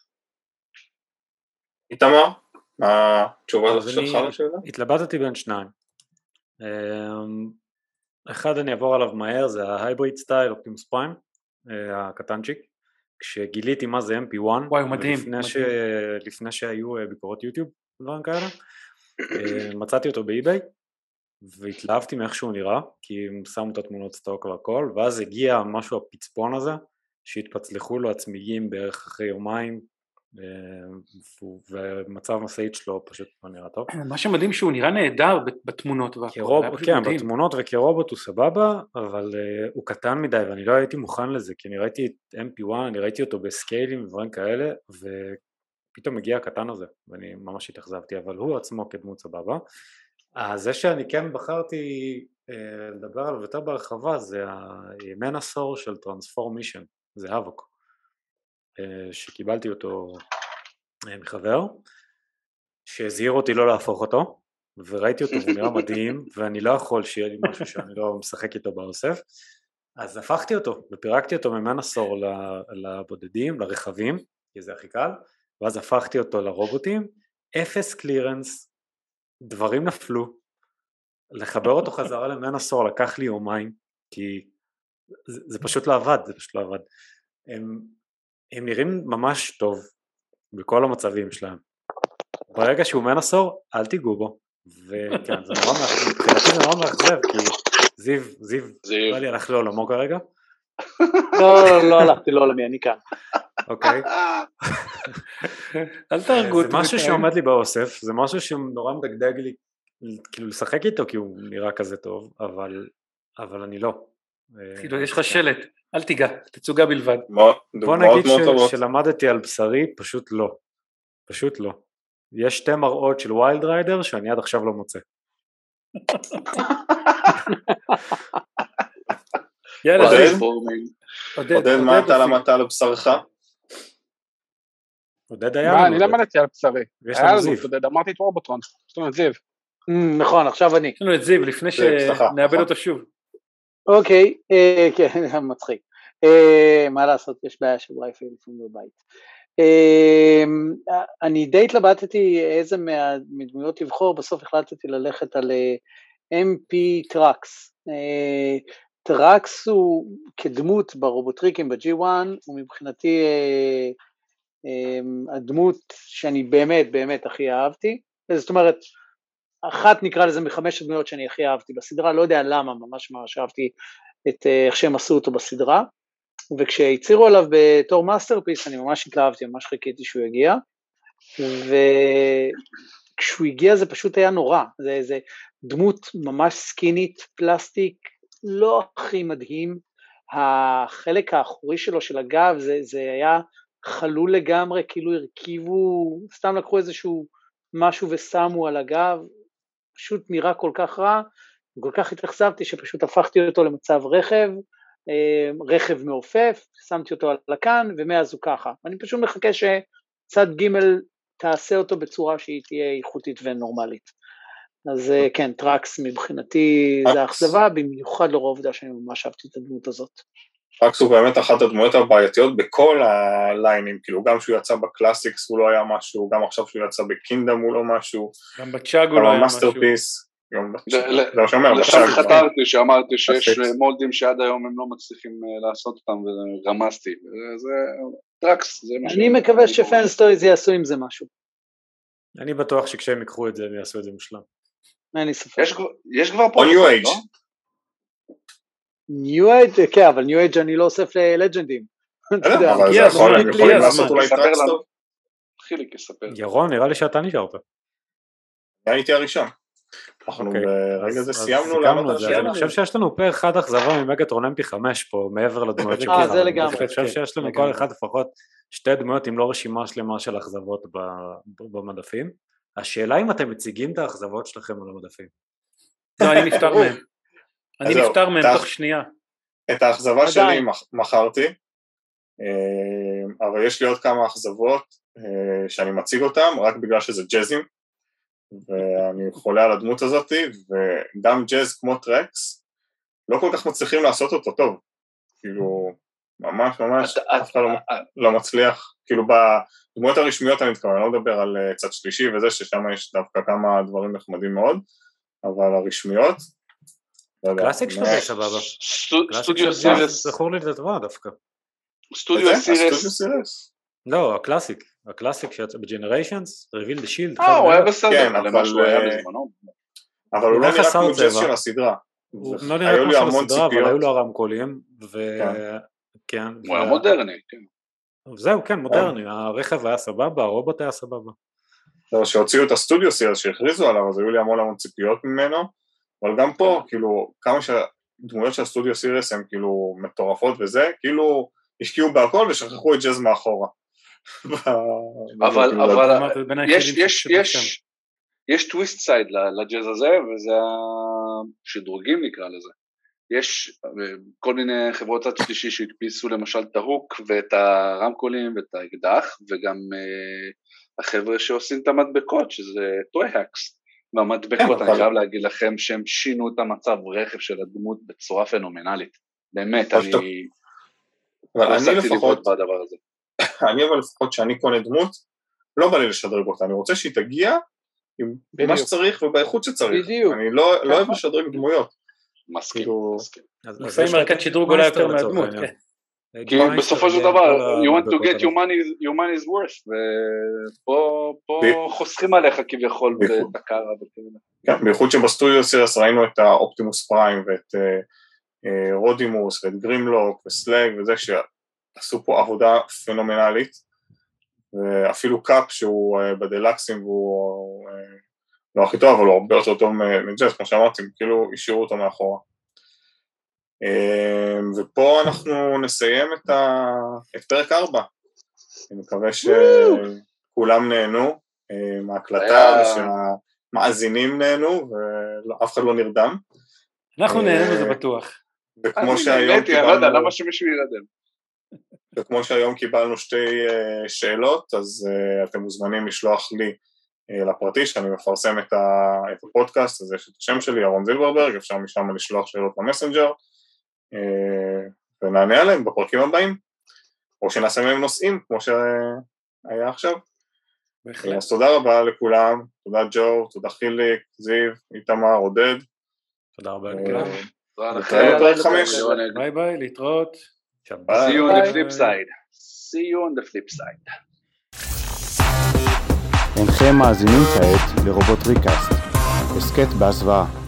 איתמר, מה התשובה שלך לשאלה? התלבטתי בין שניים. אחד אני אעבור עליו מהר, זה ההייבריד סטייל אופטימוס פריים, הקטנצ'יק, כשגיליתי מה זה MP1, וואי, מדהים. לפני שהיו ביקורות יוטיוב, דברים כאלה, מצאתי אותו באי-ביי, והתלהבתי מאיך שהוא נראה, כי הם שמו את התמונות סטוק והכל, ואז הגיע משהו הפצפון הזה, שהתפצלחו לו הצמיגים בערך אחרי יומיים, ומצב משאית שלו פשוט לא נראה טוב. מה שמדהים שהוא נראה נהדר בתמונות. כן, בתמונות וכרובוט הוא סבבה, אבל הוא קטן מדי ואני לא הייתי מוכן לזה, כי אני ראיתי את MP1, אני ראיתי אותו בסקיילים ודברים כאלה, ופתאום הגיע הקטן הזה, ואני ממש התאכזבתי, אבל הוא עצמו כדמות סבבה. זה שאני כן בחרתי לדבר עליו יותר ברחבה, זה המנסור של טרנספורמישן, זה האבוק. שקיבלתי אותו מחבר שהזהיר אותי לא להפוך אותו, וראיתי אותו והוא נראה מדהים, ואני לא יכול שיהיה לי משהו שאני לא משחק איתו באוסף, אז הפכתי אותו ופירקתי אותו ממנסור לבודדים, לרכבים, כי זה הכי קל, ואז הפכתי אותו לרובוטים, 0 קלירנס, דברים נפלו, לחבר אותו חזרה למנסור לקח לי יומיים, כי זה פשוט לא עבד, הם נראים ממש טוב בכל המצבים שלהם. ברגע שהוא מנסור, אל תיגעו בו. וכן, זה נורא מאכזב, כי זיו, בא לי הלך לעולמו כרגע. לא הלכתי לעולמי, אני כאן. אוקיי. אל תהרגו אותי. זה משהו שעומד לי באוסף, זה משהו שנורא מדגדג לי, כאילו לשחק איתו, כי הוא נראה כזה טוב, אבל אני לא. כאילו, יש לך שלט. אל תיגע, תצוגה בלבד. בוא נגיד שלמדתי על בשרי, פשוט לא. יש 2 מראות של ויילד ריידר שאני עד עכשיו לא מוצא. עודד, מה אתה למדת על בשרך? עודד היה מה, אני למדתי על בשרי. היה לנו זיו. עודד, אמרתי את רובוטרון, יש לנו את זיו. נכון, עכשיו אני. יש לנו את זיו, לפני שנאבד אותו שוב. אוקיי, כן, מצחיק. מה לעשות, יש בעיה של וי-פיי לפעמים בבית. אני די התלבטתי איזה מדמויות לבחור, בסוף החלטתי ללכת על MP טראקס. טראקס הוא כדמות ברובוטריקים ב-G1, הוא מבחינתי הדמות שאני באמת הכי אהבתי, זאת אומרת, אחת נקרא לזה מ5 הדמויות שאני הכי אהבתי בסדרה, לא יודע למה, ממש אהבתי את איך שהם עשו אותו בסדרה, וכשהצירו עליו בתור מאסטרפיס, אני ממש התלהבתי, ממש חיכיתי שהוא יגיע, וכשהוא הגיע זה פשוט היה נורא, זה דמות ממש סקינית, פלסטיק, לא הכי מדהים, החלק האחורי שלו של הגב, זה היה חלול לגמרי, כאילו הרכיבו, סתם לקחו איזשהו משהו ושמו על הגב, פשוט נראה כל כך רע, וכל כך התאכזבתי שפשוט הפכתי אותו למצב רכב מעופף, שמתי אותו על הקן, ומאז הוא ככה. אני פשוט מחכה שצד ג' תעשה אותו בצורה שהיא תהיה איכותית ונורמלית. אז כן, טראקס מבחינתי זה האכזבה, במיוחד לאור העובדה שאני ממש אהבתי את הדמות הזאת. טראקס הוא באמת אחת הדמויות הבעייתיות בכל הליינים, כאילו גם שהוא יצא בקלאסיקס הוא לא היה משהו, גם עכשיו שהוא יצא בקינדם הוא לא משהו, גם בצ'אג הוא לא היה משהו. לשם חתרתי שאמרתי שיש מולדים שעד היום הם לא מצליחים לעשות אותם ורמזתי, זה טראקס. אני מקווה שפנסטויז יעשו עם זה משהו. אני בטוח שכשהם יקחו את זה הם יעשו את זה מושלם. אין לי ספק. יש כבר פה ניו אייג' ניו אייג', כן, אבל ניו אייג' אני לא אוסף ללג'נדים. אבל זה יכול, הם יכולים לעשות אולי טרקסטופ. חיליק יספר. ירון, נראה לי שאתה נשארת. הייתי הראשון. אנחנו ברגע זה סיימנו לענות על השאלה. אני חושב שיש לנו פה אחד אכזבה ממגטרון MP5 פה, מעבר לדמויות שכאילו. זה לגמרי. אני חושב שיש לנו כל אחד לפחות שתי דמויות, אם לא רשימה שלמה של אכזבות במדפים. השאלה אם אתם מציגים את האכזבות שלכם על המדפים. לא, אני נפטר מהם. אני נפטר מהם תוך שנייה. את האכזבה שלי מכרתי, אבל יש לי עוד כמה אכזבות שאני מציג אותם, רק בגלל שזה ג'זים, ואני חולה על הדמות הזאת, וגם ג'אז כמו טרקס, לא כל כך מצליחים לעשות אותו טוב, כאילו, ממש, אף אחד לא מצליח, כאילו בדמויות הרשמיות אני מתכוון, אני לא מדבר על צד שלישי וזה, ששם יש דווקא כמה דברים נחמדים מאוד, אבל הרשמיות, קלאסיק שלו זה סבבה. סטודיו סיריס. זכור לי לטובה דווקא. סטודיו סיריס. לא, הקלאסיק שיצא בג'נריישנס, ריביל דה שילד. הוא היה בסדר, למה שהוא היה בזמנו. אבל הוא לא נראה כמו ג'אז של הסדרה. הוא לא נראה כמו של הסדרה, אבל היו לו הרמקולים, וכן. הוא היה מודרני, כן. זהו, כן, מודרני, הרכב היה סבבה, הרובוט היה סבבה. שהוציאו את הסטודיו סיריס שהכריזו עליו, אז היו לי המון ציפיות ממנו, אבל גם פה, כאילו, כמה שהדמויות של הסטודיו סיריס הן כאילו מטורפות וזה, כאילו השקיעו בהכל ושכחו את ג'אז מאחורה. אבל יש טוויסט סייד לג'אז הזה, וזה השדרוגים נקרא לזה. יש כל מיני חברות צד שלישי שהדפיסו למשל את ההוק ואת הרמקולים ואת האקדח, וגם החבר'ה שעושים את המדבקות, שזה טוי-הקס. והמדבקות, אני חייב להגיד לכם שהם שינו את המצב רכב של הדמות בצורה פנומנלית. באמת, אני אני אבל לפחות שאני קונה דמות, לא בא לי לשדרג אותה, אני רוצה שהיא תגיע עם מה שצריך ובאיכות שצריך, אני לא אוהב לשדרג דמויות. מסכים. לפעמים מרקת שדרוג אולי יותר מהדמות, כן. כי בסופו של דבר, you want to get your money's worth, ופה חוסכים עליך כביכול בדקרה וכאלה. כן, בייחוד שבסטודיו סיריס ראינו את האופטימוס פריים ואת רודימוס ואת גרימלוק וסלאג וזה שעשו פה עבודה פנומנלית, ואפילו קאפ שהוא בדלקסים והוא לא הכי טוב, אבל הוא הרבה יותר טוב מג'אז, כמו שאמרתי, כאילו השאירו אותו מאחורה. ופה אנחנו נסיים את פרק 4. אני מקווה שכולם נהנו מהקלטה ושהמאזינים נהנו ואף אחד לא נרדם. אנחנו נהנו בזה בטוח. וכמו שהיום קיבלנו, למה שמישהו ירדם? וכמו שהיום קיבלנו שתי שאלות, אז אתם מוזמנים לשלוח לי לפרטי, שאני מפרסם את הפודקאסט, אז יש את השם שלי, ירון זילברברג, אפשר משם לשלוח שאלות למסנג'ר, ונענה עליהם בפרקים הבאים, או שנעשה מהם נושאים, כמו שהיה עכשיו. אז תודה רבה לכולם, תודה ג'ו, תודה חיליק, זיו, איתמר, עודד. תודה רבה לכולם. ביי ביי, להתראות. See you on the flip side. See you on the flip side. אינכם מאזינים כעת לרובוט ריקאסט, הסקט בהסוואה.